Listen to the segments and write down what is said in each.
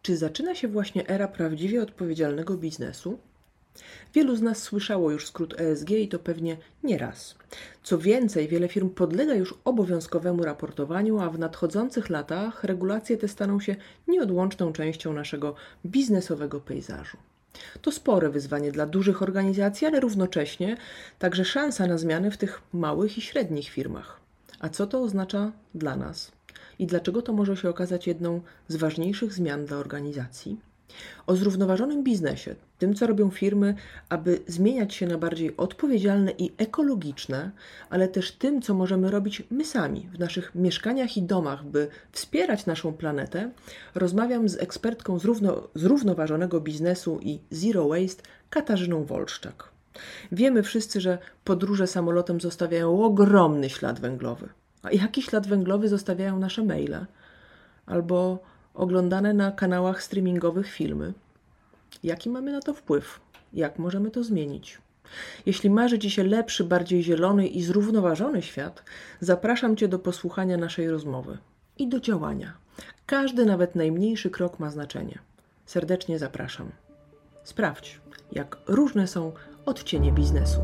Czy zaczyna się właśnie era prawdziwie odpowiedzialnego biznesu? Wielu z nas słyszało już skrót ESG i to pewnie nie raz. Co więcej, wiele firm podlega już obowiązkowemu raportowaniu, a w nadchodzących latach regulacje te staną się nieodłączną częścią naszego biznesowego pejzażu. To spore wyzwanie dla dużych organizacji, ale równocześnie także szansa na zmiany w tych małych i średnich firmach. A co to oznacza dla nas? I dlaczego to może się okazać jedną z ważniejszych zmian dla organizacji? O zrównoważonym biznesie, tym co robią firmy, aby zmieniać się na bardziej odpowiedzialne i ekologiczne, ale też tym, co możemy robić my sami w naszych mieszkaniach i domach, by wspierać naszą planetę, rozmawiam z ekspertką zrównoważonego biznesu i Zero Waste, Katarzyną Wolszczak. Wiemy wszyscy, że podróże samolotem zostawiają ogromny ślad węglowy. A jaki ślad węglowy zostawiają nasze maile? Albo oglądane na kanałach streamingowych filmy? Jaki mamy na to wpływ? Jak możemy to zmienić? Jeśli marzy Ci się lepszy, bardziej zielony i zrównoważony świat, zapraszam Cię do posłuchania naszej rozmowy i do działania. Każdy, nawet najmniejszy krok ma znaczenie. Serdecznie zapraszam. Sprawdź, jak różne są odcienie biznesu.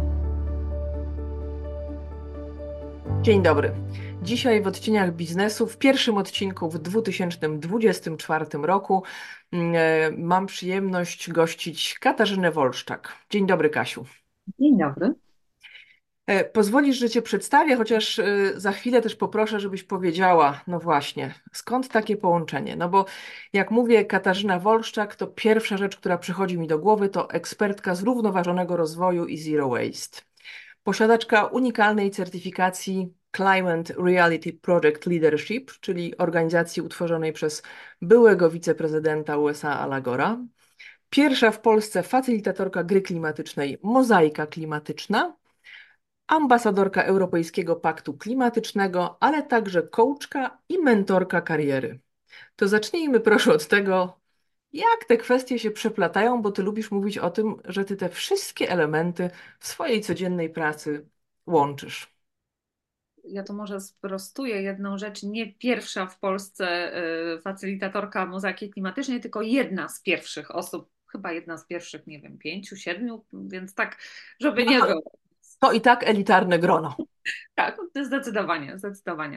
Dzień dobry. Dzisiaj w odcieniach biznesu, w pierwszym odcinku w 2024 roku mam przyjemność gościć Katarzynę Wolszczak. Dzień dobry, Kasiu. Dzień dobry. Pozwolisz, że Cię przedstawię, chociaż za chwilę też poproszę, żebyś powiedziała, no właśnie, skąd takie połączenie? No bo jak mówię Katarzyna Wolszczak, to pierwsza rzecz, która przychodzi mi do głowy, to ekspertka zrównoważonego rozwoju i Zero Waste. Posiadaczka unikalnej certyfikacji Climate Reality Project Leadership, czyli organizacji utworzonej przez byłego wiceprezydenta USA Ala Gora. Pierwsza w Polsce facylitatorka gry klimatycznej Mozaika Klimatyczna, ambasadorka Europejskiego Paktu Klimatycznego, ale także coachka i mentorka kariery. To zacznijmy proszę od tego, jak te kwestie się przeplatają, bo ty lubisz mówić o tym, że ty te wszystkie elementy w swojej codziennej pracy łączysz. Ja to może sprostuję jedną rzecz. Nie pierwsza w Polsce facylitatorka mozaiki klimatycznej, tylko jedna z pierwszych osób, chyba jedna z pierwszych, nie wiem, pięciu, siedmiu, więc tak, żeby No nie to, było. to i tak elitarne grono. Tak, zdecydowanie, zdecydowanie.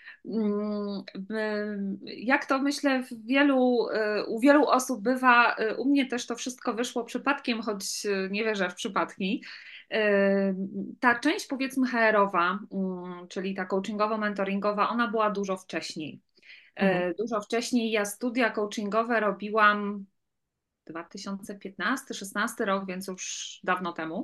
Jak to myślę, u wielu osób bywa, u mnie też to wszystko wyszło przypadkiem, choć nie wierzę w przypadki. Ta część, powiedzmy, HR-owa, czyli ta coachingowo-mentoringowa, ona była dużo wcześniej. Mhm. Dużo wcześniej ja studia coachingowe robiłam 2015-16 rok, więc już dawno temu.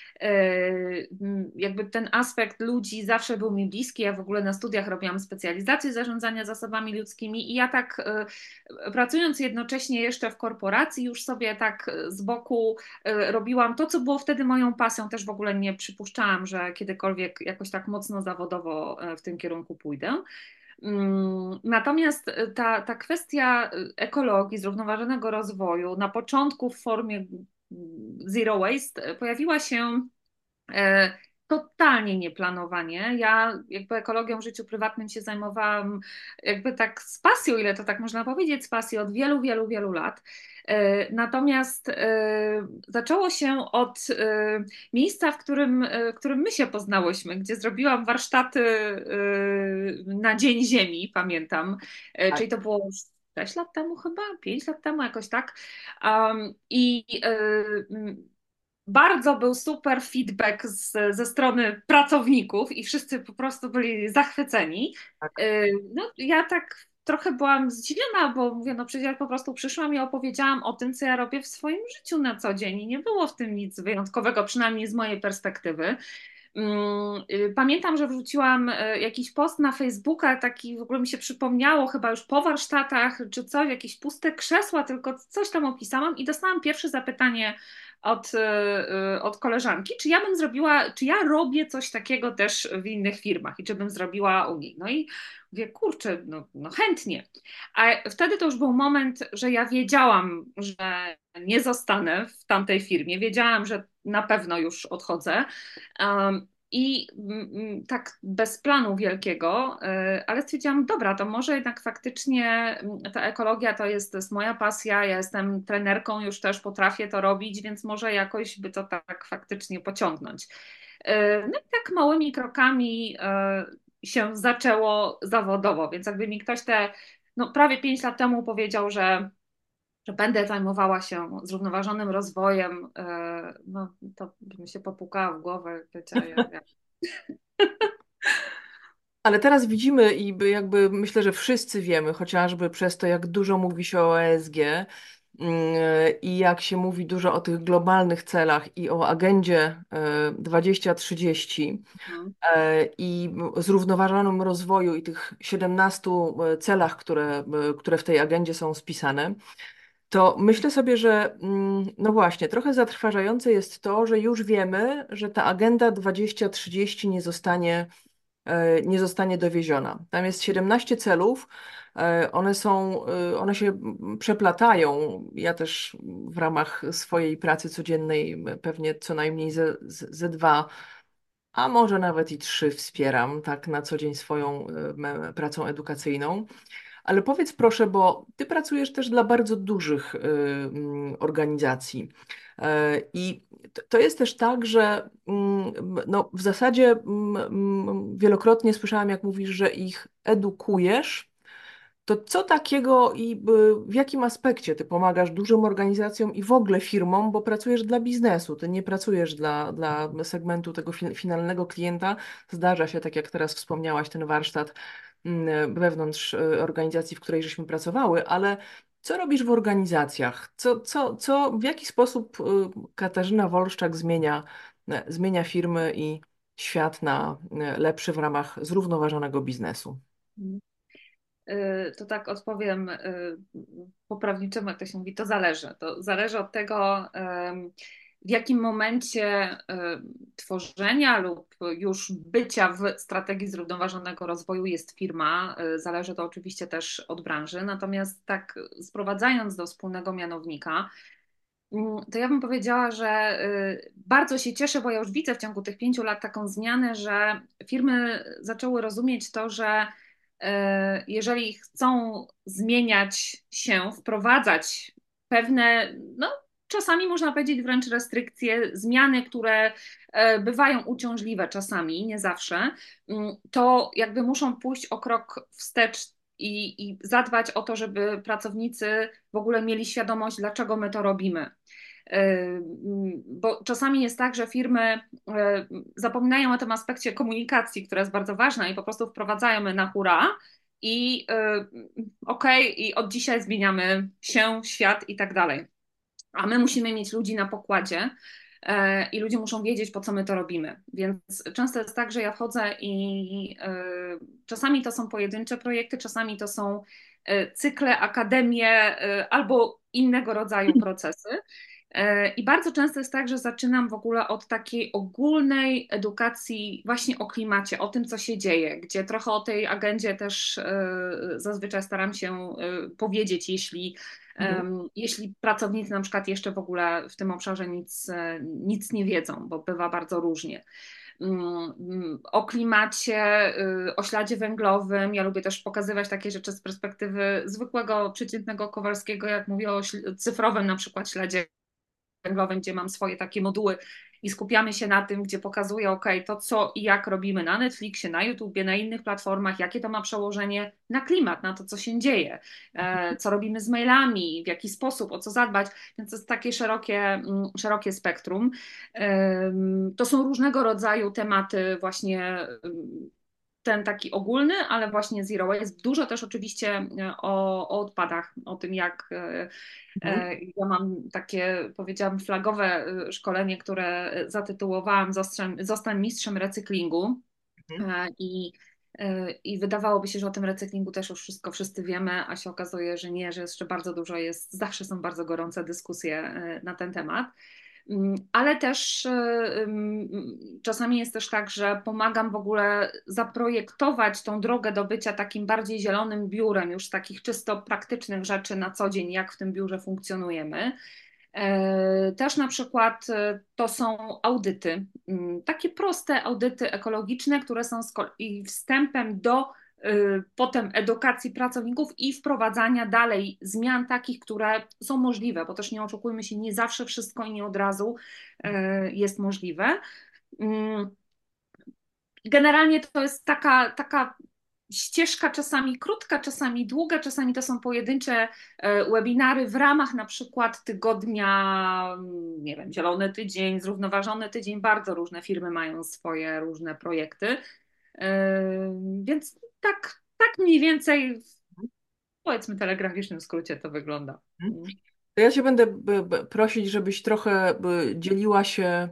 Jakby ten aspekt ludzi zawsze był mi bliski. Ja w ogóle na studiach robiłam specjalizację zarządzania zasobami ludzkimi i ja tak pracując jednocześnie jeszcze w korporacji, już sobie tak z boku robiłam to, co było wtedy moją pasją. Też w ogóle nie przypuszczałam, że kiedykolwiek jakoś tak mocno zawodowo w tym kierunku pójdę. Natomiast ta kwestia ekologii, zrównoważonego rozwoju na początku w formie zero waste pojawiła się totalnie nieplanowanie. Ja jakby ekologią w życiu prywatnym się zajmowałam jakby tak z pasją, ile to tak można powiedzieć, z pasji od wielu, wielu, wielu lat. Natomiast zaczęło się od miejsca, w którym my się poznałyśmy, gdzie zrobiłam warsztaty na Dzień Ziemi, pamiętam. Tak. Czyli to było już 6 lat temu chyba, 5 lat temu, jakoś tak. I bardzo był super feedback ze strony pracowników i wszyscy po prostu byli zachwyceni. Tak. No, ja tak trochę byłam zdziwiona, bo mówię, no przecież ja po prostu przyszłam i opowiedziałam o tym, co ja robię w swoim życiu na co dzień i nie było w tym nic wyjątkowego, przynajmniej z mojej perspektywy. Pamiętam, że wrzuciłam jakiś post na Facebooka, taki w ogóle mi się przypomniało, chyba już po warsztatach czy coś, jakieś puste krzesła, tylko coś tam opisałam i dostałam pierwsze zapytanie od koleżanki, czy ja bym zrobiła, czy ja robię coś takiego też w innych firmach i czy bym zrobiła u nich. No i mówię, kurczę, no chętnie. A wtedy to już był moment, że ja wiedziałam, że nie zostanę w tamtej firmie, wiedziałam, że na pewno już odchodzę. I tak bez planu wielkiego, ale stwierdziłam, dobra, to może jednak faktycznie ta ekologia to jest moja pasja, ja jestem trenerką, już też potrafię to robić, więc może jakoś by to tak faktycznie pociągnąć. No i tak małymi krokami się zaczęło zawodowo, więc jakby mi ktoś no prawie 5 lat temu powiedział, że będę zajmowała się zrównoważonym rozwojem, no to by mi się popukała w głowę, wiecie, Ale teraz widzimy i jakby myślę, że wszyscy wiemy, chociażby przez to, jak dużo mówi się o ESG i jak się mówi dużo o tych globalnych celach i o agendzie 2030 Mhm. i zrównoważonym rozwoju i tych 17 celach, które w tej agendzie są spisane. To myślę sobie, że no właśnie, trochę zatrważające jest to, że już wiemy, że ta agenda 2030 nie zostanie dowieziona. Tam jest 17 celów, one się przeplatają. Ja też w ramach swojej pracy codziennej pewnie co najmniej ze dwa, a może nawet i trzy wspieram tak na co dzień swoją pracą edukacyjną. Ale powiedz proszę, bo ty pracujesz też dla bardzo dużych organizacji. I to jest też tak, że no, w zasadzie wielokrotnie słyszałam, jak mówisz, że ich edukujesz. To co takiego i w jakim aspekcie ty pomagasz dużym organizacjom i w ogóle firmom, bo pracujesz dla biznesu, ty nie pracujesz dla segmentu tego finalnego klienta. Zdarza się, tak jak teraz wspomniałaś, ten warsztat wewnątrz organizacji, w której żeśmy pracowały, ale co robisz w organizacjach? W jaki sposób Katarzyna Wolszczak zmienia firmy i świat na lepszy w ramach zrównoważonego biznesu? To tak odpowiem poprawniczemu, jak to się mówi, to zależy. To zależy od tego, w jakim momencie tworzenia lub już bycia w strategii zrównoważonego rozwoju jest firma. Zależy to oczywiście też od branży. Natomiast tak sprowadzając do wspólnego mianownika, to ja bym powiedziała, że bardzo się cieszę, bo ja już widzę w ciągu tych 5 lat taką zmianę, że firmy zaczęły rozumieć to, że jeżeli chcą zmieniać się, wprowadzać pewne, no czasami można powiedzieć wręcz restrykcje, zmiany, które bywają uciążliwe czasami, nie zawsze, to jakby muszą pójść o krok wstecz i zadbać o to, żeby pracownicy w ogóle mieli świadomość, dlaczego my to robimy. Bo czasami jest tak, że firmy zapominają o tym aspekcie komunikacji, która jest bardzo ważna i po prostu wprowadzają je na hura i okej, i od dzisiaj zmieniamy się, świat i tak dalej. A my musimy mieć ludzi na pokładzie i ludzie muszą wiedzieć, po co my to robimy. Więc często jest tak, że ja wchodzę i czasami to są pojedyncze projekty, czasami to są cykle, akademie albo innego rodzaju procesy. I bardzo często jest tak, że zaczynam w ogóle od takiej ogólnej edukacji właśnie o klimacie, o tym, co się dzieje, gdzie trochę o tej agendzie też zazwyczaj staram się powiedzieć, Mhm. jeśli pracownicy na przykład jeszcze w ogóle w tym obszarze nic nie wiedzą, bo bywa bardzo różnie. O klimacie, o śladzie węglowym. Ja lubię też pokazywać takie rzeczy z perspektywy zwykłego, przeciętnego Kowalskiego, jak mówię o cyfrowym na przykład śladzie węglowym, gdzie mam swoje takie moduły i skupiamy się na tym, gdzie pokazuję, ok, to co i jak robimy na Netflixie, na YouTubie, na innych platformach, jakie to ma przełożenie na klimat, na to, co się dzieje, co robimy z mailami, w jaki sposób, o co zadbać, więc to jest takie szerokie spektrum. To są różnego rodzaju tematy właśnie ten taki ogólny, ale właśnie zero waste. Dużo też oczywiście o odpadach, o tym jak Mhm. ja mam takie, powiedziałam, flagowe szkolenie, które zatytułowałam Zostań mistrzem recyklingu. Mhm. I wydawałoby się, że o tym recyklingu też już wszystko wszyscy wiemy, a się okazuje, że nie, że jeszcze bardzo dużo jest, zawsze są bardzo gorące dyskusje na ten temat. Ale też czasami jest też tak, że pomagam w ogóle zaprojektować tą drogę do bycia takim bardziej zielonym biurem, już z takich czysto praktycznych rzeczy na co dzień, jak w tym biurze funkcjonujemy. Też na przykład to są audyty, takie proste audyty ekologiczne, które są z kolei wstępem do potem edukacji pracowników i wprowadzania dalej zmian takich, które są możliwe, bo też nie oszukujmy się, nie zawsze wszystko i nie od razu jest możliwe. Mm, Generalnie to jest taka ścieżka, czasami krótka, czasami długa, czasami to są pojedyncze webinary w ramach na przykład tygodnia, nie wiem, Zielony Tydzień, Zrównoważony Tydzień, bardzo różne firmy mają swoje różne projekty. Więc tak mniej więcej w, powiedzmy, telegraficznym skrócie to wygląda. To ja cię będę prosić, żebyś trochę dzieliła się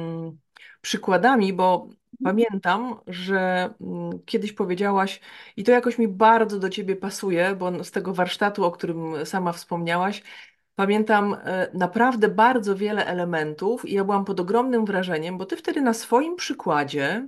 przykładami, bo pamiętam, że kiedyś powiedziałaś, i to jakoś mi bardzo do ciebie pasuje, bo z tego warsztatu, o którym sama wspomniałaś, pamiętam naprawdę bardzo wiele elementów i ja byłam pod ogromnym wrażeniem, bo ty wtedy na swoim przykładzie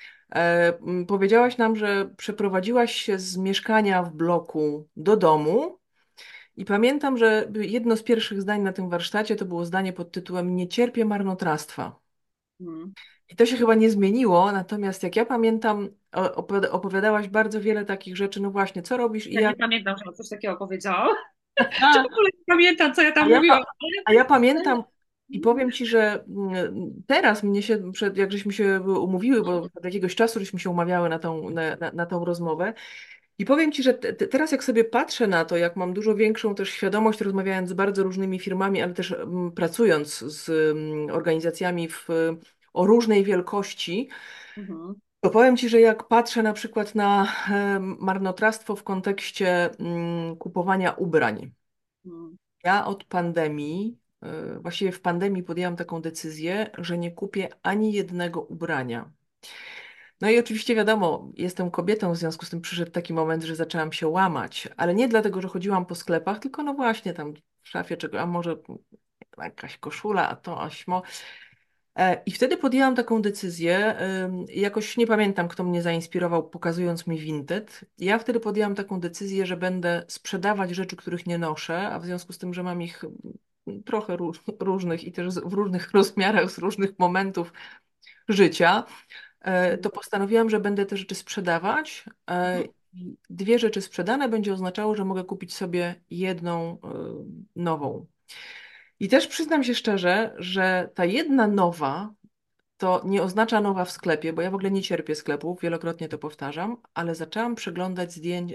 powiedziałaś nam, że przeprowadziłaś się z mieszkania w bloku do domu. I pamiętam, że jedno z pierwszych zdań na tym warsztacie to było zdanie pod tytułem "Nie cierpię marnotrawstwa". Mhm. I to się chyba nie zmieniło, natomiast jak ja pamiętam, opowiadałaś bardzo wiele takich rzeczy, no właśnie, co robisz i Ja nie jak. pamiętam, że coś takiego powiedziałam. Czy w A, ogóle nie pamiętam, co ja a tam ja, mówiłam? a ja pamiętam i powiem ci, że teraz mnie się, jak żeśmy się umówiły, bo od jakiegoś czasu żeśmy się umawiały na tą rozmowę, i powiem ci, że teraz jak sobie patrzę na to, jak mam dużo większą też świadomość, rozmawiając z bardzo różnymi firmami, ale też pracując z organizacjami o różnej wielkości, Mhm. to powiem ci, że jak patrzę na przykład na marnotrawstwo w kontekście kupowania ubrań. Mhm. Ja od pandemii, właściwie w pandemii podjęłam taką decyzję, że nie kupię ani jednego ubrania. No i oczywiście wiadomo, jestem kobietą, w związku z tym przyszedł taki moment, że zaczęłam się łamać, ale nie dlatego, że chodziłam po sklepach, tylko no właśnie tam w szafie czego, a może jakaś koszula, a to ośmo. I wtedy podjęłam taką decyzję, jakoś nie pamiętam, kto mnie zainspirował, pokazując mi Vinted. Ja wtedy podjęłam taką decyzję, że będę sprzedawać rzeczy, których nie noszę, a w związku z tym, że mam ich trochę różnych i też w różnych rozmiarach, z różnych momentów życia, to postanowiłam, że będę te rzeczy sprzedawać. I dwie rzeczy sprzedane będzie oznaczało, że mogę kupić sobie jedną nową. I też przyznam się szczerze, że ta jedna nowa to nie oznacza nowa w sklepie, bo ja w ogóle nie cierpię sklepów, wielokrotnie to powtarzam, ale zaczęłam przeglądać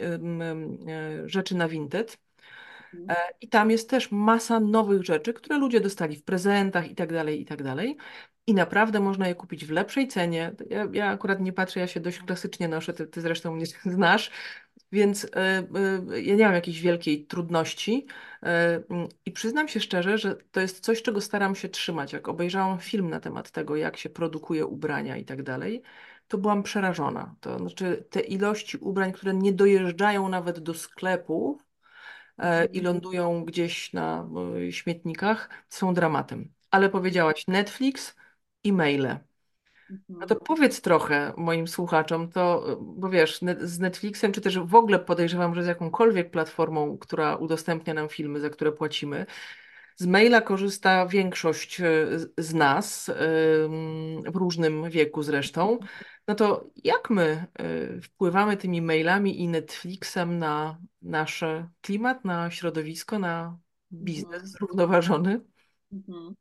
rzeczy na Vinted. I tam jest też masa nowych rzeczy, które ludzie dostali w prezentach i tak dalej, i tak dalej. I naprawdę można je kupić w lepszej cenie. Ja akurat nie patrzę, ja się dość klasycznie noszę, ty zresztą mnie znasz, więc ja nie mam jakiejś wielkiej trudności. I przyznam się szczerze, że to jest coś, czego staram się trzymać. Jak obejrzałam film na temat tego, jak się produkuje ubrania i tak dalej, to byłam przerażona. To znaczy te ilości ubrań, które nie dojeżdżają nawet do sklepów, i lądują gdzieś na śmietnikach, są dramatem. Ale powiedziałaś Netflix i maile. No to Mhm. powiedz trochę moim słuchaczom, to, bo wiesz, z Netflixem, czy też w ogóle podejrzewam, że z jakąkolwiek platformą, która udostępnia nam filmy, za które płacimy, z maila korzysta większość z nas, w różnym wieku zresztą. No to jak my wpływamy tymi mailami i Netflixem na nasz klimat, na środowisko, na biznes Mhm. zrównoważony? Mhm.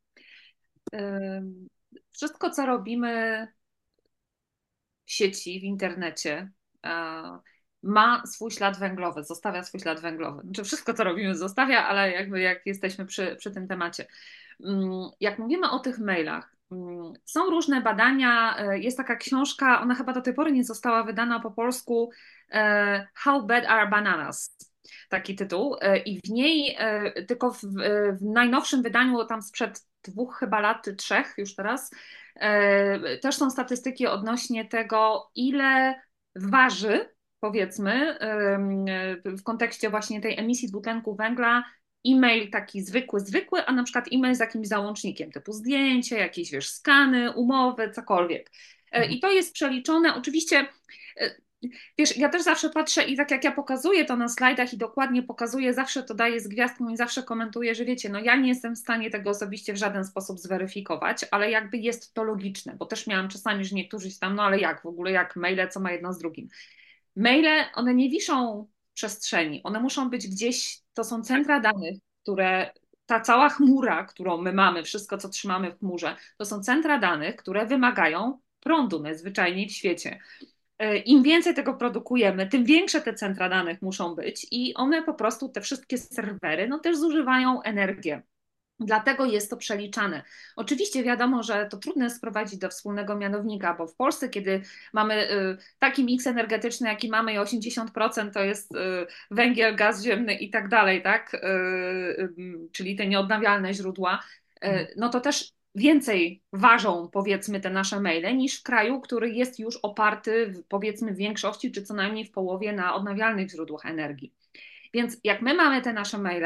Wszystko, co robimy w sieci, w internecie, ma swój ślad węglowy, zostawia swój ślad węglowy. Znaczy wszystko, co robimy, zostawia, ale jakby jak jesteśmy przy tym temacie. Jak mówimy o tych mailach, są różne badania, jest taka książka, ona chyba do tej pory nie została wydana po polsku, How Bad Are Bananas? Taki tytuł. I w niej, tylko w najnowszym wydaniu, tam sprzed 2 chyba lat, czy 3 już teraz, też są statystyki odnośnie tego, ile waży, powiedzmy, w kontekście właśnie tej emisji dwutlenku węgla, e-mail taki zwykły, a na przykład e-mail z jakimś załącznikiem, typu zdjęcie, jakieś, wiesz, skany, umowy, cokolwiek. I to jest przeliczone, oczywiście Wiesz, ja też zawsze patrzę i tak jak ja pokazuję to na slajdach i dokładnie pokazuję, zawsze to daję z gwiazdką i zawsze komentuję, że wiecie, no ja nie jestem w stanie tego osobiście w żaden sposób zweryfikować, ale jakby jest to logiczne, bo też miałam czasami, że niektórzy się tam, no ale jak w ogóle, jak maile, co ma jedno z drugim. Maile, one nie wiszą w przestrzeni, one muszą być gdzieś, to są centra danych, które, ta cała chmura, którą my mamy, wszystko co trzymamy w chmurze, to są centra danych, które wymagają prądu najzwyczajniej w świecie. Im więcej tego produkujemy, tym większe te centra danych muszą być i one po prostu, te wszystkie serwery, no też zużywają energię. Dlatego jest to przeliczane. Oczywiście wiadomo, że to trudno jest sprowadzić do wspólnego mianownika, bo w Polsce, kiedy mamy taki miks energetyczny, jaki mamy i 80% to jest węgiel, gaz ziemny i tak dalej, tak? Czyli te nieodnawialne źródła, no to też więcej ważą, powiedzmy, te nasze maile niż w kraju, który jest już oparty, powiedzmy, w większości czy co najmniej w połowie na odnawialnych źródłach energii. Więc jak my mamy te nasze maile,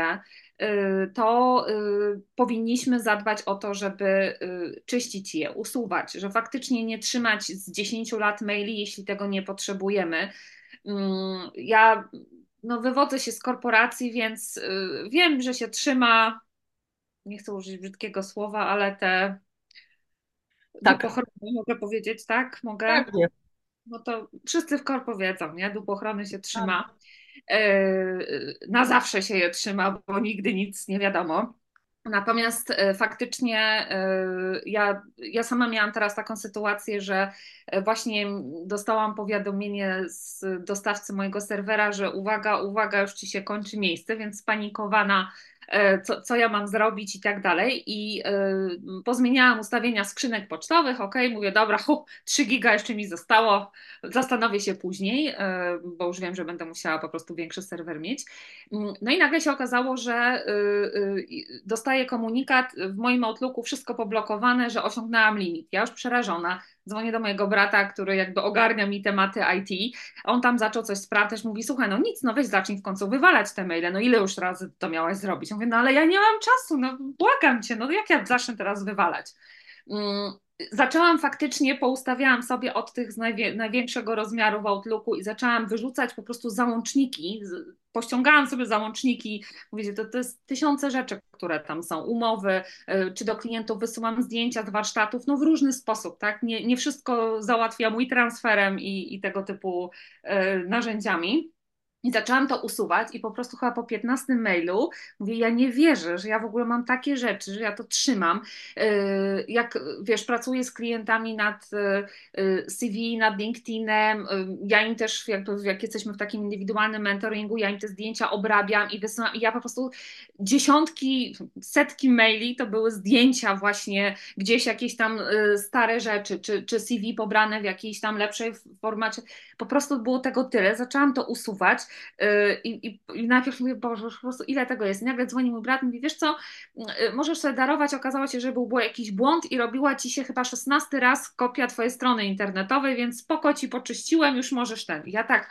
to powinniśmy zadbać o to, żeby czyścić je, usuwać, że faktycznie nie trzymać z 10 lat maili, jeśli tego nie potrzebujemy. Ja no, wywodzę się z korporacji, więc wiem, że się trzyma, nie chcę użyć brzydkiego słowa, ale te Tak, dupochrony, mogę powiedzieć, tak? Mogę? tak, nie. No to wszyscy w korpo wiedzą, nie? Dupochrony się Tak. trzyma. Na zawsze się je trzyma, bo nigdy nic nie wiadomo. Natomiast faktycznie ja sama miałam teraz taką sytuację, że właśnie dostałam powiadomienie z dostawcy mojego serwera, że uwaga, uwaga, już ci się kończy miejsce, więc spanikowana, co ja mam zrobić i tak dalej. I pozmieniałam ustawienia skrzynek pocztowych, ok, mówię, dobra, 3 giga jeszcze mi zostało, zastanowię się później, bo już wiem, że będę musiała po prostu większy serwer mieć. No i nagle się okazało, że dostaję komunikat w moim Outlooku, wszystko poblokowane, że osiągnęłam limit. Ja już przerażona. Dzwonię do mojego brata, który jakby ogarnia mi tematy IT. On tam zaczął coś sprawdzać, mówi, słuchaj, no nic, no weź zacznij w końcu wywalać te maile, no ile już razy to miałaś zrobić? Ja mówię, no ale ja nie mam czasu, no błagam cię, no jak ja zacznę teraz wywalać? Mm, Zaczęłam faktycznie, poustawiałam sobie od tych z największego rozmiaru w Outlooku i zaczęłam wyrzucać po prostu załączniki, pościągałam sobie załączniki, mówicie, to jest tysiące rzeczy, które tam są, umowy, czy do klientów wysyłam zdjęcia z warsztatów, no w różny sposób, tak? Nie wszystko załatwia mój transferem i tego typu narzędziami. I zaczęłam to usuwać i po prostu chyba po 15 mailu mówię, ja nie wierzę, że ja w ogóle mam takie rzeczy, że ja to trzymam. Jak wiesz, pracuję z klientami nad CV, nad LinkedInem, ja im też, jak jesteśmy w takim indywidualnym mentoringu, ja im te zdjęcia obrabiam i wysyłam i ja po prostu dziesiątki, setki maili to były zdjęcia właśnie, gdzieś jakieś tam stare rzeczy, czy CV pobrane w jakiejś tam lepszej formacie. Po prostu było tego tyle, zaczęłam to usuwać i najpierw mówię, Boże, po prostu ile tego jest. I nagle dzwoni mój brat, mówi, wiesz co, możesz sobie darować, okazało się, że był jakiś błąd i robiła ci się chyba 16 raz kopia twojej strony internetowej, więc spoko ci poczyściłem, już możesz ten. I ja tak,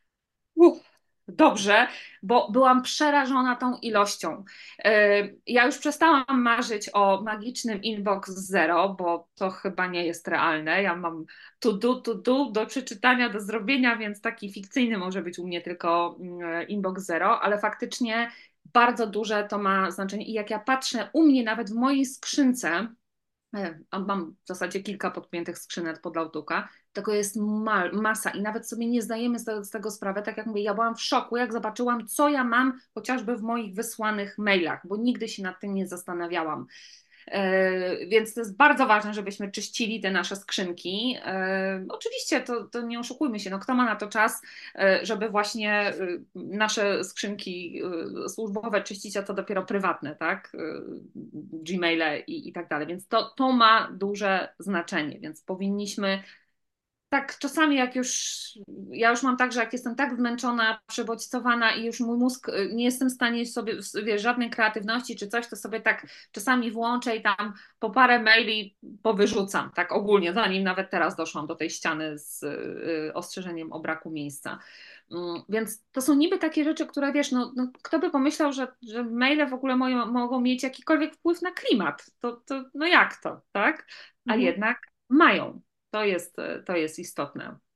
dobrze, bo byłam przerażona tą ilością. Ja już przestałam marzyć o magicznym inbox zero, bo to chyba nie jest realne. Ja mam to do przeczytania, do zrobienia, więc taki fikcyjny może być u mnie tylko inbox zero, ale faktycznie bardzo duże to ma znaczenie. I jak ja patrzę u mnie, nawet w mojej skrzynce, mam w zasadzie kilka podpiętych skrzynek pod Outlooka, tego jest masa i nawet sobie nie zdajemy z tego sprawy. Tak jak mówię, ja byłam w szoku, jak zobaczyłam, co ja mam chociażby w moich wysłanych mailach, bo nigdy się nad tym nie zastanawiałam. Więc to jest bardzo ważne, żebyśmy czyścili te nasze skrzynki. Oczywiście to nie oszukujmy się, no kto ma na to czas, żeby właśnie nasze skrzynki służbowe czyścić, a to dopiero prywatne, tak? Gmaile i tak dalej. Więc to ma duże znaczenie, więc powinniśmy tak, czasami ja już mam tak, że jak jestem tak zmęczona, przebodźcowana i już mój mózg nie jestem w stanie sobie, wiesz, żadnej kreatywności czy coś, to sobie tak czasami włączę i tam po parę maili powyrzucam, tak ogólnie, zanim nawet teraz doszłam do tej ściany z ostrzeżeniem o braku miejsca. Więc to są niby takie rzeczy, które wiesz, no kto by pomyślał, że maile w ogóle mogą mieć jakikolwiek wpływ na klimat? No jak to, tak? A Mhm. jednak mają. To jest istotne.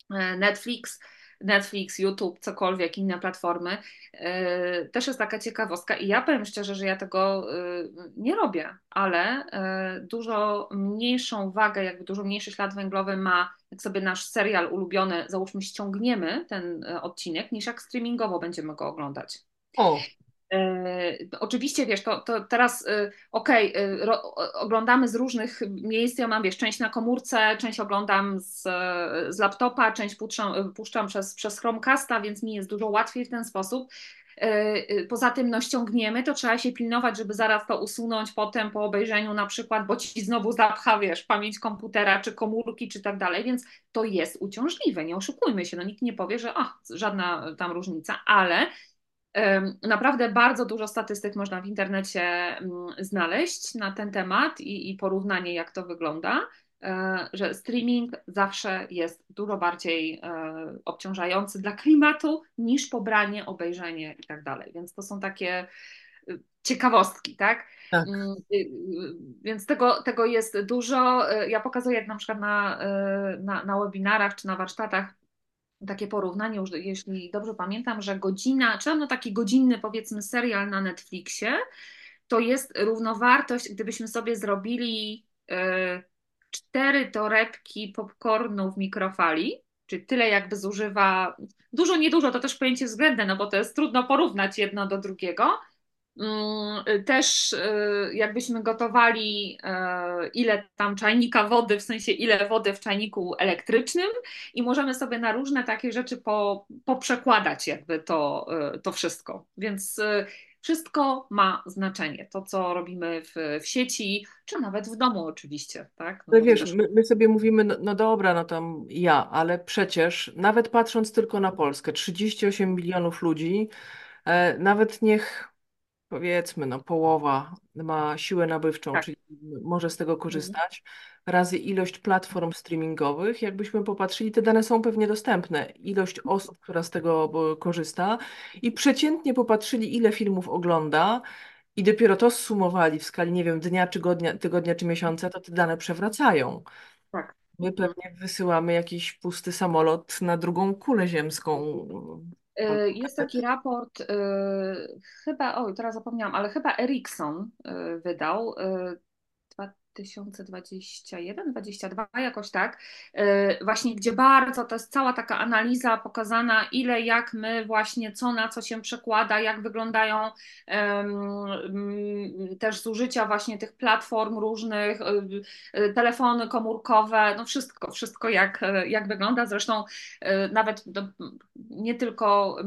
Netflix, YouTube, cokolwiek, inne platformy. Też jest taka ciekawostka i ja powiem szczerze, że ja tego nie robię, ale dużo mniejszą wagę, jakby dużo mniejszy ślad węglowy ma, jak sobie nasz serial ulubiony, załóżmy, ściągniemy ten odcinek, niż jak streamingowo będziemy go oglądać. O, Oczywiście, wiesz, to teraz, okej, oglądamy z różnych miejsc, ja mam, wiesz, część na komórce, część oglądam z laptopa, część puszczam przez Chromecasta, więc mi jest dużo łatwiej w ten sposób. Poza tym, no ściągniemy, to trzeba się pilnować, żeby zaraz to usunąć potem po obejrzeniu na przykład, bo ci znowu zapcha, wiesz, pamięć komputera, czy komórki, czy tak dalej, więc to jest uciążliwe, nie oszukujmy się, no nikt nie powie, że żadna tam różnica, ale naprawdę bardzo dużo statystyk można w internecie znaleźć na ten temat i porównanie, jak to wygląda, że streaming zawsze jest dużo bardziej obciążający dla klimatu niż pobranie, obejrzenie i tak dalej. Więc to są takie ciekawostki, tak? tak. Więc tego jest dużo. Ja pokazuję na przykład na webinarach czy na warsztatach takie porównanie, już, jeśli dobrze pamiętam, że godzina, czy tam no taki godzinny powiedzmy serial na Netflixie, to jest równowartość, gdybyśmy sobie zrobili 4 torebki popcornu w mikrofali, czyli tyle jakby zużywa, dużo, niedużo, to też pojęcie względne, no bo to jest trudno porównać jedno do drugiego, też jakbyśmy gotowali ile tam czajnika wody, w sensie ile wody w czajniku elektrycznym i możemy sobie na różne takie rzeczy poprzekładać jakby to wszystko. Więc wszystko ma znaczenie. To, co robimy w sieci, czy nawet w domu oczywiście, tak? No Ale bo to wiesz, też... my sobie mówimy, no dobra, no tam ja, ale przecież nawet patrząc tylko na Polskę, 38 milionów ludzi, nawet niech powiedzmy, no połowa ma siłę nabywczą, Tak. czyli może z tego Mhm. korzystać, razy ilość platform streamingowych, jakbyśmy popatrzyli, te dane są pewnie dostępne, ilość osób, która z tego korzysta i przeciętnie popatrzyli, ile filmów ogląda i dopiero to zsumowali w skali, nie wiem, dnia, tygodnia czy miesiąca, to te dane przewracają. Tak. My Mhm. pewnie wysyłamy jakiś pusty samolot na drugą kulę ziemską. Jest taki raport, chyba, oj, teraz zapomniałam, ale chyba Ericsson wydał 2021, 22, jakoś tak, właśnie gdzie bardzo, to jest cała taka analiza pokazana, ile, jak my właśnie, co na co się przekłada, jak wyglądają też zużycia właśnie tych platform różnych, telefony komórkowe, no wszystko jak wygląda, zresztą nawet nie tylko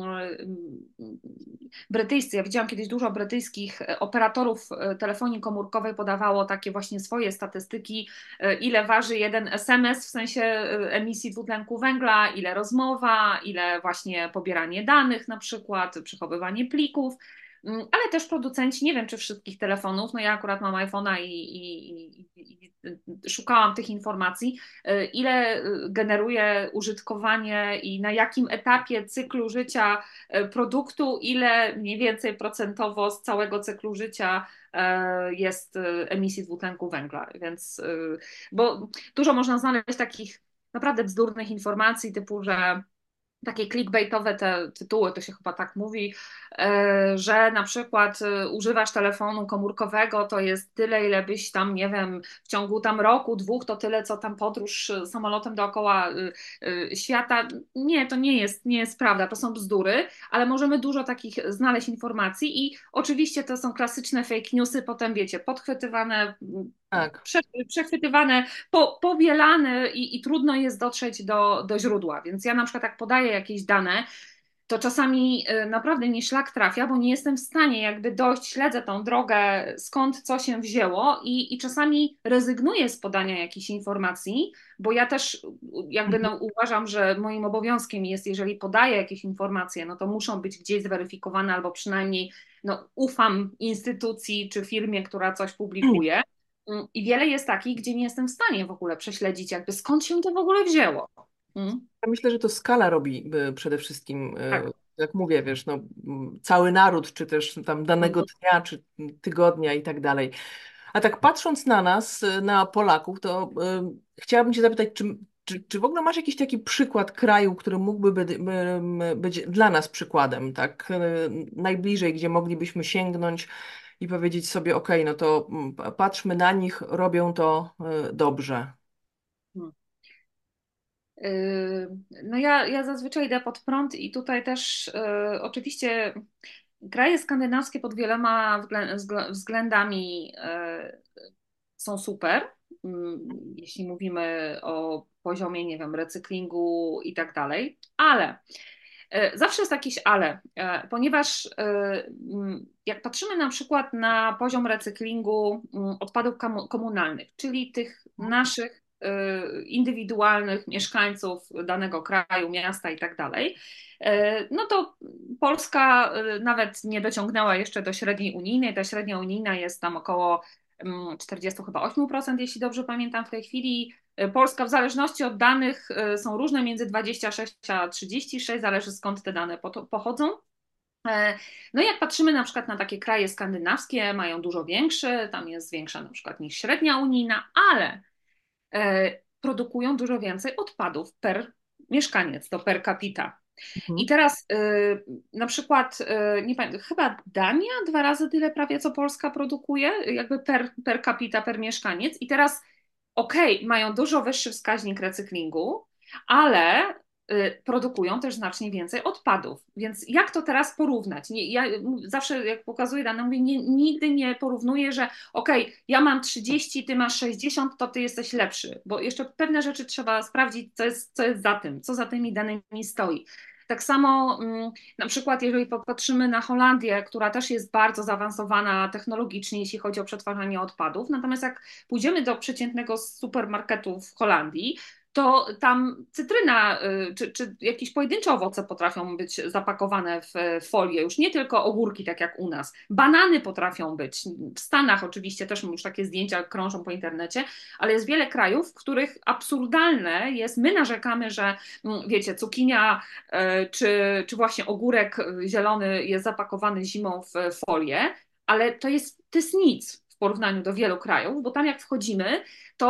brytyjscy. Ja widziałam kiedyś dużo brytyjskich operatorów telefonii komórkowej podawało takie właśnie swoje statystyki, ile waży jeden SMS w sensie emisji dwutlenku węgla, ile rozmowa, ile właśnie pobieranie danych na przykład, przechowywanie plików. Ale też producenci, nie wiem czy wszystkich telefonów, no ja akurat mam iPhone'a i szukałam tych informacji, ile generuje użytkowanie i na jakim etapie cyklu życia produktu, ile mniej więcej procentowo z całego cyklu życia jest emisji dwutlenku węgla. Więc, bo dużo można znaleźć takich naprawdę bzdurnych informacji, typu, że takie clickbaitowe te tytuły, to się chyba tak mówi, że na przykład używasz telefonu komórkowego, to jest tyle, ile byś tam, nie wiem, w ciągu tam roku, dwóch, to tyle, co tam podróż samolotem dookoła świata. Nie, to nie jest prawda, to są bzdury, ale możemy dużo takich znaleźć informacji i oczywiście to są klasyczne fake newsy, potem wiecie, podchwytywane, Tak. przechwytywane, powielane i trudno jest dotrzeć do źródła. Więc ja na przykład jak podaję jakieś dane, to czasami naprawdę nie szlak trafia, bo nie jestem w stanie jakby dojść, śledzę tą drogę, skąd co się wzięło i czasami rezygnuję z podania jakichś informacji, bo ja też jakby Mhm. no, uważam, że moim obowiązkiem jest, jeżeli podaję jakieś informacje, no to muszą być gdzieś zweryfikowane albo przynajmniej no, ufam instytucji czy firmie, która coś publikuje. I wiele jest takich, gdzie nie jestem w stanie w ogóle prześledzić, jakby skąd się to w ogóle wzięło. Mm, Ja myślę, że to skala robi przede wszystkim, tak. jak mówię, wiesz, no, cały naród, czy też tam danego Mhm. dnia, czy tygodnia i tak dalej. A tak patrząc na nas, na Polaków, to chciałabym Cię zapytać, czy czy w ogóle masz jakiś taki przykład kraju, który mógłby być dla nas przykładem, tak? Najbliżej, gdzie moglibyśmy sięgnąć i powiedzieć sobie, ok, no to patrzmy na nich, robią to dobrze. Hmm. No ja zazwyczaj idę pod prąd i tutaj też oczywiście kraje skandynawskie pod wieloma względami są super, jeśli mówimy o poziomie, nie wiem, recyklingu i tak dalej, ale zawsze jest jakieś ale, ponieważ jak patrzymy na przykład na poziom recyklingu odpadów komunalnych, czyli tych naszych indywidualnych mieszkańców danego kraju, miasta i tak dalej, no to Polska nawet nie dociągnęła jeszcze do średniej unijnej. Ta średnia unijna jest tam około 40 chyba 8%, jeśli dobrze pamiętam w tej chwili. Polska w zależności od danych są różne, między 26 a 36, zależy skąd te dane pochodzą. No i jak patrzymy na przykład na takie kraje skandynawskie, mają dużo większe, tam jest większa na przykład niż średnia unijna, ale produkują dużo więcej odpadów per mieszkaniec, to per capita. I Mhm. teraz na przykład, nie pamiętam, chyba Dania 2 razy tyle prawie co Polska produkuje, jakby per capita, per mieszkaniec. I teraz, okej, mają dużo wyższy wskaźnik recyklingu, ale produkują też znacznie więcej odpadów. Więc jak to teraz porównać? Ja zawsze jak pokazuję dane, mówię, nigdy nie porównuję, że ja mam 30, ty masz 60, to ty jesteś lepszy, bo jeszcze pewne rzeczy trzeba sprawdzić, co jest za tym, co za tymi danymi stoi. Tak samo na przykład, jeżeli popatrzymy na Holandię, która też jest bardzo zaawansowana technologicznie, jeśli chodzi o przetwarzanie odpadów, natomiast jak pójdziemy do przeciętnego supermarketu w Holandii, to tam cytryna czy jakieś pojedyncze owoce potrafią być zapakowane w folię, już nie tylko ogórki, tak jak u nas. Banany potrafią być. W Stanach oczywiście też już takie zdjęcia krążą po internecie, ale jest wiele krajów, w których absurdalne jest, my narzekamy, że wiecie, cukinia czy właśnie ogórek zielony jest zapakowany zimą w folię, ale to jest nic w porównaniu do wielu krajów, bo tam jak wchodzimy,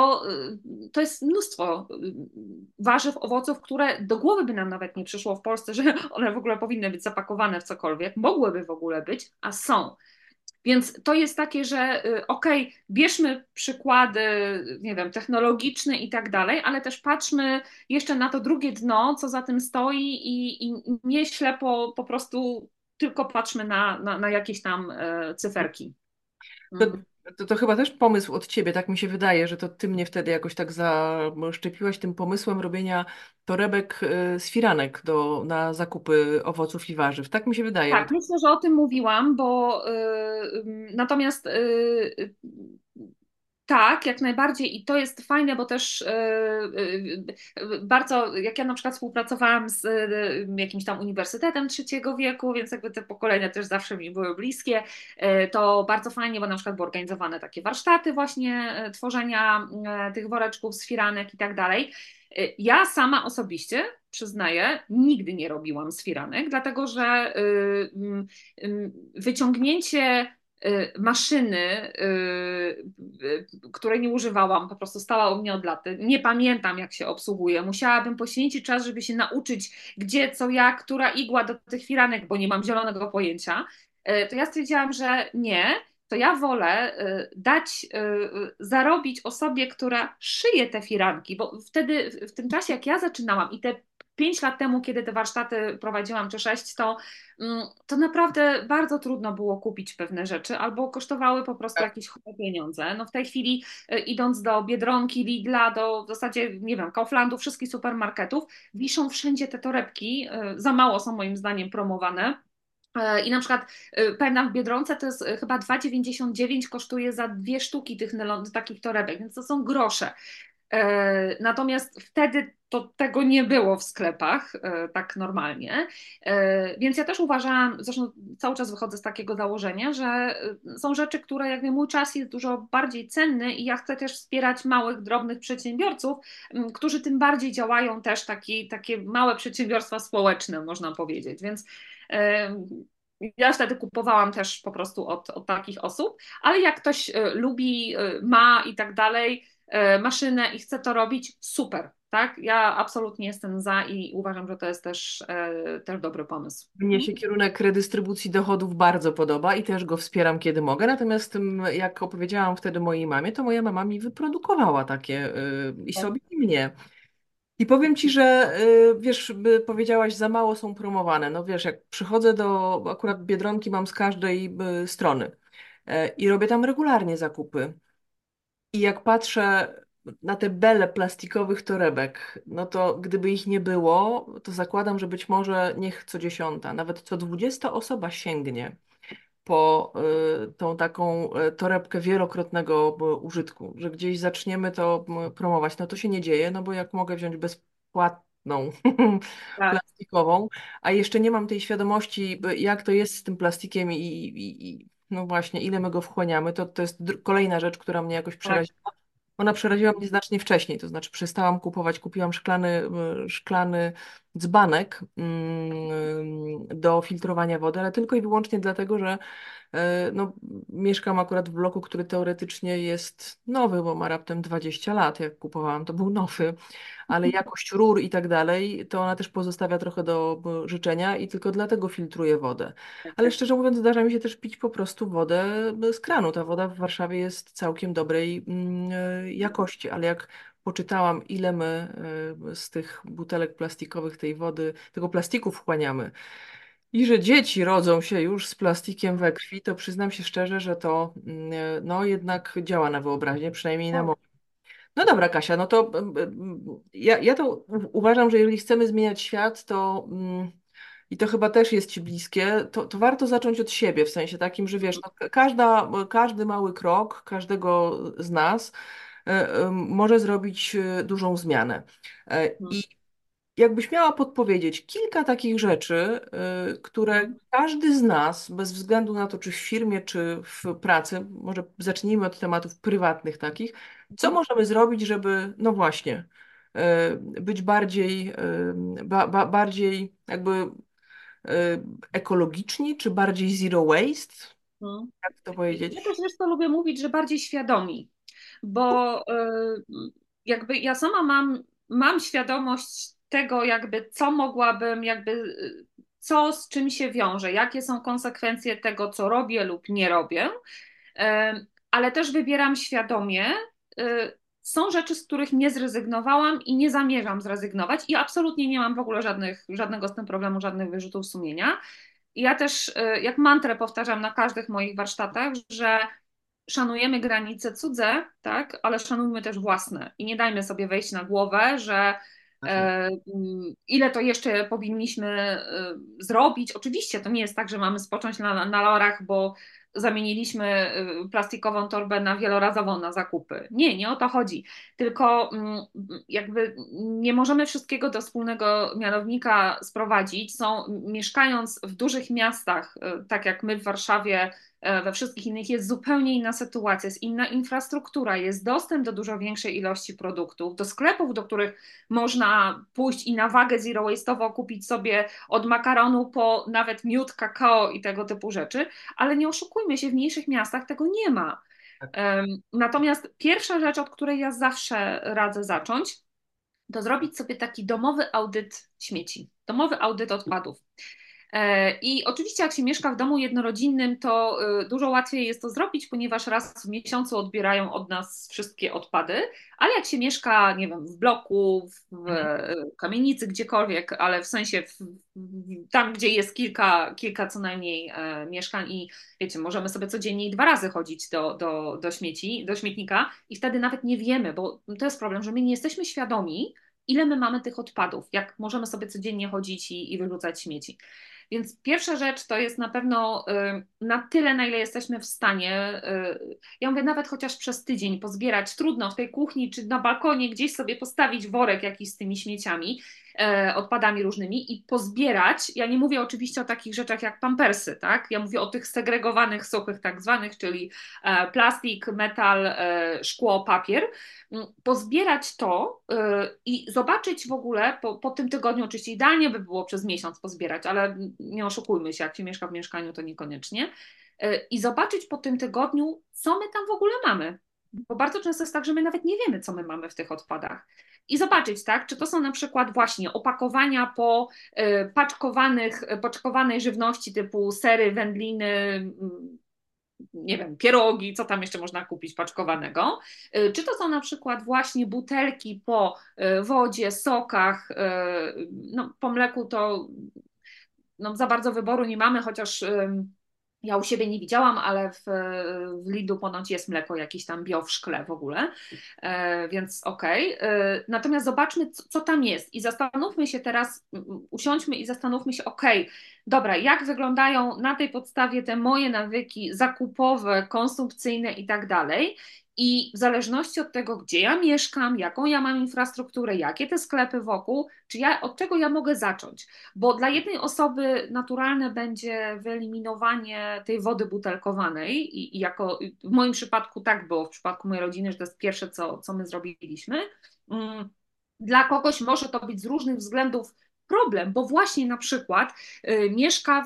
to jest mnóstwo warzyw, owoców, które do głowy by nam nawet nie przyszło w Polsce, że one w ogóle powinny być zapakowane w cokolwiek, mogłyby w ogóle być, a są. Więc to jest takie, że bierzmy przykłady, nie wiem, technologiczne i tak dalej, ale też patrzmy jeszcze na to drugie dno, co za tym stoi i nie ślepo po prostu tylko patrzmy na jakieś tam cyferki. To, Mm. to chyba też pomysł od ciebie, tak mi się wydaje, że to ty mnie wtedy jakoś tak zaszczepiłaś tym pomysłem robienia torebek z firanek na zakupy owoców i warzyw. Tak mi się wydaje, że Tak, myślę, że o tym mówiłam, bo natomiast tak, jak najbardziej i to jest fajne, bo też bardzo, jak ja na przykład współpracowałam z jakimś tam uniwersytetem trzeciego wieku, więc jakby te pokolenia też zawsze mi były bliskie, to bardzo fajnie, bo na przykład były organizowane takie warsztaty właśnie tworzenia tych woreczków z firanek i tak dalej. Ja sama osobiście, przyznaję, nigdy nie robiłam z firanek, dlatego że wyciągnięcie maszyny, której nie używałam, po prostu stała u mnie od lat. Nie pamiętam, jak się obsługuje. Musiałabym poświęcić czas, żeby się nauczyć, gdzie, co, jak, która igła do tych firanek, bo nie mam zielonego pojęcia. To ja stwierdziłam, że nie. To ja wolę dać, zarobić osobie, która szyje te firanki, bo wtedy, w tym czasie, jak ja zaczynałam i te 5 lat temu, kiedy te warsztaty prowadziłam, czy 6, to naprawdę bardzo trudno było kupić pewne rzeczy, albo kosztowały po prostu jakieś chore pieniądze. No w tej chwili idąc do Biedronki, Lidla, w zasadzie, nie wiem, Kauflandu, wszystkich supermarketów, wiszą wszędzie te torebki, za mało są moim zdaniem promowane. I na przykład pamiętam w Biedronce to jest chyba 2,99 kosztuje za 2 sztuki tych takich torebek, więc to są grosze. Natomiast wtedy to tego nie było w sklepach tak normalnie. Więc ja też uważałam, zresztą cały czas wychodzę z takiego założenia, że są rzeczy, które jakby mój czas jest dużo bardziej cenny i ja chcę też wspierać małych, drobnych przedsiębiorców, którzy tym bardziej działają też takie małe przedsiębiorstwa społeczne, można powiedzieć. Więc ja wtedy kupowałam też po prostu od takich osób, ale jak ktoś lubi, ma i tak dalej, maszynę i chce to robić, super. tak? Ja absolutnie jestem za i uważam, że to jest też dobry pomysł. Mnie się kierunek redystrybucji dochodów bardzo podoba i też go wspieram, kiedy mogę. Natomiast jak opowiedziałam wtedy mojej mamie, to moja mama mi wyprodukowała takie i sobie, i mnie. I powiem ci, że wiesz, powiedziałaś, za mało są promowane. No wiesz, jak przychodzę do, akurat Biedronki mam z każdej strony i robię tam regularnie zakupy. I jak patrzę na te bele plastikowych torebek, no to gdyby ich nie było, to zakładam, że być może niech co 10., nawet co 20 osoba sięgnie po tą taką torebkę wielokrotnego użytku, że gdzieś zaczniemy to promować. No to się nie dzieje, no bo jak mogę wziąć bezpłatną Tak, plastikową, a jeszcze nie mam tej świadomości, jak to jest z tym plastikiem i no właśnie, ile my go wchłaniamy, to jest kolejna rzecz, która mnie jakoś tak. przeraziła. Ona przeraziła mnie znacznie wcześniej, to znaczy przestałam kupować, kupiłam szklany dzbanek do filtrowania wody, ale tylko i wyłącznie dlatego, że no, mieszkam akurat w bloku, który teoretycznie jest nowy, bo ma raptem 20 lat. Jak kupowałam, to był nowy, ale jakość rur i tak dalej, to ona też pozostawia trochę do życzenia i tylko dlatego filtruję wodę. Ale szczerze mówiąc, zdarza mi się też pić po prostu wodę z kranu. Ta woda w Warszawie jest całkiem dobrej jakości, ale jak poczytałam, ile my z tych butelek plastikowych tej wody, tego plastiku wchłaniamy, i że dzieci rodzą się już z plastikiem we krwi, to przyznam się szczerze, że to no jednak działa na wyobraźnię, przynajmniej na Tak. moją. No dobra, Kasia, no to ja to uważam, że jeżeli chcemy zmieniać świat, to i to chyba też jest ci bliskie, to warto zacząć od siebie, w sensie takim, że wiesz, no, każdy mały krok każdego z nas może zrobić dużą zmianę. I jakbyś miała podpowiedzieć kilka takich rzeczy, które Mhm. każdy z nas, bez względu na to, czy w firmie, czy w pracy, może zacznijmy od tematów prywatnych takich, co możemy zrobić, żeby, no właśnie, być bardziej jakby ekologiczni, czy bardziej zero waste? Mhm. Jak to Ja też powiedzieć? zresztą lubię mówić, że bardziej świadomi, bo jakby ja sama mam świadomość tego, jakby co mogłabym, co z czym się wiąże, jakie są konsekwencje tego, co robię lub nie robię, ale też wybieram świadomie. Są rzeczy, z których nie zrezygnowałam i nie zamierzam zrezygnować i absolutnie nie mam w ogóle żadnego z tym problemu, żadnych wyrzutów sumienia. I ja też jak mantrę powtarzam na każdych moich warsztatach, że szanujemy granice cudze, tak, ale szanujmy też własne i nie dajmy sobie wejść na głowę, że Ważne. ile to jeszcze powinniśmy zrobić. Oczywiście to nie jest tak, że mamy spocząć na laurach, bo zamieniliśmy plastikową torbę na wielorazową na zakupy. Nie, nie o to chodzi. Tylko jakby nie możemy wszystkiego do wspólnego mianownika sprowadzić. Mieszkając w dużych miastach, tak jak my w Warszawie, we wszystkich innych jest zupełnie inna sytuacja, jest inna infrastruktura, jest dostęp do dużo większej ilości produktów, do sklepów, do których można pójść i na wagę zero waste'owo kupić sobie od makaronu po nawet miód, kakao i tego typu rzeczy, ale nie oszukujmy się, w mniejszych miastach tego nie ma. Tak. Natomiast pierwsza rzecz, od której ja zawsze radzę zacząć, to zrobić sobie taki domowy audyt śmieci, domowy audyt odpadów. I oczywiście, jak się mieszka w domu jednorodzinnym, to dużo łatwiej jest to zrobić, ponieważ raz w miesiącu odbierają od nas wszystkie odpady, ale jak się mieszka, nie wiem, w bloku, w Mhm. kamienicy, gdziekolwiek, ale w sensie tam, gdzie jest kilka co najmniej mieszkań i wiecie, możemy sobie codziennie 2 razy chodzić do śmieci, do śmietnika i wtedy nawet nie wiemy, bo to jest problem, że my nie jesteśmy świadomi, ile my mamy tych odpadów, jak możemy sobie codziennie chodzić i wyrzucać śmieci. Więc pierwsza rzecz to jest na pewno na tyle, na ile jesteśmy w stanie. Ja mówię, nawet chociaż przez tydzień pozbierać, trudno w tej kuchni czy na balkonie gdzieś sobie postawić worek jakiś z tymi śmieciami, odpadami różnymi i pozbierać. Ja nie mówię oczywiście o takich rzeczach jak pampersy, tak? Ja mówię o tych segregowanych, suchych tak zwanych, czyli plastik, metal, szkło, papier. Pozbierać to i zobaczyć w ogóle po tym tygodniu, oczywiście idealnie by było przez miesiąc pozbierać, ale nie oszukujmy się, jak się mieszka w mieszkaniu, to niekoniecznie. I zobaczyć po tym tygodniu, co my tam w ogóle mamy. Bo bardzo często jest tak, że my nawet nie wiemy, co my mamy w tych odpadach. I zobaczyć, tak, czy to są na przykład właśnie opakowania po paczkowanej żywności typu sery, wędliny, nie wiem, pierogi, co tam jeszcze można kupić paczkowanego. Czy to są na przykład właśnie butelki po wodzie, sokach, no, po mleku to no, za bardzo wyboru nie mamy, chociaż ja u siebie nie widziałam, ale w Lidlu ponoć jest mleko jakieś tam bio w szkle w ogóle, więc okej. Natomiast zobaczmy, co tam jest i zastanówmy się teraz, usiądźmy i zastanówmy się, okej, dobra, jak wyglądają na tej podstawie te moje nawyki zakupowe, konsumpcyjne i tak dalej. I w zależności od tego, gdzie ja mieszkam, jaką ja mam infrastrukturę, jakie te sklepy wokół, od czego ja mogę zacząć? Bo dla jednej osoby naturalne będzie wyeliminowanie tej wody butelkowanej i jako w moim przypadku tak było, w przypadku mojej rodziny, że to jest pierwsze, co my zrobiliśmy. Dla kogoś może to być z różnych względów problem, bo właśnie na przykład mieszka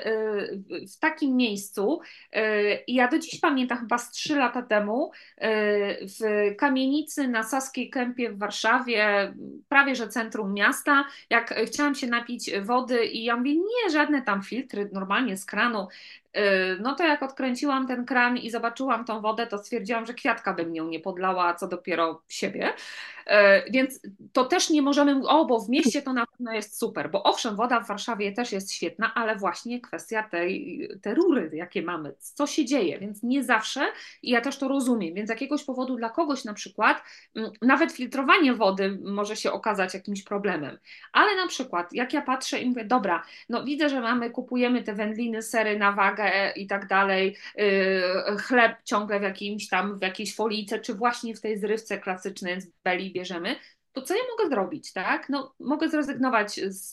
w takim miejscu i ja do dziś pamiętam, chyba z 3 lata temu, w kamienicy na Saskiej Kępie w Warszawie, prawie że centrum miasta, jak chciałam się napić wody i ja mówię, nie, żadne tam filtry, normalnie z kranu. No to jak odkręciłam ten kran i zobaczyłam tą wodę, to stwierdziłam, że kwiatka bym nią nie podlała, a co dopiero siebie. Więc to też nie możemy, bo w mieście to na pewno jest super, bo owszem, woda w Warszawie też jest świetna, ale właśnie kwestia te rury, jakie mamy, co się dzieje, więc nie zawsze, i ja też to rozumiem, więc z jakiegoś powodu dla kogoś na przykład nawet filtrowanie wody może się okazać jakimś problemem, ale na przykład jak ja patrzę i mówię, dobra, no widzę, że kupujemy te wędliny, sery na wagę i tak dalej, chleb ciągle w jakiejś folice, czy właśnie w tej zrywce klasycznej z Beli bierzemy, to co ja mogę zrobić, tak? No, mogę zrezygnować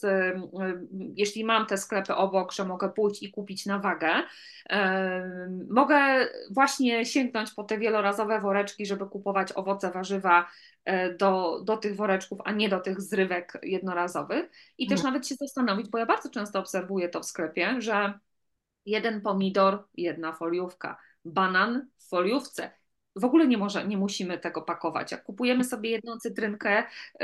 jeśli mam te sklepy obok, że mogę pójść i kupić na wagę. Mogę właśnie sięgnąć po te wielorazowe woreczki, żeby kupować owoce, warzywa do tych woreczków, a nie do tych zrywek jednorazowych. I też nawet się zastanowić, bo ja bardzo często obserwuję to w sklepie, że jeden pomidor, jedna foliówka, banan w foliówce. W ogóle nie musimy tego pakować. Jak kupujemy sobie jedną cytrynkę,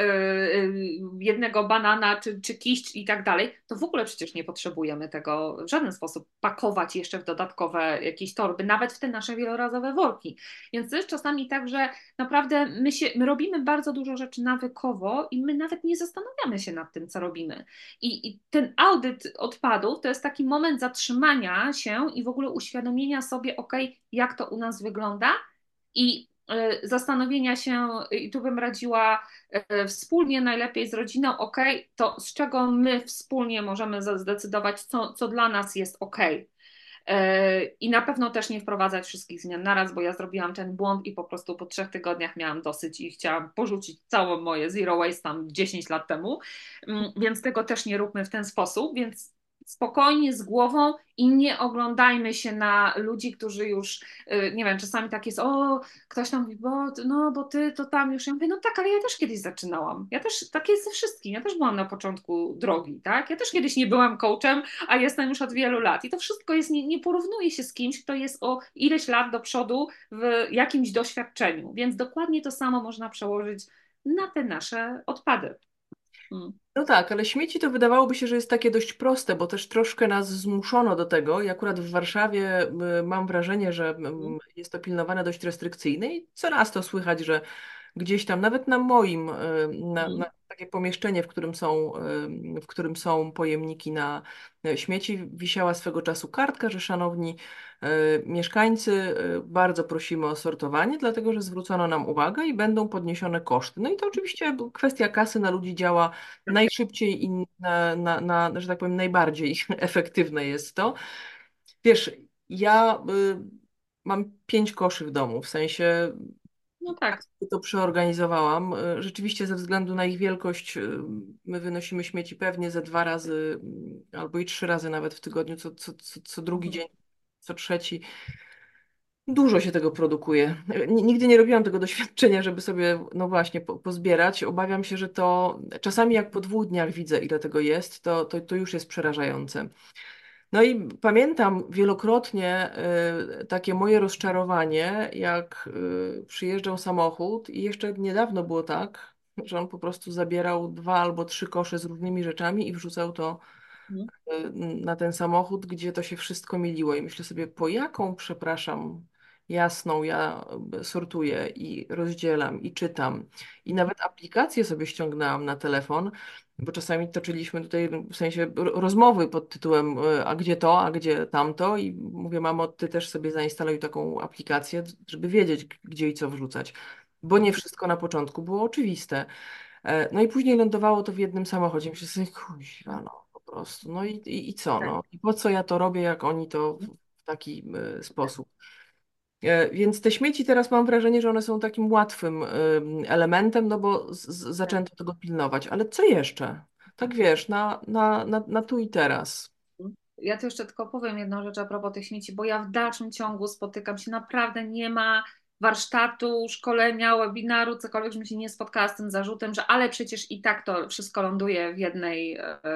jednego banana czy kiść i tak dalej, to w ogóle przecież nie potrzebujemy tego w żaden sposób pakować jeszcze w dodatkowe jakieś torby, nawet w te nasze wielorazowe worki. Więc to jest czasami tak, że naprawdę my robimy bardzo dużo rzeczy nawykowo i my nawet nie zastanawiamy się nad tym, co robimy. I ten audyt odpadów to jest taki moment zatrzymania się i w ogóle uświadomienia sobie, ok, jak to u nas wygląda i zastanowienia się, i tu bym radziła wspólnie, najlepiej z rodziną, ok, to z czego my wspólnie możemy zdecydować, co dla nas jest ok. I na pewno też nie wprowadzać wszystkich zmian naraz, bo ja zrobiłam ten błąd i po prostu po 3 tygodniach miałam dosyć i chciałam porzucić całe moje zero waste tam 10 lat temu, więc tego też nie róbmy w ten sposób, więc spokojnie, z głową i nie oglądajmy się na ludzi, którzy już, nie wiem, czasami tak jest, ktoś tam mówi, bo ty to tam już, ja mówię, no tak, ale ja też kiedyś zaczynałam, ja też, tak jest ze wszystkim, ja też byłam na początku drogi, tak, ja też kiedyś nie byłam coachem, a jestem już od wielu lat i to wszystko jest, nie porównuje się z kimś, kto jest o ileś lat do przodu w jakimś doświadczeniu, więc dokładnie to samo można przełożyć na te nasze odpady. Mm. No tak, ale śmieci to wydawałoby się, że jest takie dość proste, bo też troszkę nas zmuszono do tego. I akurat w Warszawie mam wrażenie, że jest to pilnowane dość restrykcyjnie i coraz to słychać, że gdzieś tam, nawet na moim, na takie pomieszczenie, w którym są pojemniki na śmieci, wisiała swego czasu kartka, że szanowni mieszkańcy, bardzo prosimy o sortowanie, dlatego że zwrócono nam uwagę i będą podniesione koszty. No i to oczywiście kwestia kasy na ludzi działa najszybciej i że tak powiem, najbardziej efektywne jest to. Wiesz, ja mam 5 koszy w domu, w sensie No tak. to przeorganizowałam. Rzeczywiście ze względu na ich wielkość my wynosimy śmieci pewnie ze 2 razy albo i 3 razy nawet w tygodniu, co drugi dzień, co trzeci. Dużo się tego produkuje. Nigdy nie robiłam tego doświadczenia, żeby sobie, no właśnie, pozbierać. Obawiam się, że to czasami jak po 2 dniach widzę, ile tego jest, to już jest przerażające. No i pamiętam wielokrotnie takie moje rozczarowanie, jak przyjeżdżał samochód i jeszcze niedawno było tak, że on po prostu zabierał 2 albo 3 kosze z różnymi rzeczami i wrzucał to Mhm. na ten samochód, gdzie to się wszystko mieliło. I myślę sobie, po jaką, przepraszam, jasną ja sortuję i rozdzielam i czytam. I nawet aplikację sobie ściągnęłam na telefon, bo czasami toczyliśmy tutaj w sensie rozmowy pod tytułem a gdzie to, a gdzie tamto i mówię, mamo, ty też sobie zainstaluj taką aplikację, żeby wiedzieć, gdzie i co wrzucać. Bo nie wszystko na początku było oczywiste. No i później lądowało to w jednym samochodzie. Myślę sobie, kuźwa, no po prostu. No i co, Tak. no? I po co ja to robię, jak oni to w taki sposób? Więc te śmieci teraz mam wrażenie, że one są takim łatwym elementem, no bo Tak. zaczęto tego pilnować. Ale co jeszcze? Tak wiesz, na tu i teraz. Ja tu jeszcze tylko powiem jedną rzecz a propos tych śmieci, bo ja w dalszym ciągu spotykam się, naprawdę nie ma warsztatu, szkolenia, webinaru, cokolwiek, żebym się nie spotkała z tym zarzutem, że ale przecież i tak to wszystko ląduje w jednej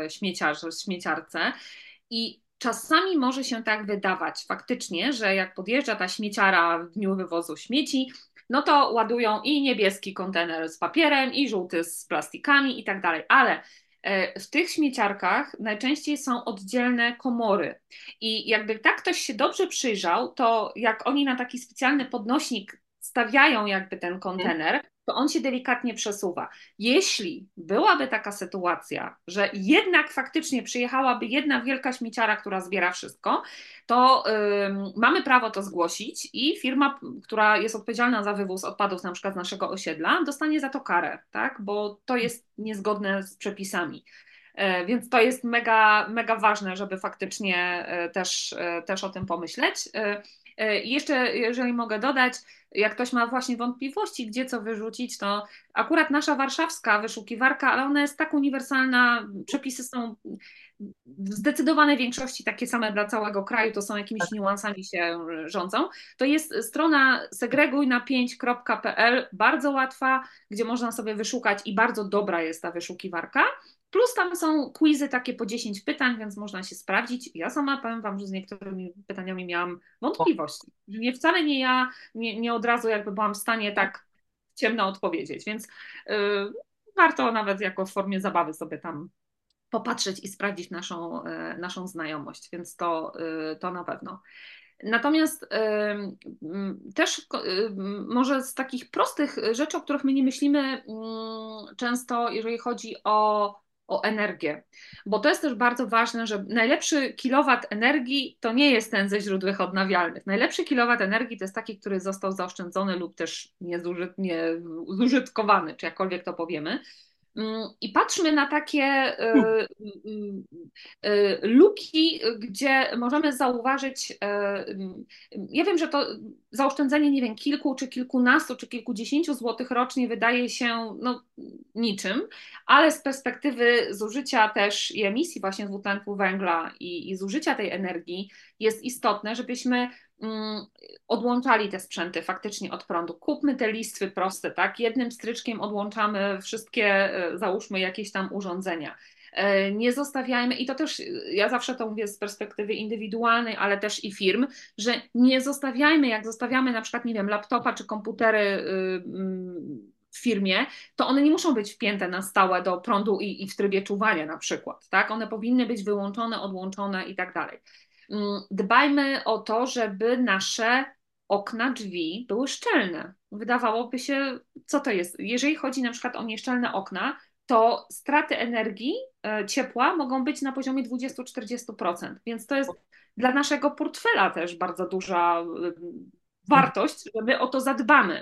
śmieciarce. I czasami może się tak wydawać faktycznie, że jak podjeżdża ta śmieciara w dniu wywozu śmieci, no to ładują i niebieski kontener z papierem, i żółty z plastikami i tak dalej, ale w tych śmieciarkach najczęściej są oddzielne komory. I jakby tak ktoś się dobrze przyjrzał, to jak oni na taki specjalny podnośnik stawiają jakby ten Mhm. kontener, to on się delikatnie przesuwa. Jeśli byłaby taka sytuacja, że jednak faktycznie przyjechałaby jedna wielka śmieciara, która zbiera wszystko, to mamy prawo to zgłosić i firma, która jest odpowiedzialna za wywóz odpadów na przykład z naszego osiedla, dostanie za to karę, tak? Bo to jest niezgodne z przepisami. Więc to jest mega, mega ważne, żeby faktycznie też o tym pomyśleć. I jeszcze, jeżeli mogę dodać, jak ktoś ma właśnie wątpliwości, gdzie co wyrzucić, to akurat nasza warszawska wyszukiwarka, ale ona jest tak uniwersalna, przepisy są w zdecydowanej większości takie same dla całego kraju, to są jakimiś niuansami się rządzą. To jest strona segregujna5.pl, bardzo łatwa, gdzie można sobie wyszukać i bardzo dobra jest ta wyszukiwarka. Plus tam są quizy takie po 10 pytań, więc można się sprawdzić. Ja sama powiem Wam, że z niektórymi pytaniami miałam O, wątpliwości. Że nie wcale nie ja, nie od razu jakby byłam w stanie tak ciemno odpowiedzieć, więc warto nawet jako w formie zabawy sobie tam popatrzeć i sprawdzić naszą znajomość, więc to na pewno. Natomiast też może z takich prostych rzeczy, o których my nie myślimy często, jeżeli chodzi o energię, bo to jest też bardzo ważne, że najlepszy kilowat energii to nie jest ten ze źródeł odnawialnych. Najlepszy kilowat energii to jest taki, który został zaoszczędzony lub też nie zużytkowany, czy jakkolwiek to powiemy. I patrzmy na takie luki, gdzie możemy zauważyć, ja wiem, że to zaoszczędzenie, nie wiem, kilku, czy kilkunastu, czy kilkudziesięciu złotych rocznie wydaje się no, niczym, ale z perspektywy zużycia też i emisji właśnie dwutlenku węgla i zużycia tej energii jest istotne, żebyśmy odłączali te sprzęty faktycznie od prądu. Kupmy te listwy proste, tak? Jednym stryczkiem odłączamy wszystkie, załóżmy, jakieś tam urządzenia. Nie zostawiajmy, i to też ja zawsze to mówię z perspektywy indywidualnej, ale też i firm, że nie zostawiajmy, jak zostawiamy na przykład, nie wiem, laptopa czy komputery w firmie, to one nie muszą być wpięte na stałe do prądu i w trybie czuwania na przykład, tak? One powinny być wyłączone, odłączone i tak dalej. Dbajmy o to, żeby nasze okna, drzwi były szczelne. Wydawałoby się, co to jest? Jeżeli chodzi na przykład o nieszczelne okna, to straty energii, ciepła mogą być na poziomie 20-40%, więc to jest dla naszego portfela też bardzo duża wartość, że my o to zadbamy.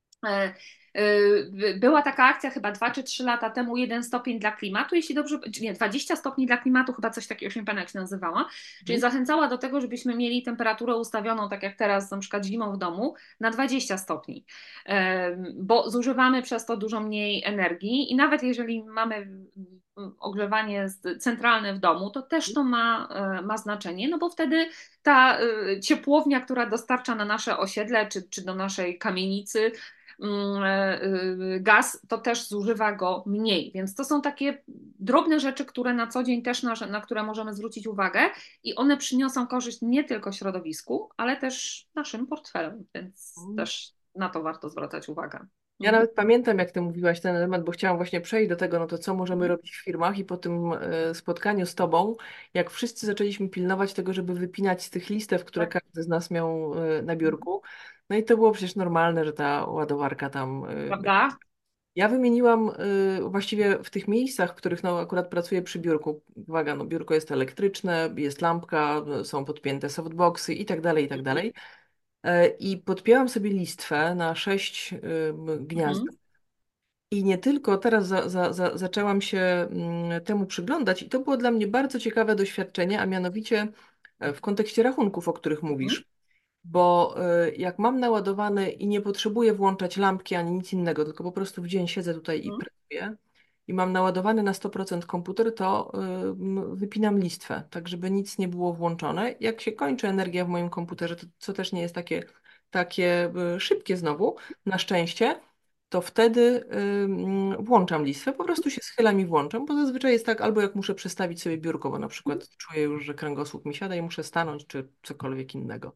Była taka akcja chyba 2 czy 3 lata temu, 1 stopień dla klimatu, jeśli dobrze, nie, 20 stopni dla klimatu, chyba coś takiego, już nie pamiętam jak się nazywała, czyli zachęcała do tego, żebyśmy mieli temperaturę ustawioną, tak jak teraz na przykład zimą w domu, na 20 stopni, bo zużywamy przez to dużo mniej energii i nawet jeżeli mamy ogrzewanie centralne w domu, to też to ma znaczenie, no bo wtedy ta ciepłownia, która dostarcza na nasze osiedle czy do naszej kamienicy, gaz, to też zużywa go mniej. Więc to są takie drobne rzeczy, które na co dzień też na które możemy zwrócić uwagę i one przyniosą korzyść nie tylko środowisku, ale też naszym portfelom, więc też na to warto zwracać uwagę. Ja Mhm. nawet pamiętam, jak ty mówiłaś ten element, bo chciałam właśnie przejść do tego, no to co możemy Mhm. robić w firmach i po tym spotkaniu z tobą, jak wszyscy zaczęliśmy pilnować tego, żeby wypinać z tych listew, które Tak. każdy z nas miał na Mhm. biurku. No i to było przecież normalne, że ta ładowarka tam. Prawda? Ja wymieniłam właściwie w tych miejscach, w których no, akurat pracuję przy biurku. Uwaga, no biurko jest elektryczne, jest lampka, są podpięte softboxy i tak dalej, i tak Mhm. dalej. I podpięłam sobie listwę na 6 gniazd. Mhm. I nie tylko, teraz zaczęłam się temu przyglądać i to było dla mnie bardzo ciekawe doświadczenie, a mianowicie w kontekście rachunków, o których Mhm. mówisz. Bo jak mam naładowany i nie potrzebuję włączać lampki ani nic innego, tylko po prostu w dzień siedzę tutaj i Mhm. pracuję i mam naładowany na 100% komputer, to wypinam listwę, tak żeby nic nie było włączone. Jak się kończy energia w moim komputerze, to, co też nie jest takie szybkie znowu, na szczęście, to wtedy włączam listwę, po prostu się schylam i włączam, bo zazwyczaj jest tak, albo jak muszę przestawić sobie biurko, bo na przykład czuję już, że kręgosłup mi siada i muszę stanąć, czy cokolwiek innego.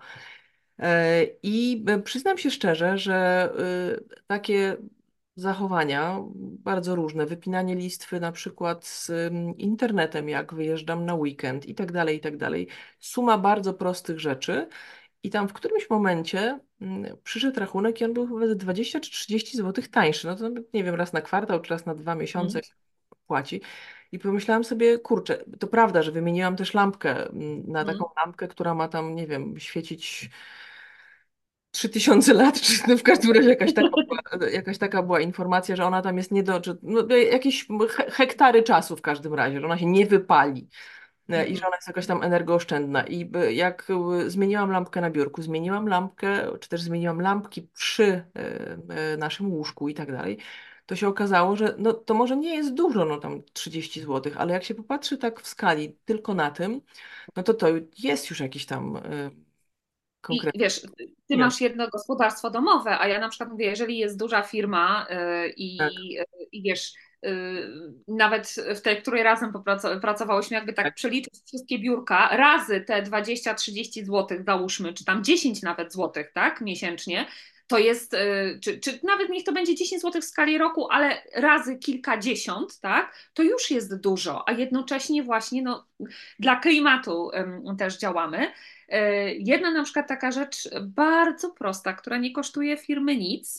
I przyznam się szczerze, że takie zachowania bardzo różne, wypinanie listwy na przykład z internetem, jak wyjeżdżam na weekend i tak dalej, suma bardzo prostych rzeczy. I tam w którymś momencie przyszedł rachunek i on był chyba ze 20 czy 30 zł tańszy. No to nie wiem, raz na kwartał czy raz na 2 miesiące Mhm. się płaci. I pomyślałam sobie, kurczę, to prawda, że wymieniłam też lampkę na taką Mhm. lampkę, która ma tam, nie wiem, świecić 3000 lat, czy no w każdym razie jakaś taka była informacja, że ona tam jest nie do, czy, no, jakieś hektary czasu w każdym razie, że ona się nie wypali i że Mhm. ona jest jakaś tam energooszczędna. I jak zmieniłam lampkę na biurku, zmieniłam lampkę, czy też zmieniłam lampki przy naszym łóżku i tak dalej, to się okazało, że no, to może nie jest dużo, no tam 30 zł, ale jak się popatrzy tak w skali tylko na tym, no to jest już jakiś tam I konkretny. wiesz, ty masz jedno gospodarstwo domowe, a ja na przykład mówię, jeżeli jest duża firma Tak, i wiesz, nawet w tej, której razem pracowałyśmy, jakby tak tak. przeliczyć wszystkie biurka, razy te 20-30 zł załóżmy, czy tam 10 nawet złotych, tak, miesięcznie, to jest, czy nawet niech to będzie 10 zł w skali roku, ale razy kilkadziesiąt, tak, to już jest dużo, a jednocześnie właśnie no, dla klimatu też działamy. Jedna na przykład taka rzecz bardzo prosta, która nie kosztuje firmy nic.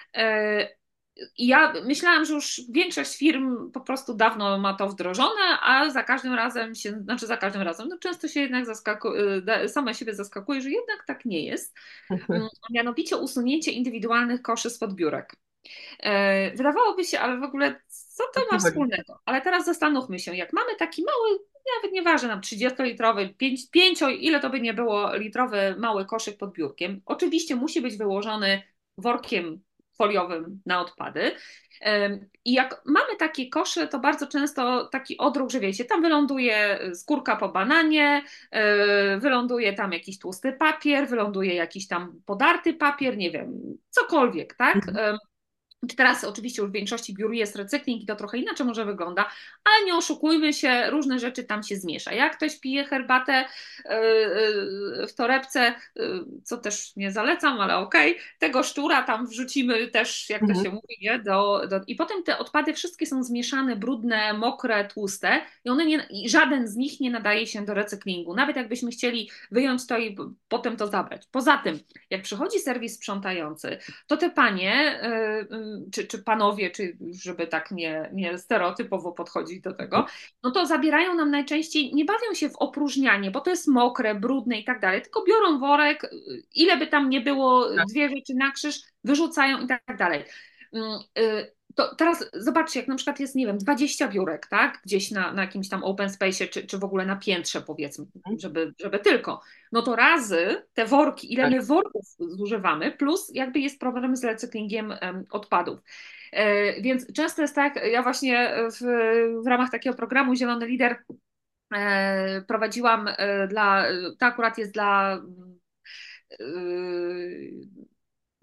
I ja myślałam, że już większość firm po prostu dawno ma to wdrożone, a za każdym razem się, znaczy za każdym razem, no często się jednak sama siebie zaskakuje, że jednak tak nie jest. Mianowicie usunięcie indywidualnych koszy spod biurek. Wydawałoby się, ale w ogóle co to O ma co chodzi? wspólnego? Ale teraz zastanówmy się, jak mamy taki mały, nawet nieważne nam 30-litrowy, 5, ile to by nie było, litrowy mały koszyk pod biurkiem. Oczywiście musi być wyłożony workiem foliowym na odpady. I jak mamy takie kosze, to bardzo często taki odruch, że wiecie, tam wyląduje skórka po bananie, wyląduje tam jakiś tłusty papier, wyląduje jakiś tam podarty papier, nie wiem, cokolwiek, tak? Mhm. Teraz oczywiście już w większości biur jest recykling i to trochę inaczej może wygląda, ale nie oszukujmy się, różne rzeczy tam się zmiesza. Jak ktoś pije herbatę w torebce, co też nie zalecam, ale okej, tego szczura tam wrzucimy też, jak to Mhm. się mówi, nie? I potem te odpady wszystkie są zmieszane, brudne, mokre, tłuste i i żaden z nich nie nadaje się do recyklingu. Nawet jakbyśmy chcieli wyjąć to i potem to zabrać. Poza tym, jak przychodzi serwis sprzątający, to te panie, czy panowie, czy żeby tak nie stereotypowo podchodzić do tego, no to zabierają nam najczęściej, nie bawią się w opróżnianie, bo to jest mokre, brudne i tak dalej, tylko biorą worek, ile by tam nie było, Tak. dwie rzeczy na krzyż, wyrzucają i tak dalej. To teraz zobaczcie, jak na przykład jest, nie wiem, 20 biurek, tak? Gdzieś na jakimś tam open space, czy w ogóle na piętrze, powiedzmy, Mhm. żeby tylko. No to razy te worki, ile Tak. my worków zużywamy, plus jakby jest problem z recyklingiem odpadów. Więc często jest tak, ja właśnie w ramach takiego programu Zielony Lider prowadziłam to akurat jest dla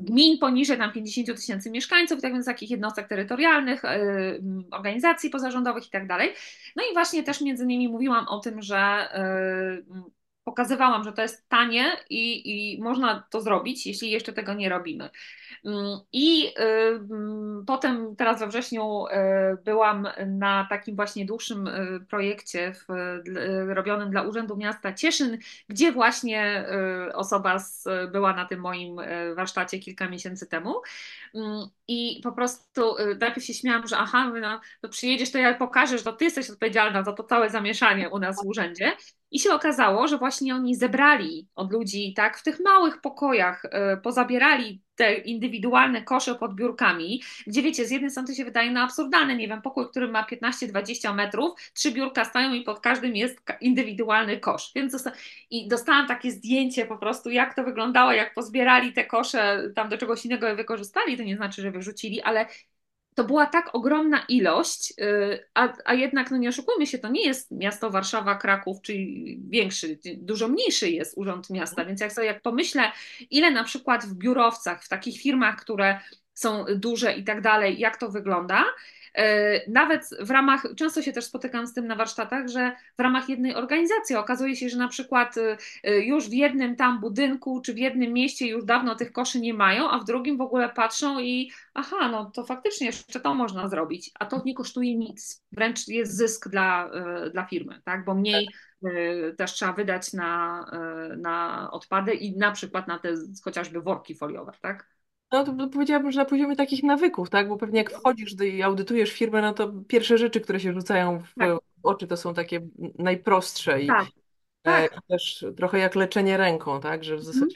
gmin poniżej tam 50 tysięcy mieszkańców, tak więc takich jednostek terytorialnych, organizacji pozarządowych i tak dalej. No i właśnie też między innymi mówiłam o tym, że pokazywałam, że to jest tanie i można to zrobić, jeśli jeszcze tego nie robimy. I potem teraz we wrześniu byłam na takim właśnie dłuższym projekcie robionym dla Urzędu Miasta Cieszyn, gdzie właśnie była na tym moim warsztacie kilka miesięcy temu. I po prostu najpierw się śmiałam, że aha, no, to przyjedziesz, to ja pokażę, że to ty jesteś odpowiedzialna za to całe zamieszanie u nas w urzędzie. I się okazało, że właśnie oni zebrali od ludzi, tak, w tych małych pokojach, pozabierali te indywidualne kosze pod biurkami, gdzie wiecie, z jednej strony to się wydaje no absurdalne, nie wiem, pokój, który ma 15-20 metrów, 3 biurka stoją i pod każdym jest indywidualny kosz. I dostałam takie zdjęcie po prostu, jak to wyglądało, jak pozbierali te kosze, tam do czegoś innego je wykorzystali, to nie znaczy, że wyrzucili, ale to była tak ogromna ilość, a jednak, no nie oszukujmy się, to nie jest miasto Warszawa, Kraków, czyli większy, dużo mniejszy jest urząd miasta, więc jak pomyślę, ile na przykład w biurowcach, w takich firmach, które są duże i tak dalej, jak to wygląda, nawet w ramach, często się też spotykam z tym na warsztatach, że w ramach jednej organizacji okazuje się, że na przykład już w jednym tam budynku czy w jednym mieście już dawno tych koszy nie mają, a w drugim w ogóle patrzą i aha, no to faktycznie jeszcze to można zrobić, a to nie kosztuje nic, wręcz jest zysk dla firmy, tak? Bo mniej też trzeba wydać na odpady i na przykład na te chociażby worki foliowe, tak? No to powiedziałabym, że na poziomie takich nawyków, tak? Bo pewnie jak wchodzisz i audytujesz firmę, no to pierwsze rzeczy, które się rzucają Tak, w oczy, to są takie najprostsze i tak, tak. też trochę jak leczenie ręką, tak? Że w Mhm. zasadzie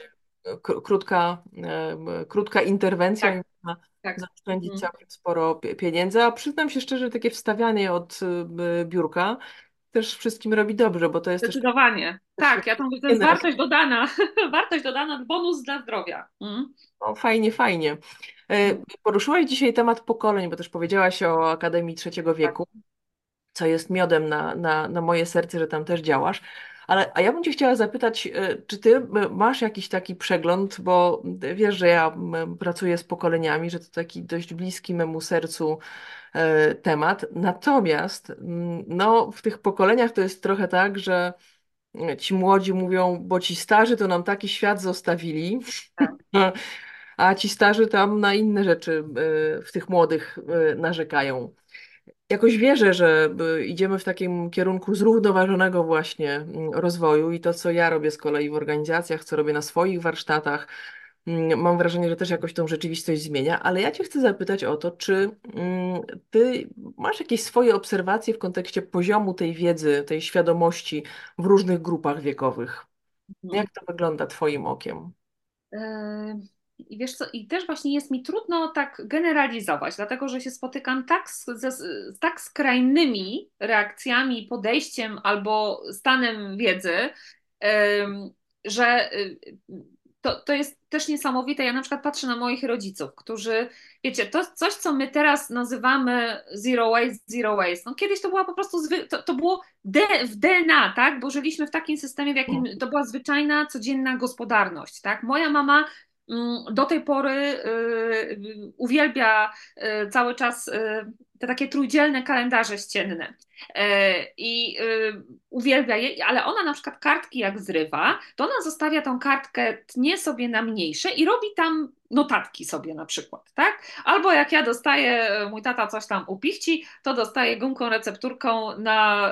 krótka interwencja i Tak, można tak. zaoszczędzić Mhm. całkiem sporo pieniędzy, a przyznam się szczerze, takie wstawianie od biurka też wszystkim robi dobrze, bo to jest też Zdecydowanie. też Tak, ja to mówię, to jest energia. wartość dodana, wartość dodana, bonus dla zdrowia. Mhm. No, fajnie, fajnie. Mhm. Poruszyłaś dzisiaj temat pokoleń, bo też powiedziałaś o Akademii Trzeciego Tak. Wieku, co jest miodem na moje serce, że tam też działasz. A ja bym Cię chciała zapytać, czy Ty masz jakiś taki przegląd, bo wiesz, że ja pracuję z pokoleniami, że to taki dość bliski memu sercu temat. Natomiast no, w tych pokoleniach to jest trochę tak, że ci młodzi mówią, bo ci starzy to nam taki świat zostawili, Tak. a ci starzy tam na inne rzeczy w tych młodych narzekają. Jakoś wierzę, że idziemy w takim kierunku zrównoważonego właśnie rozwoju i to, co ja robię z kolei w organizacjach, co robię na swoich warsztatach, mam wrażenie, że też jakoś tą rzeczywistość zmienia, ale ja Cię chcę zapytać o to, czy Ty masz jakieś swoje obserwacje w kontekście poziomu tej wiedzy, tej świadomości w różnych grupach wiekowych? Mhm. Jak to wygląda Twoim okiem? I wiesz co, i też właśnie jest mi trudno tak generalizować, dlatego że się spotykam tak z tak skrajnymi reakcjami, podejściem albo stanem wiedzy, że to jest też niesamowite. Ja na przykład patrzę na moich rodziców, którzy, wiecie, to coś, co my teraz nazywamy zero waste. No kiedyś to była po prostu, to było w DNA, tak? Bo żyliśmy w takim systemie, w jakim to była zwyczajna, codzienna gospodarność, tak? Moja mama do tej pory uwielbia cały czas te takie trójdzielne kalendarze ścienne. I uwielbia je, ale ona na przykład kartki jak zrywa, to ona zostawia tą kartkę, tnie sobie na mniejsze i robi tam notatki sobie na przykład, tak? Albo jak ja dostaję, mój tata coś tam upichci, to dostaję gumką recepturką na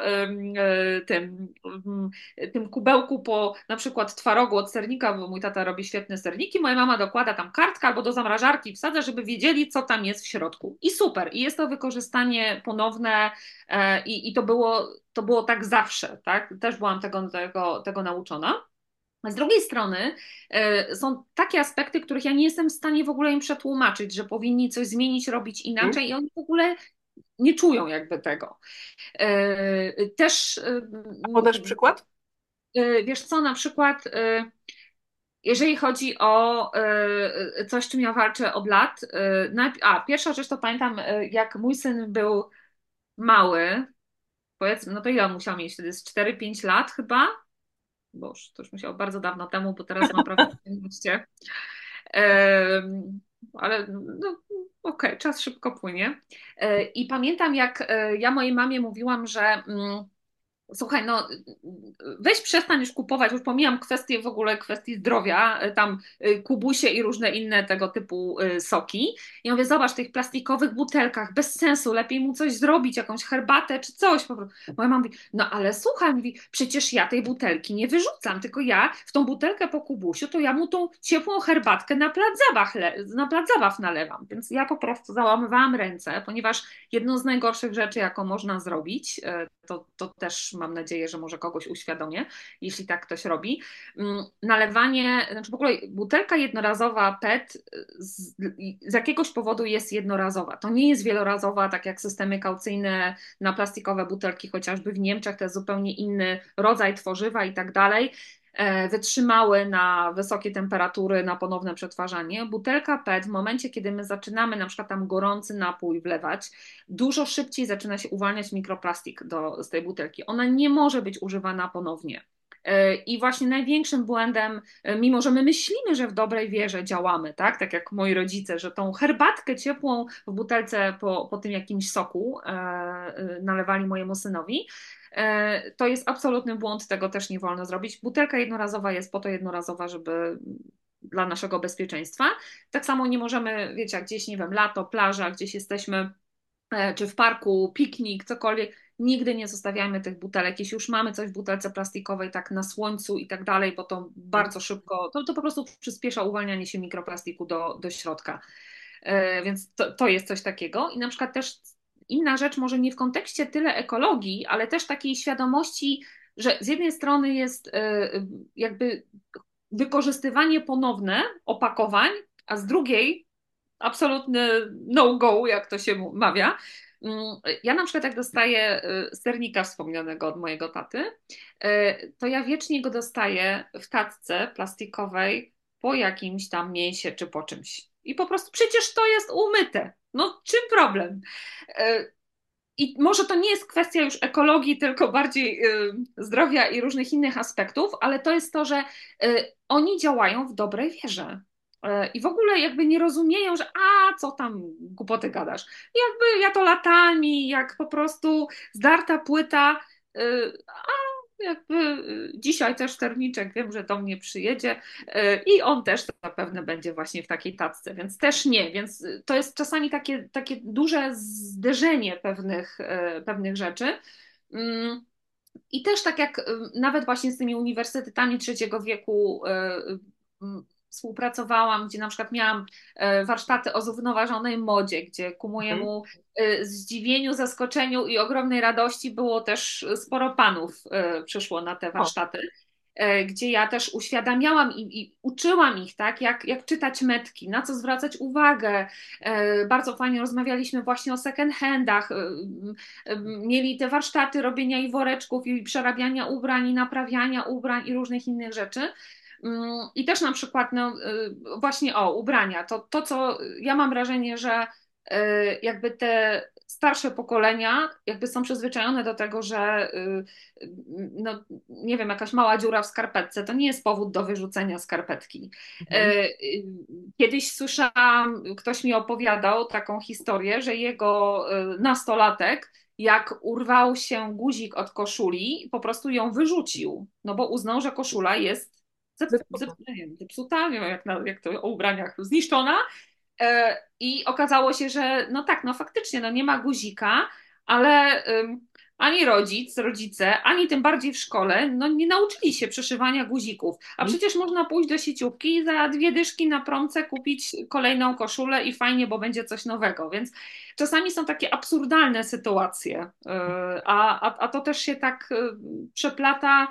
tym kubełku po na przykład twarogu od sernika, bo mój tata robi świetne serniki, moja mama dokłada tam kartkę albo do zamrażarki wsadza, żeby wiedzieli, co tam jest w środku. I super, i jest to wykorzystanie ponowne i to było tak zawsze, tak? Też byłam tego nauczona. Z drugiej strony są takie aspekty, których ja nie jestem w stanie w ogóle im przetłumaczyć, że powinni coś zmienić, robić Mhm. inaczej i oni w ogóle nie czują jakby tego. Też A podasz przykład? wiesz co, na przykład jeżeli chodzi o coś, czym ja walczę od lat, pierwsza rzecz to pamiętam, jak mój syn był mały, powiedzmy, no to ile on musiał mieć wtedy? Z 4-5 lat chyba? Boż, to już musiało bardzo dawno temu, bo teraz ma prawie 15. Ale no, okej, czas szybko płynie. I pamiętam, jak ja mojej mamie mówiłam, że słuchaj, no weź przestań już kupować, już pomijam kwestie w ogóle kwestii zdrowia, tam kubusie i różne inne tego typu soki. Ja mówię, zobacz, w tych plastikowych butelkach, bez sensu, lepiej mu coś zrobić, jakąś herbatę czy coś. Po prostu. Moja mama mówi, no ale słuchaj, mówi, przecież ja tej butelki nie wyrzucam, tylko ja w tą butelkę po kubusiu, to ja mu tą ciepłą herbatkę na plac zabaw nalewam. Więc ja po prostu załamywałam ręce, ponieważ jedną z najgorszych rzeczy, jaką można zrobić, to też mam nadzieję, że może kogoś uświadomię, jeśli tak ktoś robi. Nalewanie, znaczy w ogóle butelka jednorazowa PET z jakiegoś powodu jest jednorazowa. To nie jest wielorazowa, tak jak systemy kaucyjne na plastikowe butelki, chociażby w Niemczech, to jest zupełnie inny rodzaj tworzywa i tak dalej. Wytrzymały na wysokie temperatury, na ponowne przetwarzanie. Butelka PET w momencie, kiedy my zaczynamy na przykład tam gorący napój wlewać, dużo szybciej zaczyna się uwalniać mikroplastik z tej butelki. Ona nie może być używana ponownie. I właśnie największym błędem, mimo że my myślimy, że w dobrej wierze działamy, tak jak moi rodzice, że tą herbatkę ciepłą w butelce po tym jakimś soku nalewali mojemu synowi, to jest absolutny błąd, tego też nie wolno zrobić. Butelka jednorazowa jest po to jednorazowa, żeby dla naszego bezpieczeństwa. Tak samo nie możemy, wiecie, jak gdzieś, nie wiem, lato, plaża, gdzieś jesteśmy, czy w parku, piknik, cokolwiek, nigdy nie zostawiajmy tych butelek. Jeśli już mamy coś w butelce plastikowej, tak na słońcu i tak dalej, bo to bardzo szybko, to po prostu przyspiesza uwalnianie się mikroplastiku do środka. Więc to jest coś takiego. I na przykład też inna rzecz, może nie w kontekście tyle ekologii, ale też takiej świadomości, że z jednej strony jest jakby wykorzystywanie ponowne opakowań, a z drugiej absolutny no-go, jak to się mawia. Ja na przykład jak dostaję sernika wspomnianego od mojego taty, to ja wiecznie go dostaję w tacce plastikowej po jakimś tam mięsie czy po czymś. I po prostu przecież to jest umyte. No czym problem? I może to nie jest kwestia już ekologii, tylko bardziej zdrowia i różnych innych aspektów, ale to jest to, że oni działają w dobrej wierze. I w ogóle jakby nie rozumieją, że co tam głupoty gadasz. Jakby ja to latami, jak po prostu zdarta płyta, jakby dzisiaj też terniczek wiem, że do mnie przyjedzie i on też zapewne będzie właśnie w takiej tacce, więc też nie, więc to jest czasami takie duże zderzenie pewnych rzeczy. I też tak jak nawet właśnie z tymi uniwersytetami trzeciego wieku współpracowałam, gdzie na przykład miałam warsztaty o zrównoważonej modzie, gdzie ku Mhm. mojemu zdziwieniu, zaskoczeniu i ogromnej radości było też sporo panów przyszło na te O, warsztaty, gdzie ja też uświadamiałam i uczyłam ich, tak, jak czytać metki, na co zwracać uwagę. Bardzo fajnie rozmawialiśmy właśnie o second handach. Mieli te warsztaty robienia i woreczków, i przerabiania ubrań, i naprawiania ubrań, i różnych innych rzeczy. I też na przykład, no, właśnie ubrania. To, co ja mam wrażenie, że jakby te starsze pokolenia jakby są przyzwyczajone do tego, że no, nie wiem, jakaś mała dziura w skarpetce to nie jest powód do wyrzucenia skarpetki. mhm. Kiedyś słyszałam, ktoś mi opowiadał taką historię, że jego nastolatek, jak urwał się guzik od koszuli, po prostu ją wyrzucił, no bo uznał, że koszula jest nie wiem, zepsuta, nie wiem jak to o ubraniach, zniszczona. I okazało się, że no tak, no faktycznie, no nie ma guzika, ale ani rodzice, ani tym bardziej w szkole, no nie nauczyli się przeszywania guzików. A przecież można pójść do sieciówki i za 2 dyszki na promce kupić kolejną koszulę i fajnie, bo będzie coś nowego. Więc czasami są takie absurdalne sytuacje, a to też się tak przeplata.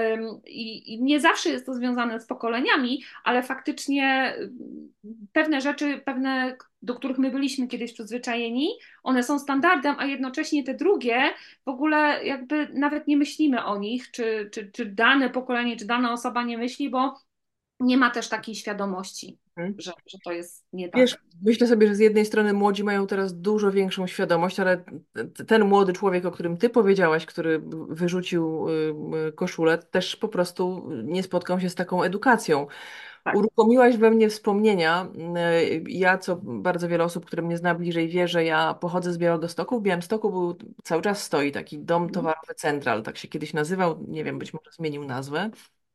I nie zawsze jest to związane z pokoleniami, ale faktycznie pewne rzeczy, do których my byliśmy kiedyś przyzwyczajeni, one są standardem, a jednocześnie te drugie w ogóle jakby nawet nie myślimy o nich, czy dane pokolenie, czy dana osoba nie myśli, bo nie ma też takiej świadomości, Mhm. że to jest nie Wiesz, tak. myślę sobie, że z jednej strony młodzi mają teraz dużo większą świadomość, ale ten młody człowiek, o którym ty powiedziałaś, który wyrzucił koszulę, też po prostu nie spotkał się z taką edukacją. Tak, Uruchomiłaś we mnie wspomnienia. Ja, co bardzo wiele osób, które mnie zna bliżej, wie, że ja pochodzę z Białegostoku. W Białymstoku cały czas stoi taki dom mhm. towarowy Central, tak się kiedyś nazywał, nie wiem, być może zmienił nazwę.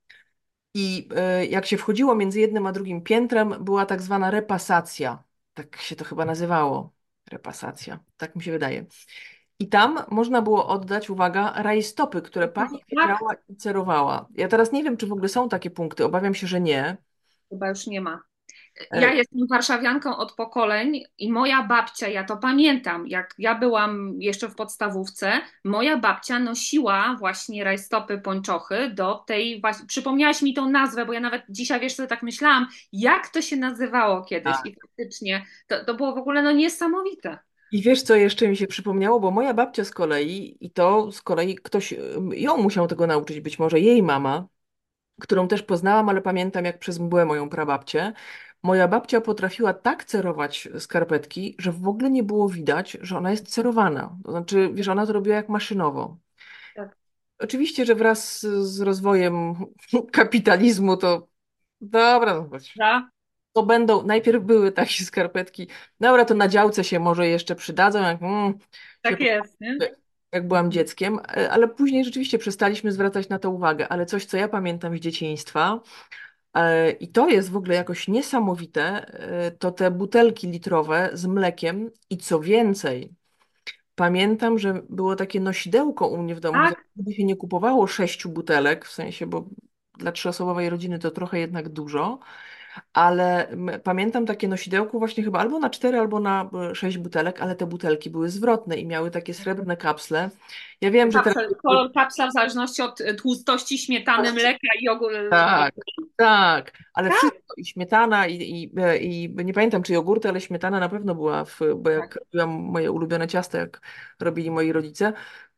I jak się wchodziło między jednym a drugim piętrem, była tak zwana repasacja. Tak się to chyba nazywało. Repasacja, tak mi się wydaje. I tam można było oddać, uwaga, rajstopy, które pani Tak, wiedziała i cerowała. Ja teraz nie wiem, czy w ogóle są takie punkty, obawiam się, że nie. chyba już nie ma. Ja E, jestem warszawianką od pokoleń i moja babcia, ja to pamiętam, jak ja byłam jeszcze w podstawówce, moja babcia nosiła właśnie rajstopy, pończochy do tej, przypomniałaś mi tą nazwę, bo ja nawet dzisiaj, wiesz, sobie tak myślałam, jak to się nazywało kiedyś tak. i faktycznie to było w ogóle no niesamowite. I wiesz, co jeszcze mi się przypomniało, bo moja babcia z kolei, i to z kolei ktoś ją musiał tego nauczyć, być może jej mama, którą też poznałam, ale pamiętam jak przez mgłę moją prababcię. Moja babcia potrafiła tak cerować skarpetki, że w ogóle nie było widać, że ona jest cerowana. To znaczy, wiesz, ona to robiła jak maszynowo. Tak. Oczywiście, że wraz z rozwojem kapitalizmu to dobra, no Ja? to będą, najpierw były takie skarpetki, dobra, to na działce się może jeszcze przydadzą, jak się Tak jest, nie? jak byłam dzieckiem, ale później rzeczywiście przestaliśmy zwracać na to uwagę. Ale coś, co ja pamiętam z dzieciństwa, i to jest w ogóle jakoś niesamowite, to te butelki litrowe z mlekiem i co więcej, pamiętam, że było takie nosidełko u mnie w domu, Tak, gdzie się nie kupowało 6 butelek, w sensie, bo dla trzyosobowej rodziny to trochę jednak dużo, ale pamiętam takie nosidełko właśnie chyba albo na 4, albo na 6 butelek, ale te butelki były zwrotne i miały takie srebrne kapsle. Ja wiem, że teraz... kolor kapsla w zależności od tłustości śmietany, mleka i Tak, tak, ale tak, wszystko, i śmietana, i nie pamiętam czy jogurty, ale śmietana na pewno była, bo jak tak. robiłam moje ulubione ciasto, jak robili moi rodzice,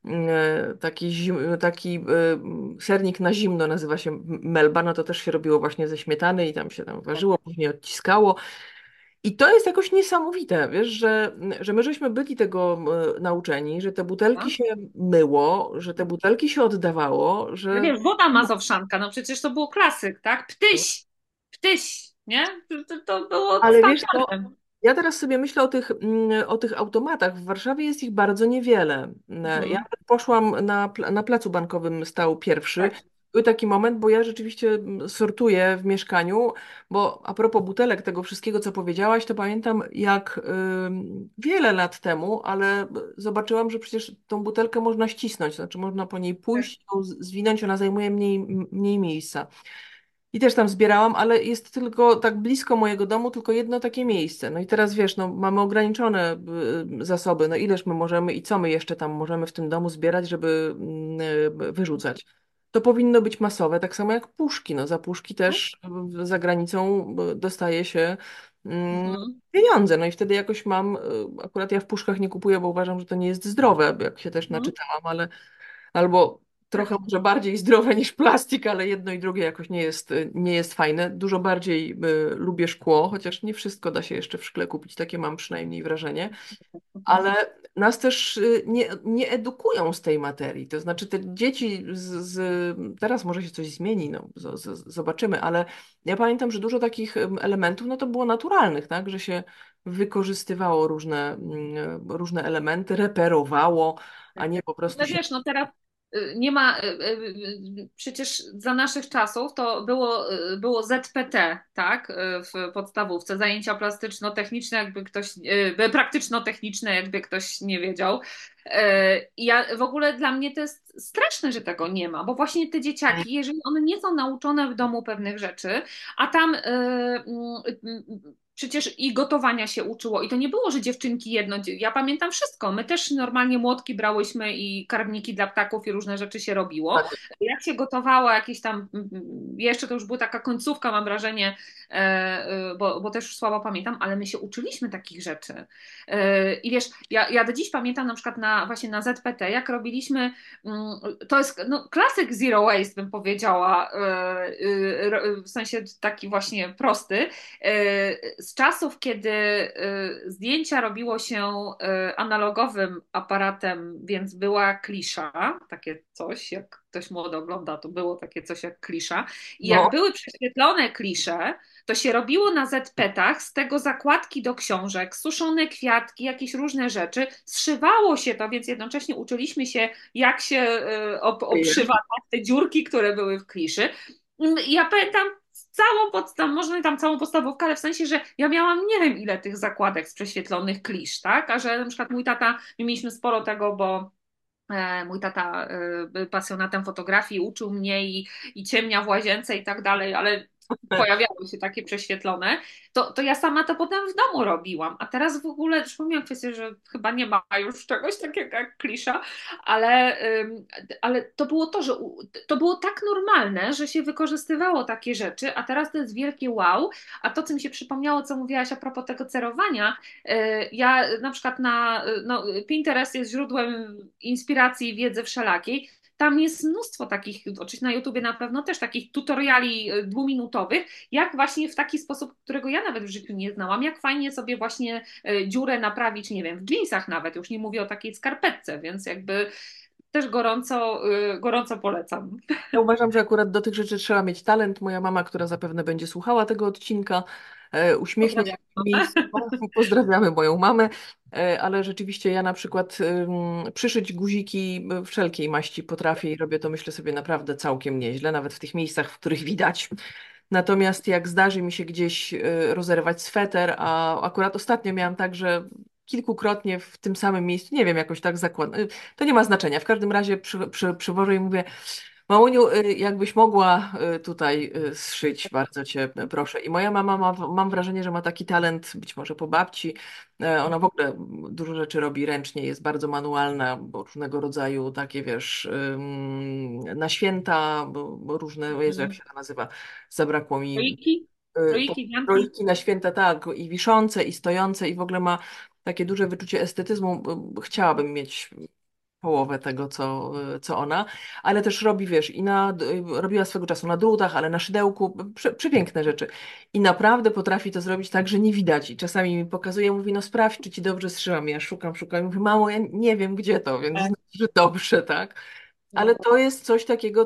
taki sernik na zimno nazywa się melba, no to też się robiło właśnie ze śmietany i tam się tam warzyło, później odciskało. I to jest jakoś niesamowite, wiesz, że my żeśmy byli tego nauczeni, że te butelki tak. się myło, że te butelki się oddawało, No że... wiesz, woda mazowszanka, no przecież to było klasyk, tak? Ptyś, ptyś, nie? To było Ale wiesz co, standardem. ja teraz sobie myślę o tych automatach. W Warszawie jest ich bardzo niewiele. Ja Mhm. poszłam na placu bankowym, stał pierwszy. Tak, Był taki moment, bo ja rzeczywiście sortuję w mieszkaniu, bo a propos butelek, tego wszystkiego, co powiedziałaś, to pamiętam jak wiele lat temu, ale zobaczyłam, że przecież tą butelkę można ścisnąć, znaczy można po niej tak. pójść, ją zwinąć, ona zajmuje mniej miejsca. I też tam zbierałam, ale jest tylko tak blisko mojego domu, tylko jedno takie miejsce. No i teraz wiesz, no mamy ograniczone zasoby, no ileż my możemy i co my jeszcze tam możemy w tym domu zbierać, żeby wyrzucać. To powinno być masowe, tak samo jak puszki. No za puszki też za granicą dostaje się Mhm. pieniądze. No i wtedy jakoś mam, akurat ja w puszkach nie kupuję, bo uważam, że to nie jest zdrowe, jak się też Mhm. naczytałam, ale albo trochę Tak. może bardziej zdrowe niż plastik, ale jedno i drugie jakoś nie jest fajne. Dużo bardziej lubię szkło, chociaż nie wszystko da się jeszcze w szkle kupić, takie mam przynajmniej wrażenie, Mhm. ale nas też nie edukują z tej materii. To znaczy te dzieci teraz może się coś zmieni, no, zobaczymy, ale ja pamiętam, że dużo takich elementów, no to było naturalnych, tak, że się wykorzystywało różne elementy, reperowało, a nie po prostu Ale się... wiesz, no teraz nie ma, przecież za naszych czasów to było ZPT, tak, w podstawówce, zajęcia plastyczno-techniczne, jakby ktoś, praktyczno-techniczne, jakby ktoś nie wiedział. I ja w ogóle dla mnie to jest straszne, że tego nie ma, bo właśnie te dzieciaki, jeżeli one nie są nauczone w domu pewnych rzeczy, a tam przecież i gotowania się uczyło. I to nie było, że dziewczynki jedno. Ja pamiętam wszystko. My też normalnie młotki brałyśmy i karmniki dla ptaków i różne rzeczy się robiło. Tak, Jak się gotowało jakieś tam, jeszcze to już była taka końcówka, mam wrażenie, bo też już słabo pamiętam, ale my się uczyliśmy takich rzeczy. I wiesz, ja do dziś pamiętam na przykład właśnie na ZPT, jak robiliśmy, to jest no, klasyk zero waste, bym powiedziała, w sensie taki właśnie prosty, z czasów, kiedy zdjęcia robiło się analogowym aparatem, więc była klisza, takie coś jak ktoś młody ogląda, to było takie coś jak klisza. I jak No, były prześwietlone klisze, to się robiło na ZP-tach z tego zakładki do książek, suszone kwiatki, jakieś różne rzeczy. Zszywało się to, więc jednocześnie uczyliśmy się, jak się obszywa te dziurki, które były w kliszy. Ja pamiętam można tam całą podstawówkę, ale w sensie, że ja miałam nie wiem ile tych zakładek z prześwietlonych klisz, tak? A że na przykład mój tata, my mieliśmy sporo tego, bo mój tata był pasjonatem fotografii, uczył mnie i ciemnia w łazience i tak dalej, ale pojawiały się takie prześwietlone, to ja sama to potem w domu robiłam. A teraz w ogóle już pomijam kwestię, że chyba nie ma już czegoś takiego jak klisza, ale to było to, że to było tak normalne, że się wykorzystywało takie rzeczy, a teraz to jest wielkie wow. A to, co mi się przypomniało, co mówiłaś a propos tego cerowania, ja na przykład no, Pinterest jest źródłem inspiracji i wiedzy wszelakiej. Tam jest mnóstwo takich, oczywiście na YouTubie na pewno też takich tutoriali dwuminutowych, jak właśnie w taki sposób, którego ja nawet w życiu nie znałam, jak fajnie sobie właśnie dziurę naprawić, nie wiem, w dżinsach nawet, już nie mówię o takiej skarpetce, więc jakby też gorąco polecam. ja uważam, że akurat do tych rzeczy trzeba mieć talent. Moja mama, która zapewne będzie słuchała tego odcinka, uśmiechnie się Pozdrawiam. w tym miejscu. Pozdrawiamy moją mamę, ale rzeczywiście ja na przykład przyszyć guziki wszelkiej maści potrafię i robię to, myślę sobie, naprawdę całkiem nieźle, nawet w tych miejscach, w których widać. Natomiast jak zdarzy mi się gdzieś rozerwać sweter, a akurat ostatnio miałam tak, że kilkukrotnie w tym samym miejscu, nie wiem, jakoś tak zakładam, to nie ma znaczenia. W każdym razie przywożę i mówię, Mamuniu, jakbyś mogła tutaj zszyć, bardzo cię proszę. I moja mama mam wrażenie, że ma taki talent, być może po babci. Ona w ogóle dużo rzeczy robi ręcznie, jest bardzo manualna, bo różnego rodzaju takie, wiesz, na święta, bo różne, o Jezu, jak się to nazywa, zabrakło mi. Kroiki, kroiki, wianki. Króliki na święta, tak, i wiszące, i stojące, i w ogóle ma takie duże wyczucie estetyzmu. Chciałabym mieć połowę tego, co ona, ale też robi, wiesz, robiła swego czasu na drutach, ale na szydełku, przepiękne rzeczy. I naprawdę potrafi to zrobić tak, że nie widać. I czasami mi pokazuje, mówi, no sprawdź, czy ci dobrze zszyłam. Ja szukam i mówię, mamo, ja nie wiem, gdzie to, więc Tak. znaczy, że dobrze, tak? Ale to jest coś takiego,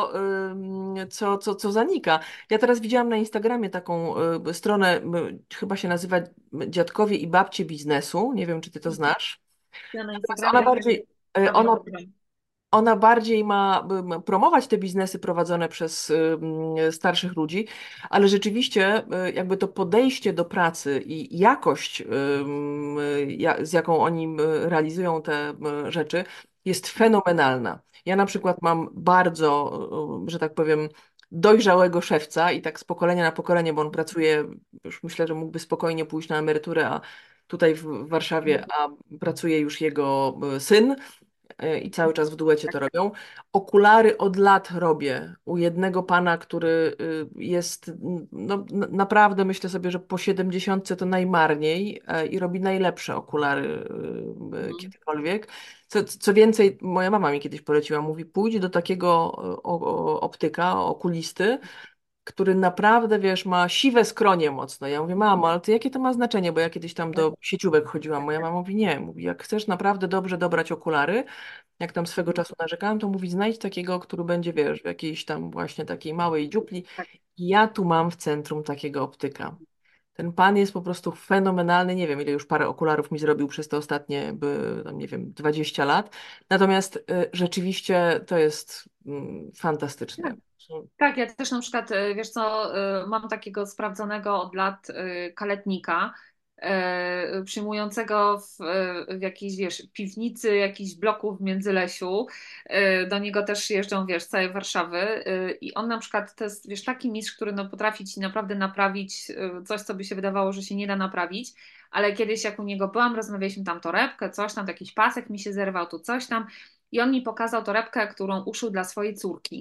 co zanika. Ja teraz widziałam na Instagramie taką stronę, chyba się nazywa Dziadkowie i Babcie Biznesu. Nie wiem, czy ty to znasz. Ja na Natomiast ona Instagramie bardziej, e, prawie ona, program. ona bardziej ma promować te biznesy prowadzone przez starszych ludzi, ale rzeczywiście jakby to podejście do pracy i jakość, z jaką oni realizują te rzeczy, jest fenomenalna. Ja na przykład mam bardzo, że tak powiem, dojrzałego szewca i tak z pokolenia na pokolenie, bo on pracuje, już myślę, że mógłby spokojnie pójść na emeryturę, a tutaj w Warszawie, a pracuje już jego syn i cały czas w duecie to robią. Okulary od lat robię u jednego pana, który jest, no, naprawdę myślę sobie, że po 70 to najmarniej i robi najlepsze okulary Mhm. kiedykolwiek. Co więcej, moja mama mi kiedyś poleciła, mówi, pójdź do takiego optyka, okulisty, który naprawdę, wiesz, ma siwe skronie mocno. Ja mówię, mamo, ale to jakie to ma znaczenie? Bo ja kiedyś tam do sieciówek chodziłam. Moja mama mówi, nie. Mówi, jak chcesz naprawdę dobrze dobrać okulary, jak tam swego czasu narzekałam, to mówi, znajdź takiego, który będzie, wiesz, w jakiejś tam właśnie takiej małej dziupli. Tak. Ja tu mam w centrum takiego optyka. Ten pan jest po prostu fenomenalny. Nie wiem, ile już parę okularów mi zrobił przez te ostatnie, tam, nie wiem, 20 lat. Natomiast rzeczywiście to jest fantastyczne. Tak, ja też na przykład, wiesz co, mam takiego sprawdzonego od lat kaletnika, przyjmującego w jakiejś, wiesz, piwnicy jakichś bloków w Międzylesiu. Do niego też jeżdżą, wiesz, z całej Warszawy i on na przykład to jest, wiesz, taki mistrz, który no, potrafi ci naprawdę naprawić coś, co by się wydawało, że się nie da naprawić, ale kiedyś jak u niego byłam, rozmawialiśmy tam torebkę, coś tam, jakiś pasek mi się zerwał, tu coś tam i on mi pokazał torebkę, którą uszył dla swojej córki.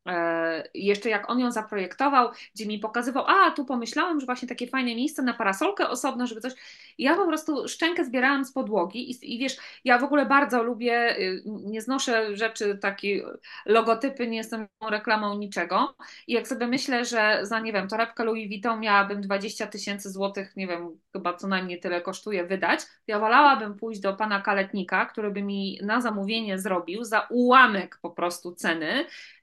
Jeszcze jak on ją zaprojektował, gdzie mi pokazywał, a tu pomyślałem, że właśnie takie fajne miejsce na parasolkę osobno, żeby coś. Ja po prostu szczękę zbierałam z podłogi i wiesz, ja w ogóle bardzo lubię, nie znoszę rzeczy takie, logotypy, nie jestem reklamą niczego. I jak sobie myślę, że za, nie wiem, torebkę Louis Vuitton miałabym 20 000 złotych, nie wiem, chyba co najmniej tyle kosztuje wydać, to ja wolałabym pójść do pana kaletnika, który by mi na zamówienie zrobił za ułamek po prostu ceny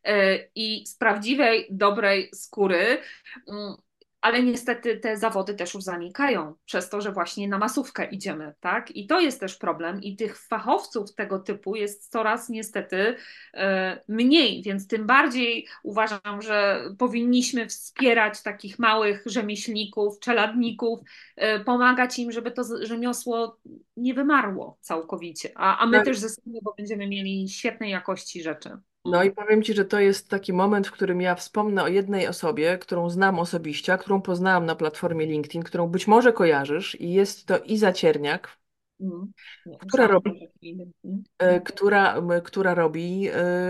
i z prawdziwej, dobrej skóry. Mm, Ale niestety te zawody też już zanikają przez to, że właśnie na masówkę idziemy, tak? I to jest też problem i tych fachowców tego typu jest coraz niestety mniej, więc tym bardziej uważam, że powinniśmy wspierać takich małych rzemieślników, czeladników, pomagać im, żeby to rzemiosło nie wymarło całkowicie, a my też zyskamy, bo będziemy mieli świetnej jakości rzeczy. No i powiem Ci, że to jest taki moment, w którym ja wspomnę o jednej osobie, którą znam osobiście, a którą poznałam na platformie LinkedIn, którą być może kojarzysz, i jest to Iza Cierniak, Mm. Nie, która myślałam, robi, że taki inny. Mm. która robi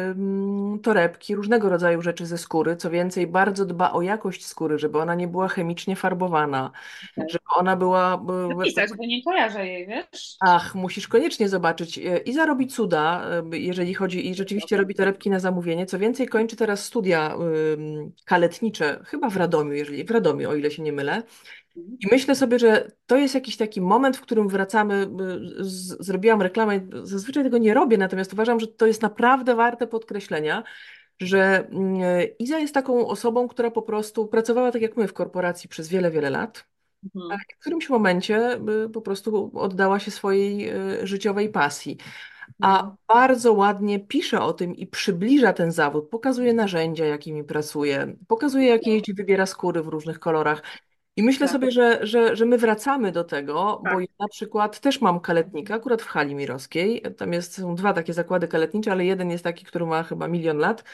torebki, różnego rodzaju rzeczy ze skóry. Co więcej, bardzo dba o jakość skóry, żeby ona nie była chemicznie farbowana, Okay. żeby ona była Zapisać, bo nie kojarzę jej, wiesz? Ach, musisz koniecznie zobaczyć. Iza robi cuda, jeżeli chodzi, i rzeczywiście robi torebki na zamówienie. Co więcej, kończy teraz studia kaletnicze, chyba w Radomiu, w Radomiu, o ile się nie mylę. Mm. I myślę sobie, że to jest jakiś taki moment, w którym wracamy. Zrobiłam reklamę, zazwyczaj tego nie robię, natomiast uważam, że to jest naprawdę warte podkreślenia, że Iza jest taką osobą, która po prostu pracowała tak jak my w korporacji przez wiele, wiele lat. Mhm. W którymś momencie po prostu oddała się swojej życiowej pasji. A Mhm. bardzo ładnie pisze o tym i przybliża ten zawód, pokazuje narzędzia, jakimi pracuje, pokazuje, jak jeździ, wybiera skóry w różnych kolorach. I myślę Tak, sobie, że my wracamy do tego, bo tak. ja na przykład też mam kaletnika, akurat w hali mirowskiej. Tam są dwa takie zakłady kaletnicze, ale jeden jest taki, który ma chyba 1 000 000 lat.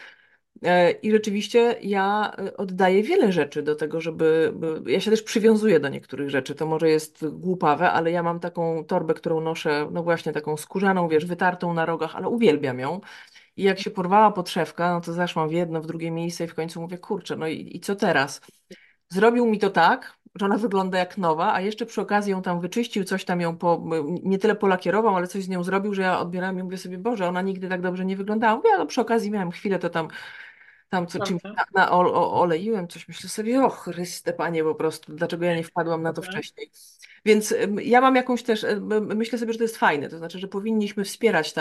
I rzeczywiście ja oddaję wiele rzeczy do tego, ja się też przywiązuję do niektórych rzeczy. To może jest głupawe, ale ja mam taką torbę, którą noszę, no właśnie taką skórzaną, wiesz, wytartą na rogach, ale uwielbiam ją. I jak się porwała podszewka, no to zaszłam w jedno, w drugie miejsce i w końcu mówię, kurczę, no i co teraz? Zrobił mi to tak, że ona wygląda jak nowa, a jeszcze przy okazji ją tam wyczyścił, coś tam ją nie tyle polakierował, ale coś z nią zrobił, że ja odbierałam i mówię sobie, Boże, ona nigdy tak dobrze nie wyglądała. Mówię, no przy okazji miałam chwilę, to tam czymś Dobrze. oleiłem, coś myślę sobie, och, Chryste Panie, po prostu, dlaczego ja nie wpadłam na to Dobra. wcześniej. Więc ja mam jakąś też, myślę sobie, że to jest fajne, to znaczy, że powinniśmy wspierać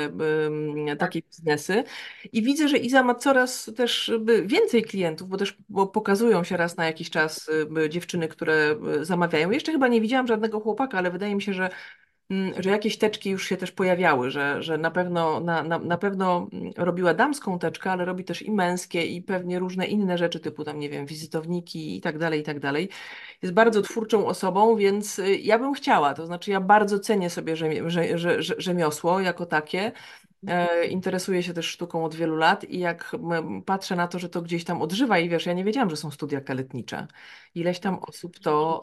Tak. takie biznesy i widzę, że Iza ma coraz też więcej klientów, bo pokazują się raz na jakiś czas dziewczyny, które zamawiają. Jeszcze chyba nie widziałam żadnego chłopaka, ale wydaje mi się, że jakieś teczki już się też pojawiały, że na pewno robiła damską teczkę, ale robi też i męskie i pewnie różne inne rzeczy typu tam, nie wiem, wizytowniki i tak dalej, i tak dalej. Jest bardzo twórczą osobą, więc ja bym chciała, to znaczy ja bardzo cenię sobie rzemiosło jako takie. Interesuję się też sztuką od wielu lat i jak patrzę na to, że to gdzieś tam odżywa i wiesz, ja nie wiedziałam, że są studia kaletnicze. Ileś tam osób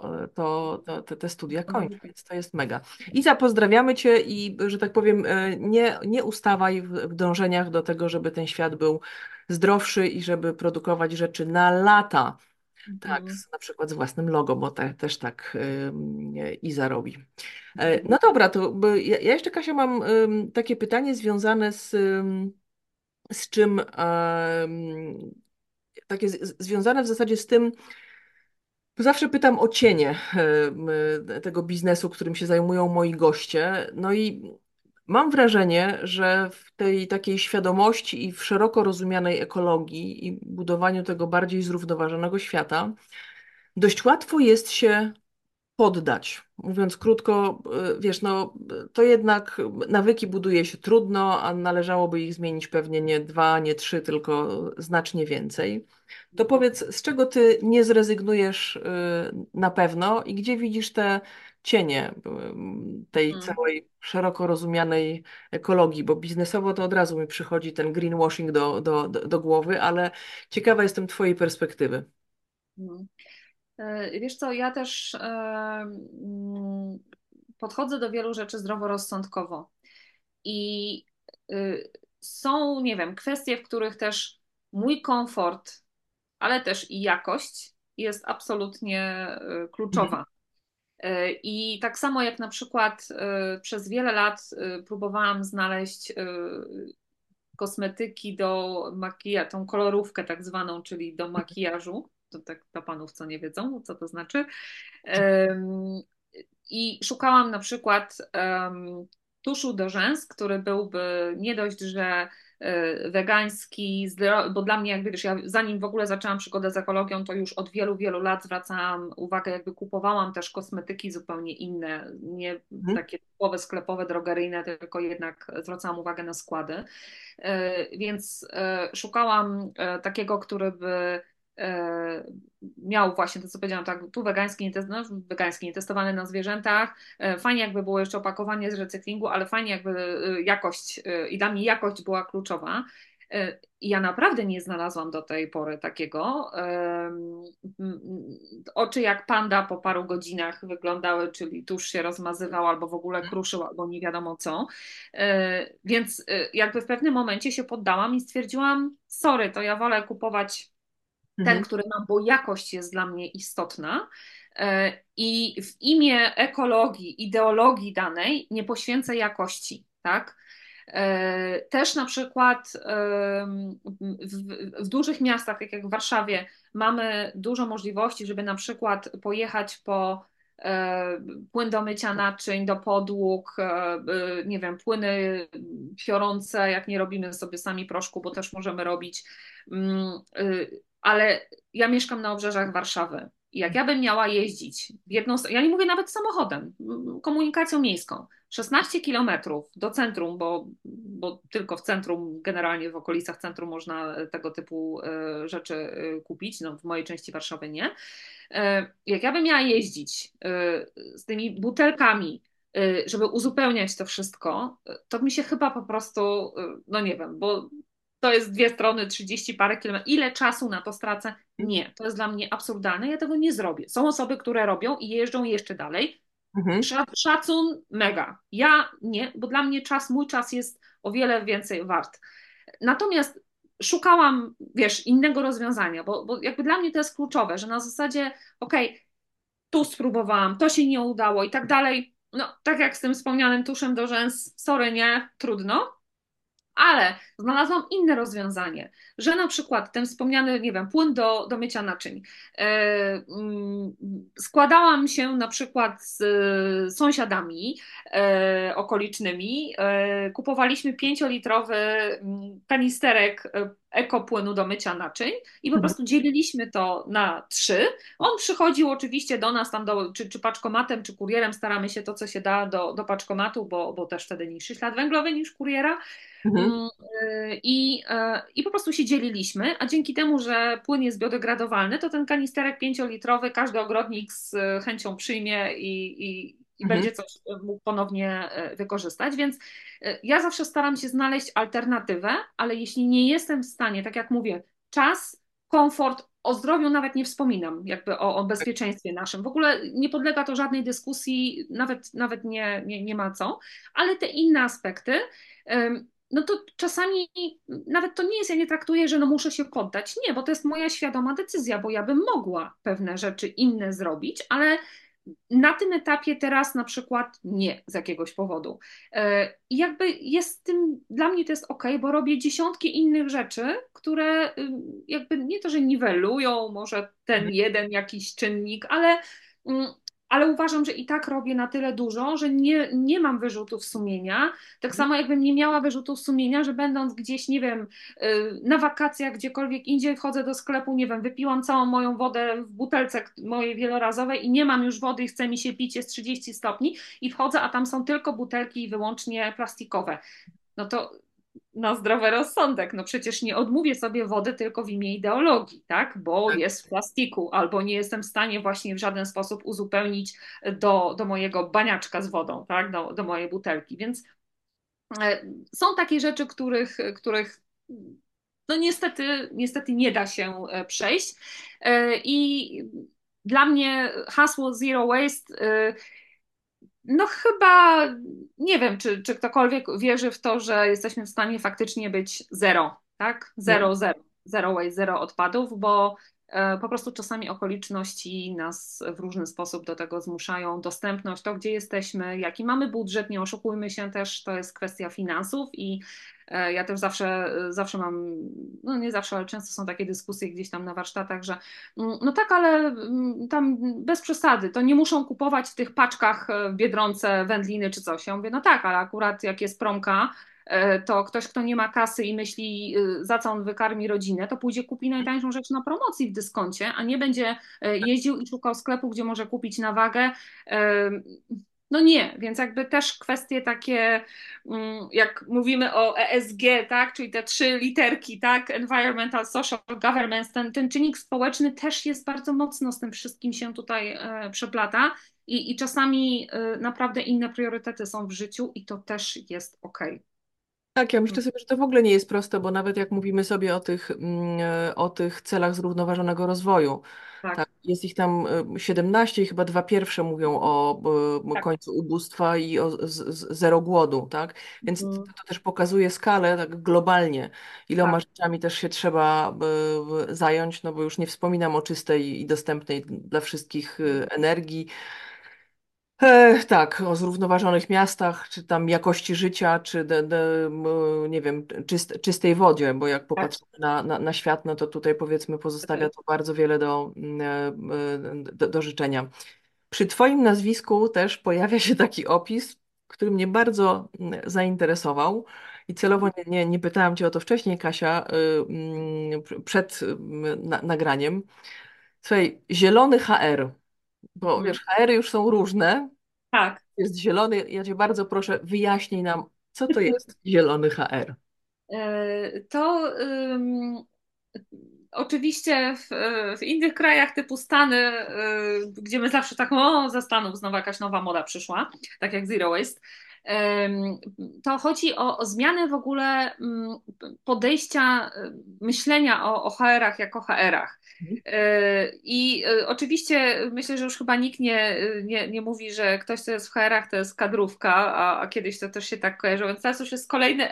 te studia kończy, więc to jest mega. Iza, pozdrawiamy Cię i, że tak powiem, nie ustawaj w dążeniach do tego, żeby ten świat był zdrowszy i żeby produkować rzeczy na lata. Tak, Mhm. na przykład z własnym logo, bo też tak Iza robi. No dobra, ja jeszcze, Kasia, mam takie pytanie związane z czym, takie związane w zasadzie z tym, zawsze pytam o cienie tego biznesu, którym się zajmują moi goście. No i mam wrażenie, że w tej takiej świadomości i w szeroko rozumianej ekologii i budowaniu tego bardziej zrównoważonego świata, dość łatwo jest się poddać. Mówiąc krótko, wiesz, no to jednak nawyki buduje się trudno, a należałoby ich zmienić pewnie nie dwa, nie trzy, tylko znacznie więcej. To powiedz, z czego ty nie zrezygnujesz na pewno i gdzie widzisz te cienie tej Mhm. całej szeroko rozumianej ekologii, bo biznesowo to od razu mi przychodzi ten greenwashing do głowy, ale ciekawa jestem twojej perspektywy. Mhm. Wiesz co, ja też podchodzę do wielu rzeczy zdroworozsądkowo i są, nie wiem, kwestie, w których też mój komfort, ale też i jakość jest absolutnie Mhm. kluczowa. I tak samo jak na przykład przez wiele lat próbowałam znaleźć kosmetyki do makijażu, tą kolorówkę tak zwaną, czyli do makijażu. To tak dla panów, co nie wiedzą, co to znaczy. I szukałam na przykład tuszu do rzęs, który byłby nie dość, że wegański, bo dla mnie jakby wiesz, ja zanim w ogóle zaczęłam przygodę z ekologią, to już od wielu, wielu lat zwracałam uwagę, jakby kupowałam też kosmetyki zupełnie inne, nie Mhm. takie typowe sklepowe, drogeryjne, tylko jednak zwracałam uwagę na składy. Więc szukałam takiego, który by miał właśnie to, co powiedziałam, tak, tu wegański, nietestowany na zwierzętach. Fajnie jakby było jeszcze opakowanie z recyklingu, ale fajnie jakby jakość i dla mnie jakość była kluczowa. I ja naprawdę nie znalazłam do tej pory takiego. Oczy jak panda po paru godzinach wyglądały, czyli tusz się rozmazywał albo w ogóle kruszył, albo nie wiadomo co. Więc jakby w pewnym momencie się poddałam i stwierdziłam, sorry, to ja wolę kupować ten, Mhm. który mam, bo jakość jest dla mnie istotna. I w imię ekologii, ideologii danej nie poświęcę jakości, tak? Też na przykład w dużych miastach, tak jak w Warszawie, mamy dużo możliwości, żeby na przykład pojechać po płyn do mycia naczyń, do podłóg, nie wiem, płyny piorące, jak nie robimy sobie sami proszku, bo też możemy robić. Ale ja mieszkam na obrzeżach Warszawy. I jak ja bym miała jeździć w jedną stronę, ja nie mówię nawet samochodem, komunikacją miejską, 16 kilometrów do centrum, bo tylko w centrum, generalnie w okolicach centrum można tego typu rzeczy kupić, no w mojej części Warszawy nie. Jak ja bym miała jeździć z tymi butelkami, żeby uzupełniać to wszystko, to mi się chyba po prostu, no nie wiem, bo to jest dwie strony, 30 parę kilometrów. Ile czasu na to stracę? Nie, to jest dla mnie absurdalne, ja tego nie zrobię. Są osoby, które robią i jeżdżą jeszcze dalej. Mhm. Szacun, mega. Ja nie, bo dla mnie mój czas jest o wiele więcej wart. Natomiast szukałam, wiesz, innego rozwiązania, bo jakby dla mnie to jest kluczowe, że na zasadzie, okej, tu spróbowałam, to się nie udało i tak dalej. No, tak jak z tym wspomnianym tuszem do rzęs, sorry, nie, trudno. Ale znalazłam inne rozwiązanie, że na przykład ten wspomniany, nie wiem, płyn do mycia naczyń. Składałam się na przykład z sąsiadami okolicznymi. Kupowaliśmy 5-litrowy kanisterek ekopłynu do mycia naczyń i po Mhm. prostu dzieliliśmy to na 3. On przychodził oczywiście do nas tam, czy paczkomatem, czy kurierem. Staramy się to, co się da do paczkomatu, bo też wtedy niższy ślad węglowy niż kuriera. Mhm. Mm, I po prostu się dzieliliśmy, a dzięki temu, że płyn jest biodegradowalny, to ten kanisterek 5-litrowy każdy ogrodnik z chęcią przyjmie i Mhm. będzie coś mógł ponownie wykorzystać. Więc ja zawsze staram się znaleźć alternatywę, ale jeśli nie jestem w stanie, tak jak mówię, czas, komfort, o zdrowiu nawet nie wspominam, jakby o bezpieczeństwie naszym. W ogóle nie podlega to żadnej dyskusji, nawet nie ma co, ale te inne aspekty no to czasami nawet to nie jest, ja nie traktuję, że no muszę się poddać. Nie, bo to jest moja świadoma decyzja, bo ja bym mogła pewne rzeczy inne zrobić, ale na tym etapie teraz na przykład nie z jakiegoś powodu. I jakby jest z tym, dla mnie to jest ok, bo robię dziesiątki innych rzeczy, które jakby nie to, że niwelują może ten jeden jakiś czynnik, mm, ale uważam, że i tak robię na tyle dużo, że nie mam wyrzutów sumienia. Tak samo jakbym nie miała wyrzutów sumienia, że będąc gdzieś, nie wiem, na wakacjach, gdziekolwiek indziej, wchodzę do sklepu, nie wiem, wypiłam całą moją wodę w butelce mojej wielorazowej i nie mam już wody i chce mi się pić, jest 30 stopni i wchodzę, a tam są tylko butelki wyłącznie plastikowe. No to na zdrowy rozsądek, no przecież nie odmówię sobie wody tylko w imię ideologii, tak? Bo Tak. jest w plastiku, albo nie jestem w stanie właśnie w żaden sposób uzupełnić do mojego baniaczka z wodą, tak? Do mojej butelki, więc są takie rzeczy, których no niestety nie da się przejść. I dla mnie hasło Zero Waste, no chyba nie wiem, czy ktokolwiek wierzy w to, że jesteśmy w stanie faktycznie być zero, tak? Nie. Zero, zero. zero waste, zero odpadów, bo po prostu czasami okoliczności nas w różny sposób do tego zmuszają. Dostępność, to gdzie jesteśmy, jaki mamy budżet, nie oszukujmy się też, to jest kwestia finansów i ja też zawsze mam, no nie zawsze, ale często są takie dyskusje gdzieś tam na warsztatach, że no tak, ale tam bez przesady, to nie muszą kupować w tych paczkach w Biedronce wędliny czy coś. Ja mówię, no tak, ale akurat jak jest promka, to ktoś, kto nie ma kasy i myśli, za co on wykarmi rodzinę, to pójdzie kupi najtańszą rzecz na promocji w dyskoncie, a nie będzie jeździł i szukał sklepu, gdzie może kupić na wagę. No nie, więc jakby też kwestie takie, jak mówimy o ESG, tak, czyli te 3 literki, tak, Environmental, Social, Governance, ten czynnik społeczny też jest bardzo mocno z tym wszystkim się tutaj przeplata i czasami naprawdę inne priorytety są w życiu i to też jest okej. Tak, ja myślę sobie, że to w ogóle nie jest proste, bo nawet jak mówimy sobie o tych celach zrównoważonego rozwoju, Tak, tak, jest ich tam 17 i chyba dwa pierwsze mówią o tak. końcu ubóstwa i o zero głodu, tak? Więc Mhm. to też pokazuje skalę tak globalnie, iloma Tak. rzeczami też się trzeba zająć, no bo już nie wspominam o czystej i dostępnej dla wszystkich energii. Tak, o zrównoważonych miastach, czy tam jakości życia, czy nie wiem, czystej wodzie, bo jak Tak. popatrzymy na świat, no to tutaj powiedzmy pozostawia to bardzo wiele do życzenia. Przy Twoim nazwisku też pojawia się taki opis, który mnie bardzo zainteresował i celowo nie pytałam Cię o to wcześniej, Kasia, przed nagraniem. Słuchaj, zielony HR, bo Mhm. wiesz, HR-y już są różne, Tak. jest zielony. Ja Cię bardzo proszę, wyjaśnij nam, co to jest zielony HR. To oczywiście w innych krajach typu Stany, gdzie my zawsze tak, o, ze Stanów znowu jakaś nowa moda przyszła, tak jak Zero Waste, to chodzi o zmianę w ogóle podejścia, myślenia o HR-ach jako HR-ach. Mhm. I oczywiście myślę, że już chyba nikt nie mówi, że ktoś, kto jest w HR-ach, to jest kadrówka, a kiedyś to też się tak kojarzyło, więc teraz już jest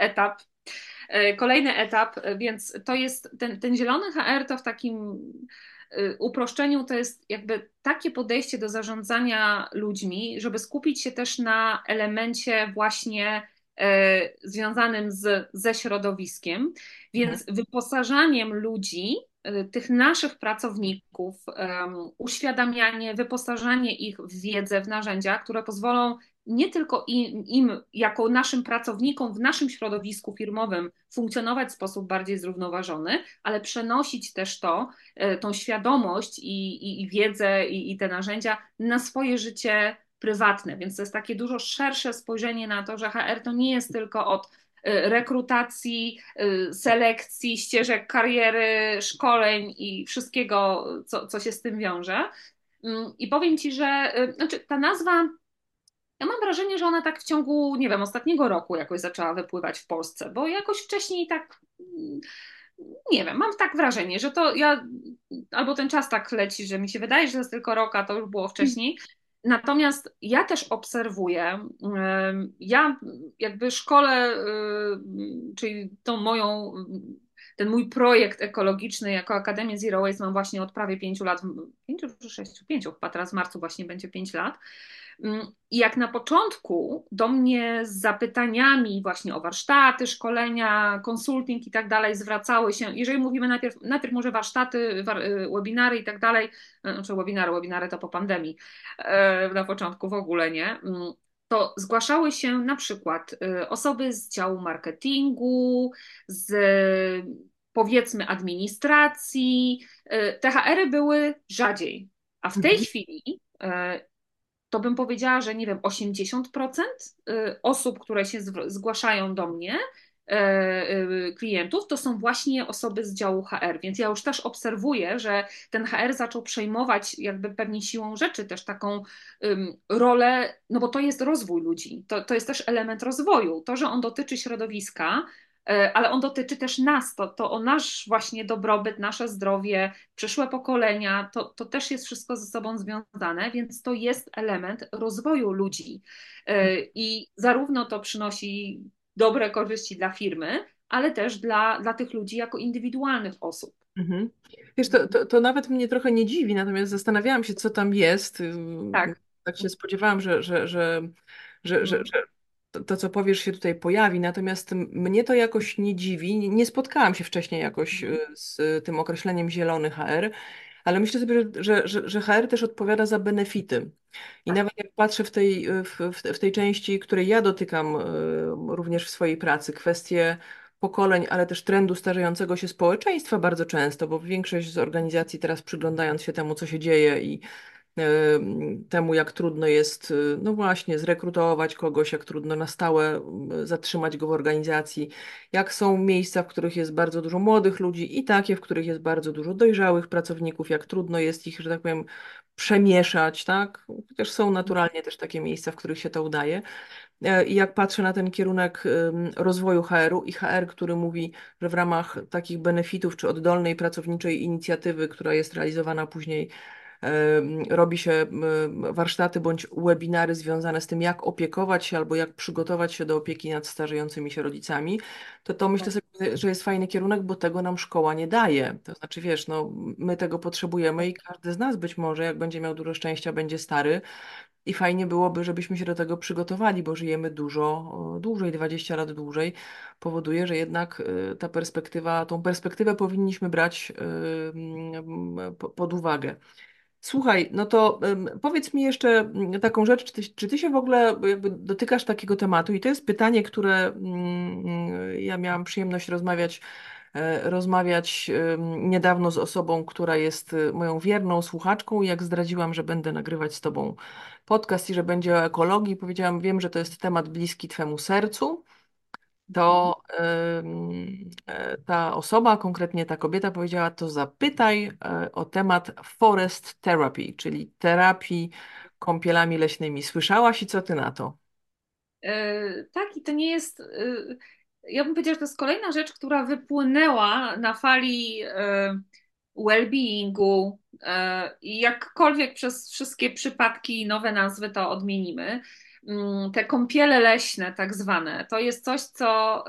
kolejny etap, więc to jest ten zielony HR to w takim uproszczeniu to jest jakby takie podejście do zarządzania ludźmi, żeby skupić się też na elemencie właśnie związanym ze środowiskiem, Mhm. więc wyposażaniem ludzi, tych naszych pracowników, uświadamianie, wyposażanie ich w wiedzę, w narzędzia, które pozwolą nie tylko im, jako naszym pracownikom w naszym środowisku firmowym funkcjonować w sposób bardziej zrównoważony, ale przenosić też tą świadomość i wiedzę i te narzędzia na swoje życie prywatne. Więc to jest takie dużo szersze spojrzenie na to, że HR to nie jest tylko od rekrutacji, selekcji, ścieżek kariery, szkoleń i wszystkiego, co się z tym wiąże. I powiem Ci, że znaczy, ta nazwa ja mam wrażenie, że ona tak w ciągu, nie wiem, ostatniego roku jakoś zaczęła wypływać w Polsce, bo jakoś wcześniej tak, nie wiem, mam tak wrażenie, że to ja, albo ten czas tak leci, że mi się wydaje, że to jest tylko rok, a to już było wcześniej. Natomiast ja też obserwuję, ja jakby szkole, czyli tą moją, ten mój projekt ekologiczny jako Akademię Zero Waste mam właśnie od prawie 5 lat, 5 czy 6, 5, chyba teraz w marcu właśnie będzie 5 lat. I jak na początku do mnie z zapytaniami właśnie o warsztaty, szkolenia, konsulting i tak dalej zwracały się, jeżeli mówimy najpierw może warsztaty, webinary i tak dalej, znaczy webinary to po pandemii, na początku w ogóle nie, to zgłaszały się na przykład osoby z działu marketingu, z powiedzmy administracji, THR-y były rzadziej, a w tej Mhm. chwili to bym powiedziała, że nie wiem, 80% osób, które się zgłaszają do mnie, klientów, to są właśnie osoby z działu HR, więc ja już też obserwuję, że ten HR zaczął przejmować jakby pewnie siłą rzeczy też taką rolę, no bo to jest rozwój ludzi, to jest też element rozwoju, to, że on dotyczy środowiska, ale on dotyczy też nas, to o nasz właśnie dobrobyt, nasze zdrowie, przyszłe pokolenia, to też jest wszystko ze sobą związane, więc to jest element rozwoju ludzi. I zarówno to przynosi dobre korzyści dla firmy, ale też dla tych ludzi jako indywidualnych osób. Mhm. Wiesz, to nawet mnie trochę nie dziwi, natomiast zastanawiałam się, co tam jest. Tak. Tak się spodziewałam, Mhm. że to, co powiesz, się tutaj pojawi, natomiast mnie to jakoś nie dziwi. Nie spotkałam się wcześniej jakoś z tym określeniem zielony HR, ale myślę sobie, że HR też odpowiada za benefity. I Tak. nawet jak patrzę w tej części, której ja dotykam również w swojej pracy, kwestie pokoleń, ale też trendu starzejącego się społeczeństwa bardzo często, bo większość z organizacji teraz przyglądając się temu, co się dzieje i temu, jak trudno jest, no właśnie, zrekrutować kogoś, jak trudno na stałe zatrzymać go w organizacji, jak są miejsca, w których jest bardzo dużo młodych ludzi i takie, w których jest bardzo dużo dojrzałych pracowników, jak trudno jest ich, że tak powiem, przemieszać, tak? Chociaż są naturalnie też takie miejsca, w których się to udaje. I jak patrzę na ten kierunek rozwoju HR-u i HR, który mówi, że w ramach takich benefitów czy oddolnej pracowniczej inicjatywy, która jest realizowana później, robi się warsztaty bądź webinary związane z tym, jak opiekować się albo jak przygotować się do opieki nad starzejącymi się rodzicami, to myślę sobie, że jest fajny kierunek, bo tego nam szkoła nie daje. To znaczy, wiesz, no, my tego potrzebujemy i każdy z nas być może, jak będzie miał dużo szczęścia, będzie stary. I fajnie byłoby, żebyśmy się do tego przygotowali, bo żyjemy dużo dłużej, 20 lat dłużej. Powoduje, że jednak tą perspektywę powinniśmy brać pod uwagę. Słuchaj, no to powiedz mi jeszcze taką rzecz, czy ty się w ogóle jakby dotykasz takiego tematu? I to jest pytanie, które ja miałam przyjemność rozmawiać niedawno z osobą, która jest moją wierną słuchaczką. I jak zdradziłam, że będę nagrywać z tobą podcast i że będzie o ekologii, powiedziałam, wiem, że to jest temat bliski twemu sercu. To ta osoba, konkretnie ta kobieta powiedziała, to zapytaj o temat forest therapy, czyli terapii kąpielami leśnymi. Słyszałaś i co ty na to? Tak, i to nie jest. Ja bym powiedziała, że to jest kolejna rzecz, która wypłynęła na fali well-beingu i jakkolwiek przez wszystkie przypadki i nowe nazwy to odmienimy. Te kąpiele leśne, tak zwane, to jest coś, co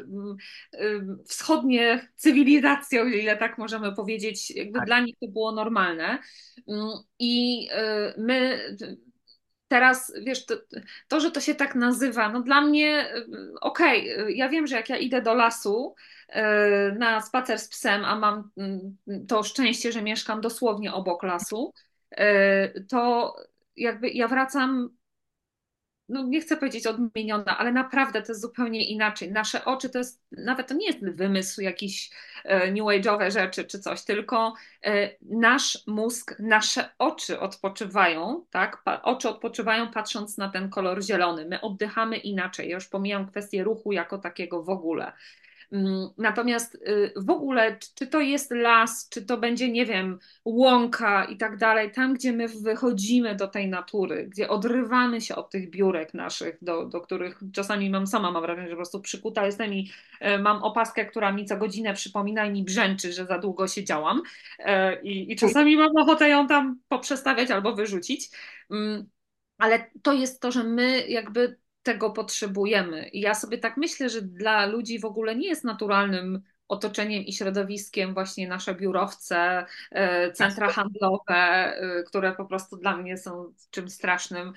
wschodnie cywilizacje, o ile tak możemy powiedzieć, jakby Tak. dla nich to było normalne. I my teraz, wiesz, że to się tak nazywa, no dla mnie, okej, ja wiem, że jak ja idę do lasu na spacer z psem, a mam to szczęście, że mieszkam dosłownie obok lasu, to jakby ja wracam, no nie chcę powiedzieć odmieniona, ale naprawdę to jest zupełnie inaczej. Nasze oczy to jest, nawet to nie jest wymysł jakiś new age'owe rzeczy czy coś, tylko nasz mózg, nasze oczy odpoczywają, tak? Oczy odpoczywają patrząc na ten kolor zielony. My oddychamy inaczej. Ja już pomijam kwestię ruchu jako takiego w ogóle. Natomiast w ogóle, czy to jest las, czy to będzie, nie wiem, łąka i tak dalej, tam, gdzie my wychodzimy do tej natury, gdzie odrywamy się od tych biurek naszych, do których czasami mam wrażenie, że po prostu przykuta jestem i mam opaskę, która mi co godzinę przypomina i mi brzęczy, że za długo siedziałam i czasami mam ochotę ją tam poprzestawiać albo wyrzucić. Ale to jest to, że my jakby tego potrzebujemy. I ja sobie tak myślę, że dla ludzi w ogóle nie jest naturalnym otoczeniem i środowiskiem właśnie nasze biurowce, centra handlowe, które po prostu dla mnie są czymś strasznym.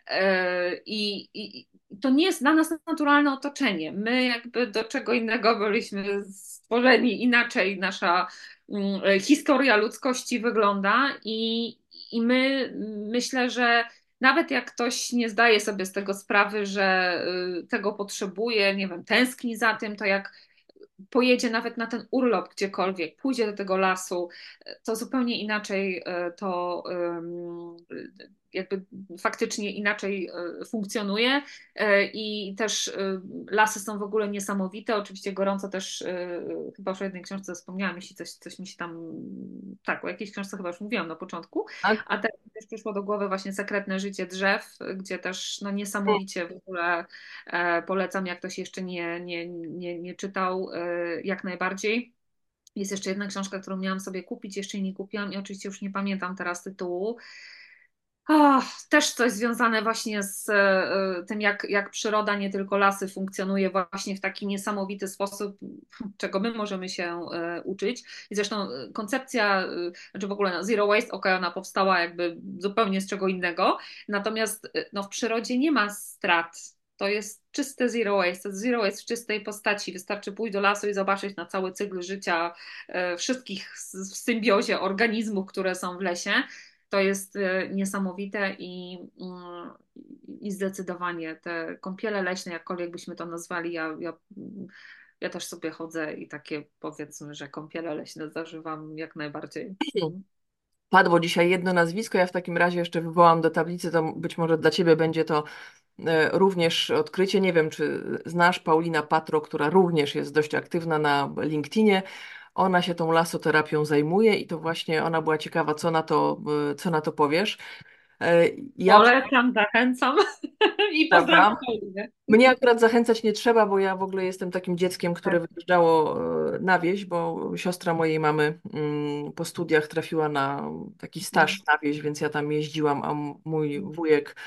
I to nie jest dla nas naturalne otoczenie. My jakby do czego innego byliśmy stworzeni inaczej, nasza historia ludzkości wygląda i my myślę, że nawet jak ktoś nie zdaje sobie z tego sprawy, że tego potrzebuje, nie wiem, tęskni za tym, to jak pojedzie nawet na ten urlop gdziekolwiek, pójdzie do tego lasu, to zupełnie inaczej to jakby faktycznie inaczej funkcjonuje i też lasy są w ogóle niesamowite. Oczywiście gorąco też, chyba już o jednej książce wspomniałam, jeśli coś mi się tam, tak, o jakiejś książce chyba już mówiłam na początku, Tak? a teraz też przyszło do głowy właśnie Sekretne życie drzew, gdzie też no, niesamowicie w ogóle polecam, jak ktoś jeszcze nie czytał, jak najbardziej. Jest jeszcze jedna książka, którą miałam sobie kupić, jeszcze jej nie kupiłam i oczywiście już nie pamiętam teraz tytułu. Też coś związane właśnie z tym, jak przyroda, nie tylko lasy, funkcjonuje właśnie w taki niesamowity sposób, czego my możemy się uczyć. I zresztą koncepcja, znaczy w ogóle no, zero waste, ona powstała jakby zupełnie z czego innego, natomiast no, w przyrodzie nie ma strat. To jest czyste zero waste, to jest zero waste w czystej postaci. Wystarczy pójść do lasu i zobaczyć na cały cykl życia wszystkich w symbiozie organizmów, które są w lesie. To jest niesamowite i zdecydowanie te kąpiele leśne, jakkolwiek byśmy to nazwali, ja też sobie chodzę i takie powiedzmy, że kąpiele leśne zażywam jak najbardziej. Padło dzisiaj jedno nazwisko, ja w takim razie jeszcze wywołam do tablicy, to być może dla Ciebie będzie to również odkrycie. Nie wiem, czy znasz Paulina Patro, która również jest dość aktywna na LinkedInie. Ona się tą lasoterapią zajmuje i to właśnie ona była ciekawa, co na to powiesz. Ja, Polecam, zachęcam i pozdrawiam prawda? Paulinę. Mnie akurat zachęcać nie trzeba, bo ja w ogóle jestem takim dzieckiem, które wyjeżdżało na wieś, bo siostra mojej mamy po studiach trafiła na taki staż na wieś, więc ja tam jeździłam, a mój wujek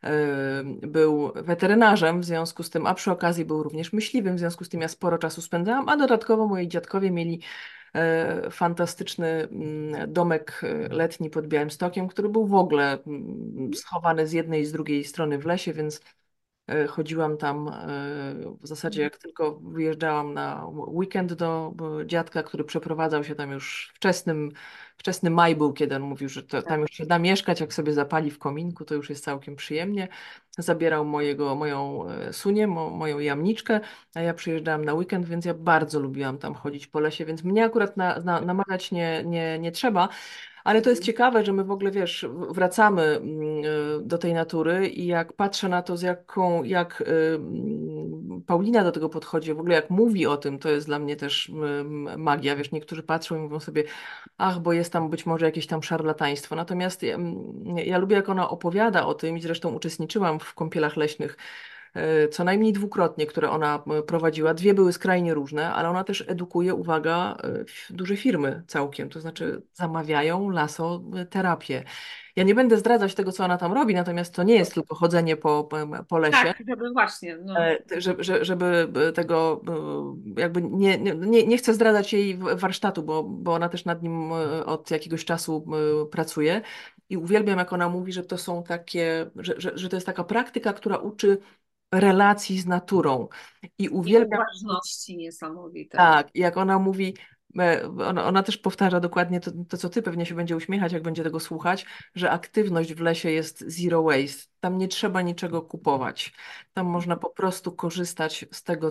był weterynarzem w związku z tym, a przy okazji był również myśliwym, w związku z tym ja sporo czasu spędzałam, a dodatkowo moi dziadkowie mieli fantastyczny domek letni pod Białymstokiem, który był w ogóle schowany z jednej i z drugiej strony w lesie, więc chodziłam tam w zasadzie jak tylko wyjeżdżałam na weekend do dziadka, który przeprowadzał się tam już wczesny maj był, kiedy on mówił, że tam już się da mieszkać, jak sobie zapali w kominku, to już jest całkiem przyjemnie. Zabierał moją sunię, moją jamniczkę, a ja przyjeżdżałam na weekend, więc ja bardzo lubiłam tam chodzić po lesie, więc mnie akurat namawiać nie trzeba. Ale to jest ciekawe, że my w ogóle, wiesz, wracamy do tej natury i jak patrzę na to, jak Paulina do tego podchodzi, w ogóle jak mówi o tym, to jest dla mnie też magia. Wiesz, niektórzy patrzą i mówią sobie, ach, bo jest tam być może jakieś tam szarlataństwo. Natomiast ja lubię, jak ona opowiada o tym i zresztą uczestniczyłam w kąpielach leśnych co najmniej dwukrotnie, które ona prowadziła. Dwie były skrajnie różne, ale ona też edukuje, uwaga, duże firmy całkiem, to znaczy zamawiają lasoterapię. Ja nie będę zdradzać tego, co ona tam robi, natomiast to nie jest tylko chodzenie po lesie, Tak, żeby właśnie, no. żeby tego jakby nie chcę zdradzać jej warsztatu, bo ona też nad nim od jakiegoś czasu pracuje. I uwielbiam, jak ona mówi, że to są takie, że to jest taka praktyka, która uczy relacji z naturą. I I uwielbiam, uważności niesamowitej. tak, jak ona mówi, ona też powtarza dokładnie to, co ty pewnie się będzie uśmiechać, jak będzie tego słuchać, że aktywność w lesie jest zero waste. Tam nie trzeba niczego kupować. Tam można po prostu korzystać z tego,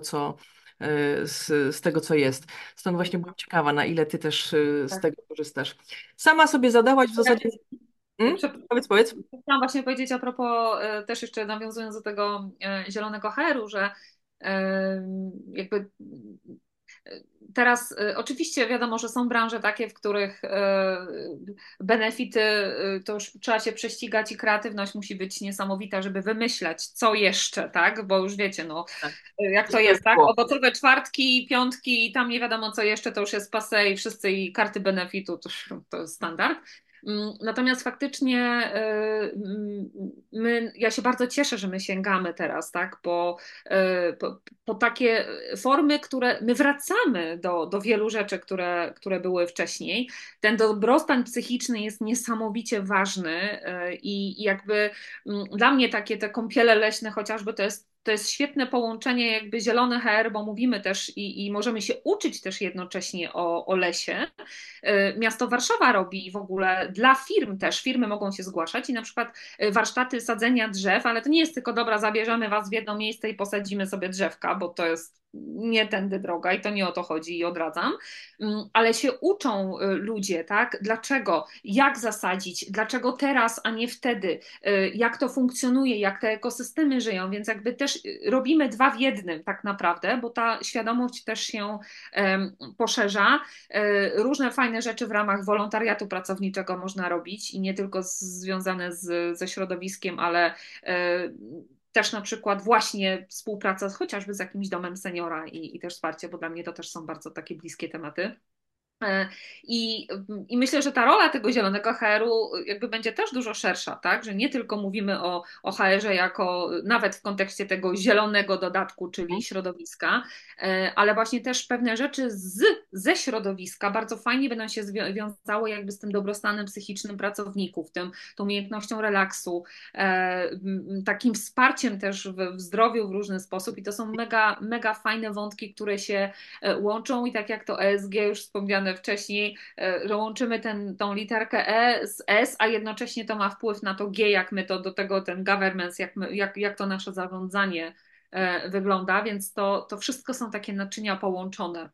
z tego, co jest. Stąd właśnie byłam ciekawa, na ile ty też z Tak. tego korzystasz. Sama sobie zadałaś w Ja zasadzie. Powiedz. chciałam właśnie powiedzieć a propos, też jeszcze nawiązując do tego zielonego HR-u, że jakby teraz oczywiście wiadomo, że są branże takie, w których benefity to już trzeba się prześcigać i kreatywność musi być niesamowita, żeby wymyślać, co jeszcze, tak? Bo już wiecie, no, Tak. jak to jest, tak? Owocowe czwartki, piątki i tam nie wiadomo co jeszcze, to już jest passé i wszyscy i karty benefitu to jest standard. Natomiast faktycznie ja się bardzo cieszę, że my sięgamy teraz, tak? Po takie formy, które my wracamy do wielu rzeczy, które były wcześniej. Ten dobrostan psychiczny jest niesamowicie ważny i jakby dla mnie takie te kąpiele leśne chociażby to jest świetne połączenie jakby zielony HR, bo mówimy też i możemy się uczyć też jednocześnie o lesie. Miasto Warszawa robi w ogóle dla firm też, firmy mogą się zgłaszać i na przykład warsztaty sadzenia drzew, ale to nie jest tylko dobra, zabierzemy was w jedno miejsce i posadzimy sobie drzewka, bo to jest nie tędy droga i to nie o to chodzi i odradzam, ale się uczą ludzie, tak? Dlaczego, jak zasadzić, dlaczego teraz, a nie wtedy, jak to funkcjonuje, jak te ekosystemy żyją, więc jakby też robimy dwa w jednym tak naprawdę, bo ta świadomość też się poszerza. Różne fajne rzeczy w ramach wolontariatu pracowniczego można robić i nie tylko związane ze środowiskiem, ale też na przykład właśnie współpraca chociażby z jakimś domem seniora i też wsparcie, bo dla mnie to też są bardzo takie bliskie tematy. E, I myślę, że ta rola tego zielonego HR-u jakby będzie też dużo szersza, tak? Że nie tylko mówimy o HR-ze jako nawet w kontekście tego zielonego dodatku, czyli środowiska, ale właśnie też pewne rzeczy ze środowiska bardzo fajnie będą się wiązały jakby z tym dobrostanem psychicznym pracowników, tą umiejętnością relaksu, takim wsparciem też w zdrowiu w różny sposób i to są mega, mega fajne wątki, które się łączą i tak jak to ESG już wspomniane wcześniej, że łączymy tą literkę E z S, a jednocześnie to ma wpływ na to G, jak my to do tego, ten governance, jak to nasze zarządzanie wygląda, więc to wszystko są takie naczynia połączone,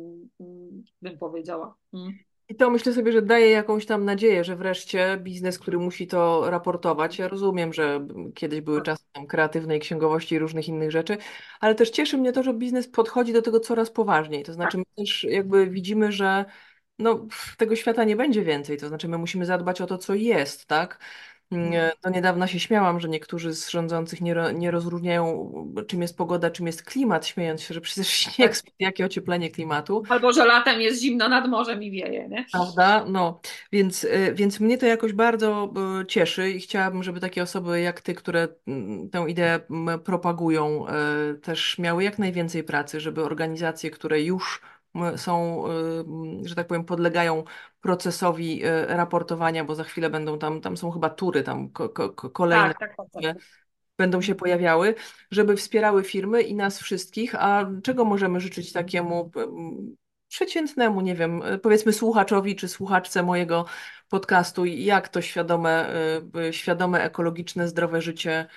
bym powiedziała. I to myślę sobie, że daje jakąś tam nadzieję, że wreszcie biznes, który musi to raportować. Ja rozumiem, że kiedyś były czasy tam kreatywnej księgowości i różnych innych rzeczy, ale też cieszy mnie to, że biznes podchodzi do tego coraz poważniej. To znaczy, Tak, my też jakby widzimy, że no, tego świata nie będzie więcej. To znaczy, my musimy zadbać o to, co jest, tak? Do niedawna się śmiałam, że niektórzy z rządzących nie rozróżniają, czym jest pogoda, czym jest klimat, śmiejąc się, że przecież śnieg, tak. jakie ocieplenie klimatu. Albo że latem jest zimno nad morzem i wieje, nie? Prawda? No, więc mnie to jakoś bardzo cieszy i chciałabym, żeby takie osoby jak ty, które tę ideę propagują, też miały jak najwięcej pracy, żeby organizacje, które już są, że tak powiem, podlegają procesowi raportowania, bo za chwilę będą tam są chyba tury, tam kolejne Tak, tak, tak, tak. będą się pojawiały, żeby wspierały firmy i nas wszystkich. A czego możemy życzyć takiemu przeciętnemu, nie wiem, powiedzmy słuchaczowi czy słuchaczce mojego podcastu, i jak to świadome, ekologiczne, zdrowe życie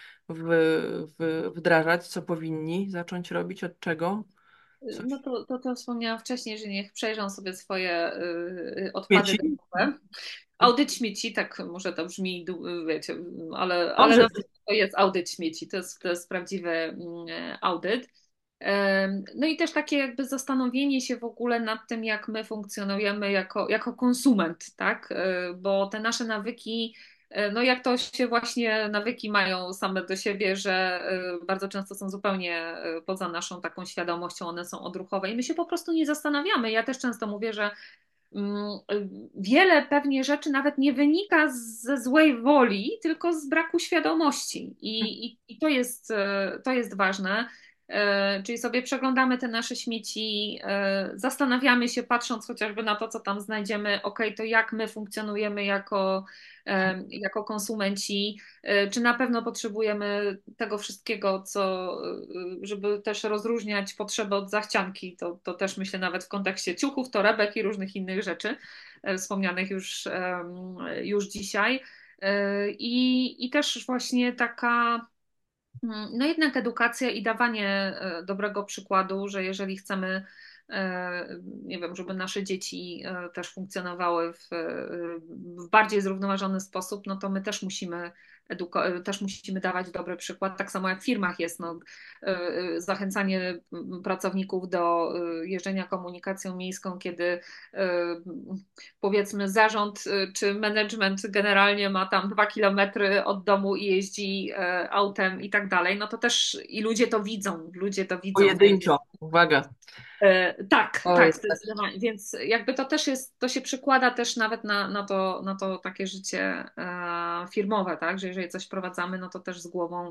wdrażać, co powinni zacząć robić, od czego? No Coś? to wspomniałam wcześniej, że niech przejrzą sobie swoje odpady Śmieci? domowe. Audyt śmieci, tak może to brzmi, wiecie, ale Dobrze. na pewno to jest audyt śmieci, to jest prawdziwy audyt. No i też takie jakby zastanowienie się w ogóle nad tym, jak my funkcjonujemy jako konsument, tak? Bo te nasze nawyki, no jak to się właśnie nawyki mają same do siebie, że bardzo często są zupełnie poza naszą taką świadomością, one są odruchowe i my się po prostu nie zastanawiamy. Ja też często mówię, że mm, wiele pewnie rzeczy nawet nie wynika ze złej woli, tylko z braku świadomości. I to jest ważne. Czyli sobie przeglądamy te nasze śmieci, zastanawiamy się, patrząc chociażby na to, co tam znajdziemy, ok, to jak my funkcjonujemy jako konsumenci, czy na pewno potrzebujemy tego wszystkiego, żeby też rozróżniać potrzeby od zachcianki. To też myślę nawet w kontekście ciuchów, torebek i różnych innych rzeczy wspomnianych już dzisiaj. I też właśnie taka no jednak edukacja i dawanie dobrego przykładu, że jeżeli chcemy, nie wiem, żeby nasze dzieci też funkcjonowały w bardziej zrównoważony sposób, no to my też musimy dawać dobry przykład, tak samo jak w firmach jest, no, zachęcanie pracowników do jeżdżenia komunikacją miejską, kiedy powiedzmy zarząd czy management generalnie ma tam 2 kilometry od domu i jeździ autem i tak dalej, no to też i ludzie to widzą, więc Pojedynczo, uwaga. tak, Oj, tak, zdecydowanie. Więc jakby to też jest, to się przekłada też nawet na to takie życie firmowe, tak? Że jeżeli coś wprowadzamy, no to też z głową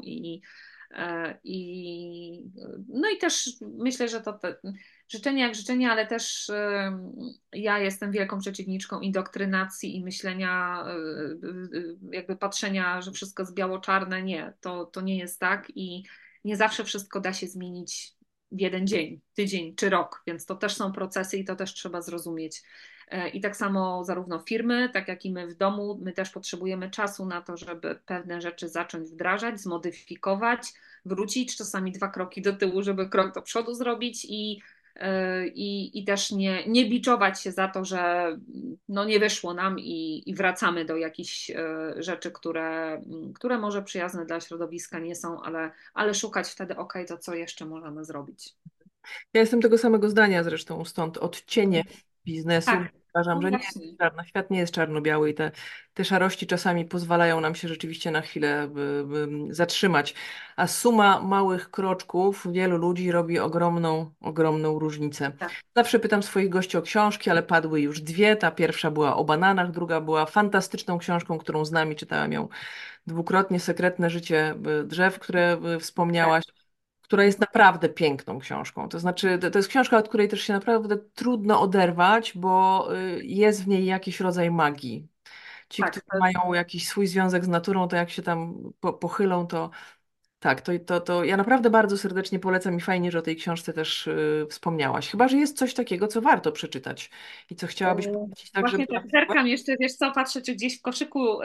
no i też myślę, że życzenie jak życzenie, ale też ja jestem wielką przeciwniczką indoktrynacji i myślenia, jakby patrzenia, że wszystko jest biało-czarne. Nie, to nie jest tak i nie zawsze wszystko da się zmienić w jeden dzień, tydzień czy rok, więc to też są procesy i to też trzeba zrozumieć. I tak samo zarówno firmy, tak jak i my w domu, my też potrzebujemy czasu na to, żeby pewne rzeczy zacząć wdrażać, zmodyfikować, wrócić czasami 2 kroki do tyłu, żeby krok do przodu zrobić i też nie biczować się za to, że no nie wyszło nam i wracamy do jakichś rzeczy, które może przyjazne dla środowiska nie są, ale szukać wtedy, ok, to co jeszcze możemy zrobić. Ja jestem tego samego zdania zresztą, stąd odcienie biznesu. Tak, Uważam, No że nie jest właśnie. czarno. Świat nie jest czarno-biały i te szarości czasami pozwalają nam się rzeczywiście na chwilę zatrzymać. A suma małych kroczków wielu ludzi robi ogromną, ogromną różnicę. Tak, Zawsze pytam swoich gości o książki, ale padły już dwie. Ta pierwsza była o bananach, druga była fantastyczną książką, którą znam i czytałam ją dwukrotnie, Sekretne życie drzew, które tak, wspomniałaś, która jest naprawdę piękną książką. To znaczy, to jest książka, od której też się naprawdę trudno oderwać, bo jest w niej jakiś rodzaj magii. Ci, którzy tak. mają jakiś swój związek z naturą, to jak się tam pochylą, to tak, to ja naprawdę bardzo serdecznie polecam i fajnie, że o tej książce też wspomniałaś. Chyba, że jest coś takiego, co warto przeczytać i co chciałabyś powiedzieć tak, żeby Właśnie na tak przykład... zerkam jeszcze, wiesz co, patrzę, czy gdzieś w koszyku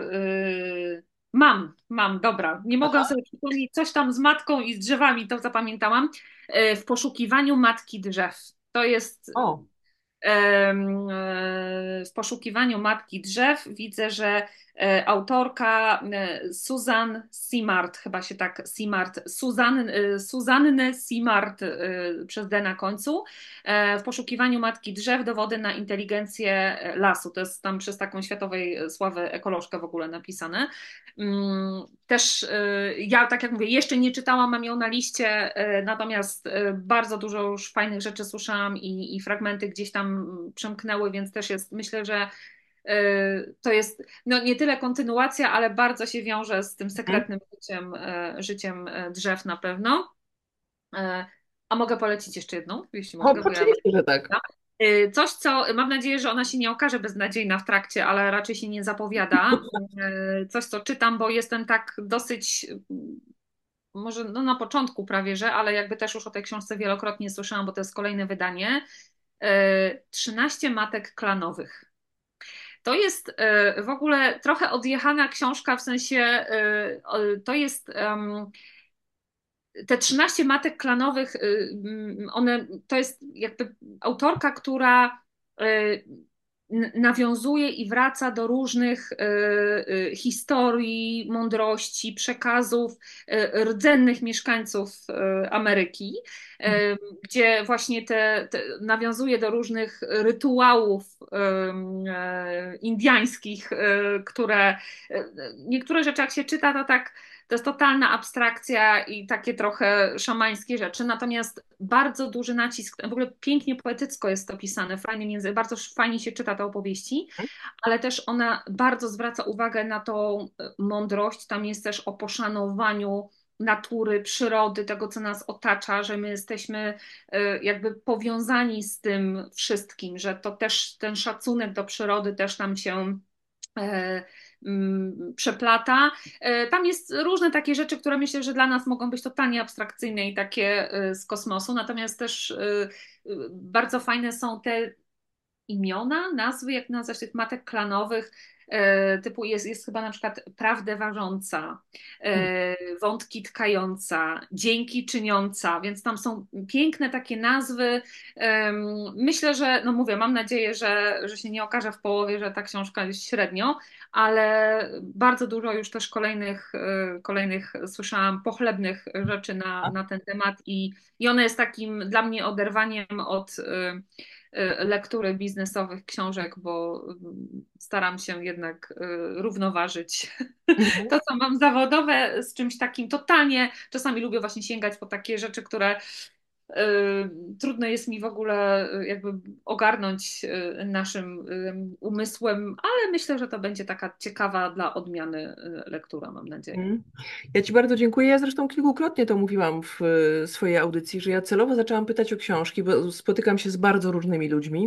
mam, dobra. Nie mogę Aha. sobie przypomnieć, coś tam z matką i z drzewami, to zapamiętałam. W poszukiwaniu matki drzew. To jest O, w poszukiwaniu matki drzew widzę, że autorka Susan Simard, chyba się tak Simard, Suzannę Simard przez D na końcu, w poszukiwaniu matki drzew dowody na inteligencję lasu. To jest tam przez taką światowej sławy ekolożkę w ogóle napisane. Też ja, tak jak mówię, jeszcze nie czytałam, mam ją na liście, natomiast bardzo dużo już fajnych rzeczy słyszałam i fragmenty gdzieś tam przemknęły, więc też jest, myślę, że to jest no, nie tyle kontynuacja, ale bardzo się wiąże z tym mhm. sekretnym życiem drzew na pewno. E, A mogę polecić jeszcze jedną, jeśli O, mogę, bo ja oczywiście, że tak. Coś, co mam nadzieję, że ona się nie okaże beznadziejna w trakcie, ale raczej się nie zapowiada. Coś, co czytam, bo jestem tak dosyć, może no na początku prawie, że, ale jakby też już o tej książce wielokrotnie słyszałam, bo to jest kolejne wydanie. 13 matek klanowych. To jest w ogóle trochę odjechana książka, w sensie to jest te 13 matek klanowych, to jest jakby autorka, która nawiązuje i wraca do różnych historii, mądrości, przekazów rdzennych mieszkańców Ameryki, gdzie właśnie nawiązuje do różnych rytuałów indiańskich, które niektóre rzeczy jak się czyta, to tak to jest totalna abstrakcja i takie trochę szamańskie rzeczy, natomiast bardzo duży nacisk, w ogóle pięknie poetycko jest to pisane, fajnie, bardzo fajnie się czyta te opowieści, ale też ona bardzo zwraca uwagę na tą mądrość, tam jest też o poszanowaniu natury, przyrody, tego, co nas otacza, że my jesteśmy jakby powiązani z tym wszystkim, że to też ten szacunek do przyrody też nam się e, przeplata. Tam jest różne takie rzeczy, które myślę, że dla nas mogą być totalnie abstrakcyjne i takie z kosmosu, natomiast też bardzo fajne są te imiona, nazwy, jak nazwać tych matek klanowych, typu jest chyba na przykład prawdę ważąca, wątki tkająca, dzięki czyniąca, więc tam są piękne takie nazwy. Myślę, że, no mówię, mam nadzieję, że się nie okaże w połowie, że ta książka jest średnio, ale bardzo dużo już też kolejnych słyszałam pochlebnych rzeczy na ten temat i ona jest takim dla mnie oderwaniem od lektury biznesowych książek, bo staram się jednak równoważyć Mhm. to, co mam zawodowe, z czymś takim totalnie. Czasami lubię właśnie sięgać po takie rzeczy, które trudno jest mi w ogóle jakby ogarnąć naszym umysłem, ale myślę, że to będzie taka ciekawa dla odmiany lektura, mam nadzieję. Mhm. Ja Ci bardzo dziękuję. Ja zresztą kilkukrotnie to mówiłam w swojej audycji, że ja celowo zaczęłam pytać o książki, bo spotykam się z bardzo różnymi ludźmi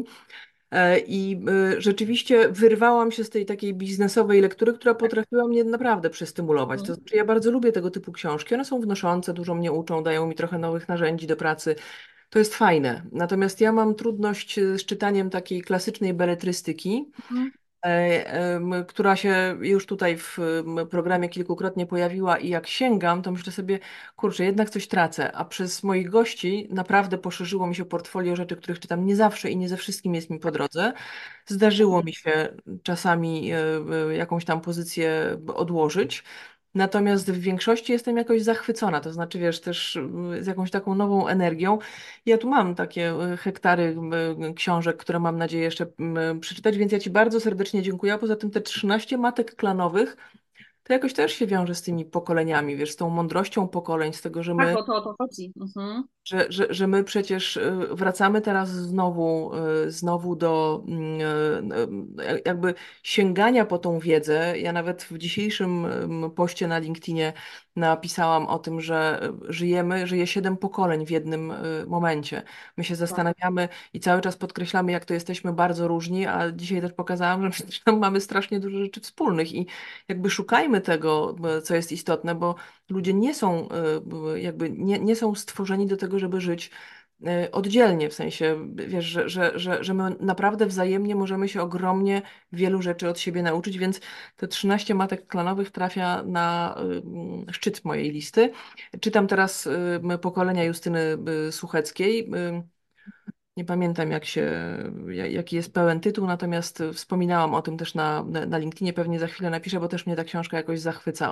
i rzeczywiście wyrwałam się z tej takiej biznesowej lektury, która potrafiła mnie naprawdę przestymulować. To Mhm. znaczy, ja bardzo lubię tego typu książki. One są wnoszące, dużo mnie uczą, dają mi trochę nowych narzędzi do pracy. To jest fajne. Natomiast ja mam trudność z czytaniem takiej klasycznej beletrystyki, Mhm. która się już tutaj w programie kilkukrotnie pojawiła i jak sięgam, to myślę sobie, kurczę, jednak coś tracę, a przez moich gości naprawdę poszerzyło mi się portfolio rzeczy, których czytam nie zawsze i nie ze wszystkim jest mi po drodze. Zdarzyło mi się czasami jakąś tam pozycję odłożyć. Natomiast w większości jestem jakoś zachwycona, to znaczy, wiesz, też z jakąś taką nową energią. Ja tu mam takie hektary książek, które mam nadzieję jeszcze przeczytać, więc ja Ci bardzo serdecznie dziękuję. A poza tym te 13 matek klanowych, to jakoś też się wiąże z tymi pokoleniami, wiesz, z tą mądrością pokoleń, z tego, że Tak, my o to chodzi. Mhm. że my przecież wracamy teraz znowu do jakby sięgania po tą wiedzę. Ja nawet w dzisiejszym poście na LinkedInie napisałam o tym, że żyje 7 pokoleń w jednym momencie. My się Tak. zastanawiamy i cały czas podkreślamy, jak to jesteśmy bardzo różni, a dzisiaj też pokazałam, że przecież tam mamy strasznie dużo rzeczy wspólnych i jakby szukajmy tego, co jest istotne, bo ludzie nie są jakby nie są stworzeni do tego, żeby żyć oddzielnie, w sensie, wiesz, że my naprawdę wzajemnie możemy się ogromnie wielu rzeczy od siebie nauczyć, więc te 13 matek klanowych trafia na szczyt mojej listy. Czytam teraz pokolenia Justyny Sucheckiej. Nie pamiętam, jaki jest pełen tytuł, natomiast wspominałam o tym też na LinkedInie, pewnie za chwilę napiszę, bo też mnie ta książka jakoś zachwyca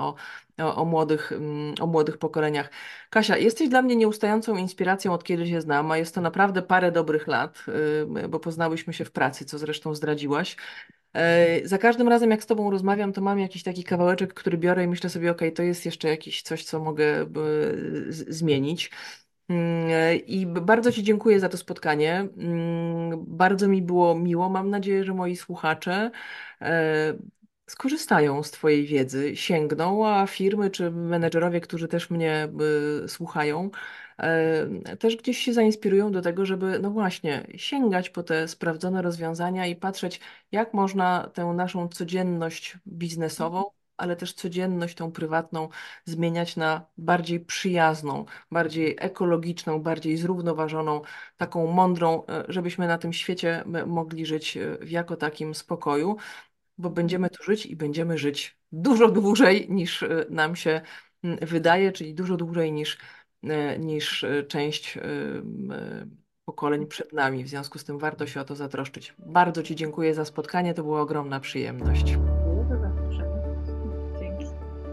o młodych pokoleniach. Kasia, jesteś dla mnie nieustającą inspiracją od kiedy się znam, a jest to naprawdę parę dobrych lat, bo poznałyśmy się w pracy, co zresztą zdradziłaś. Za każdym razem, jak z tobą rozmawiam, to mam jakiś taki kawałeczek, który biorę i myślę sobie, okej, to jest jeszcze jakieś coś, co mogę zmienić. I bardzo Ci dziękuję za to spotkanie. Bardzo mi było miło. Mam nadzieję, że moi słuchacze skorzystają z Twojej wiedzy, sięgną, a firmy czy menedżerowie, którzy też mnie słuchają, też gdzieś się zainspirują do tego, żeby, no właśnie, sięgać po te sprawdzone rozwiązania i patrzeć, jak można tę naszą codzienność biznesową, ale też codzienność tą prywatną zmieniać na bardziej przyjazną, bardziej ekologiczną, bardziej zrównoważoną, taką mądrą, żebyśmy na tym świecie mogli żyć w jako takim spokoju, bo będziemy tu żyć i będziemy żyć dużo dłużej niż nam się wydaje, czyli dużo dłużej niż część pokoleń przed nami. W związku z tym warto się o to zatroszczyć. Bardzo Ci dziękuję za spotkanie, to była ogromna przyjemność. Dziękuję za zaproszenie. Dzięki.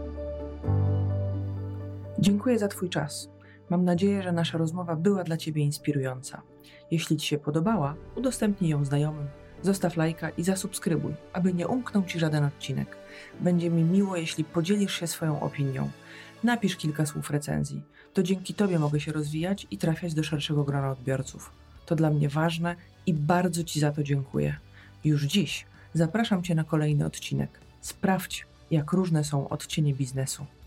Dziękuję za Twój czas. Mam nadzieję, że nasza rozmowa była dla Ciebie inspirująca. Jeśli Ci się podobała, udostępnij ją znajomym, zostaw lajka i zasubskrybuj, aby nie umknął Ci żaden odcinek. Będzie mi miło, jeśli podzielisz się swoją opinią. Napisz kilka słów recenzji. To dzięki Tobie mogę się rozwijać i trafiać do szerszego grona odbiorców. To dla mnie ważne i bardzo Ci za to dziękuję. Już dziś zapraszam Cię na kolejny odcinek. Sprawdź, jak różne są odcienie biznesu.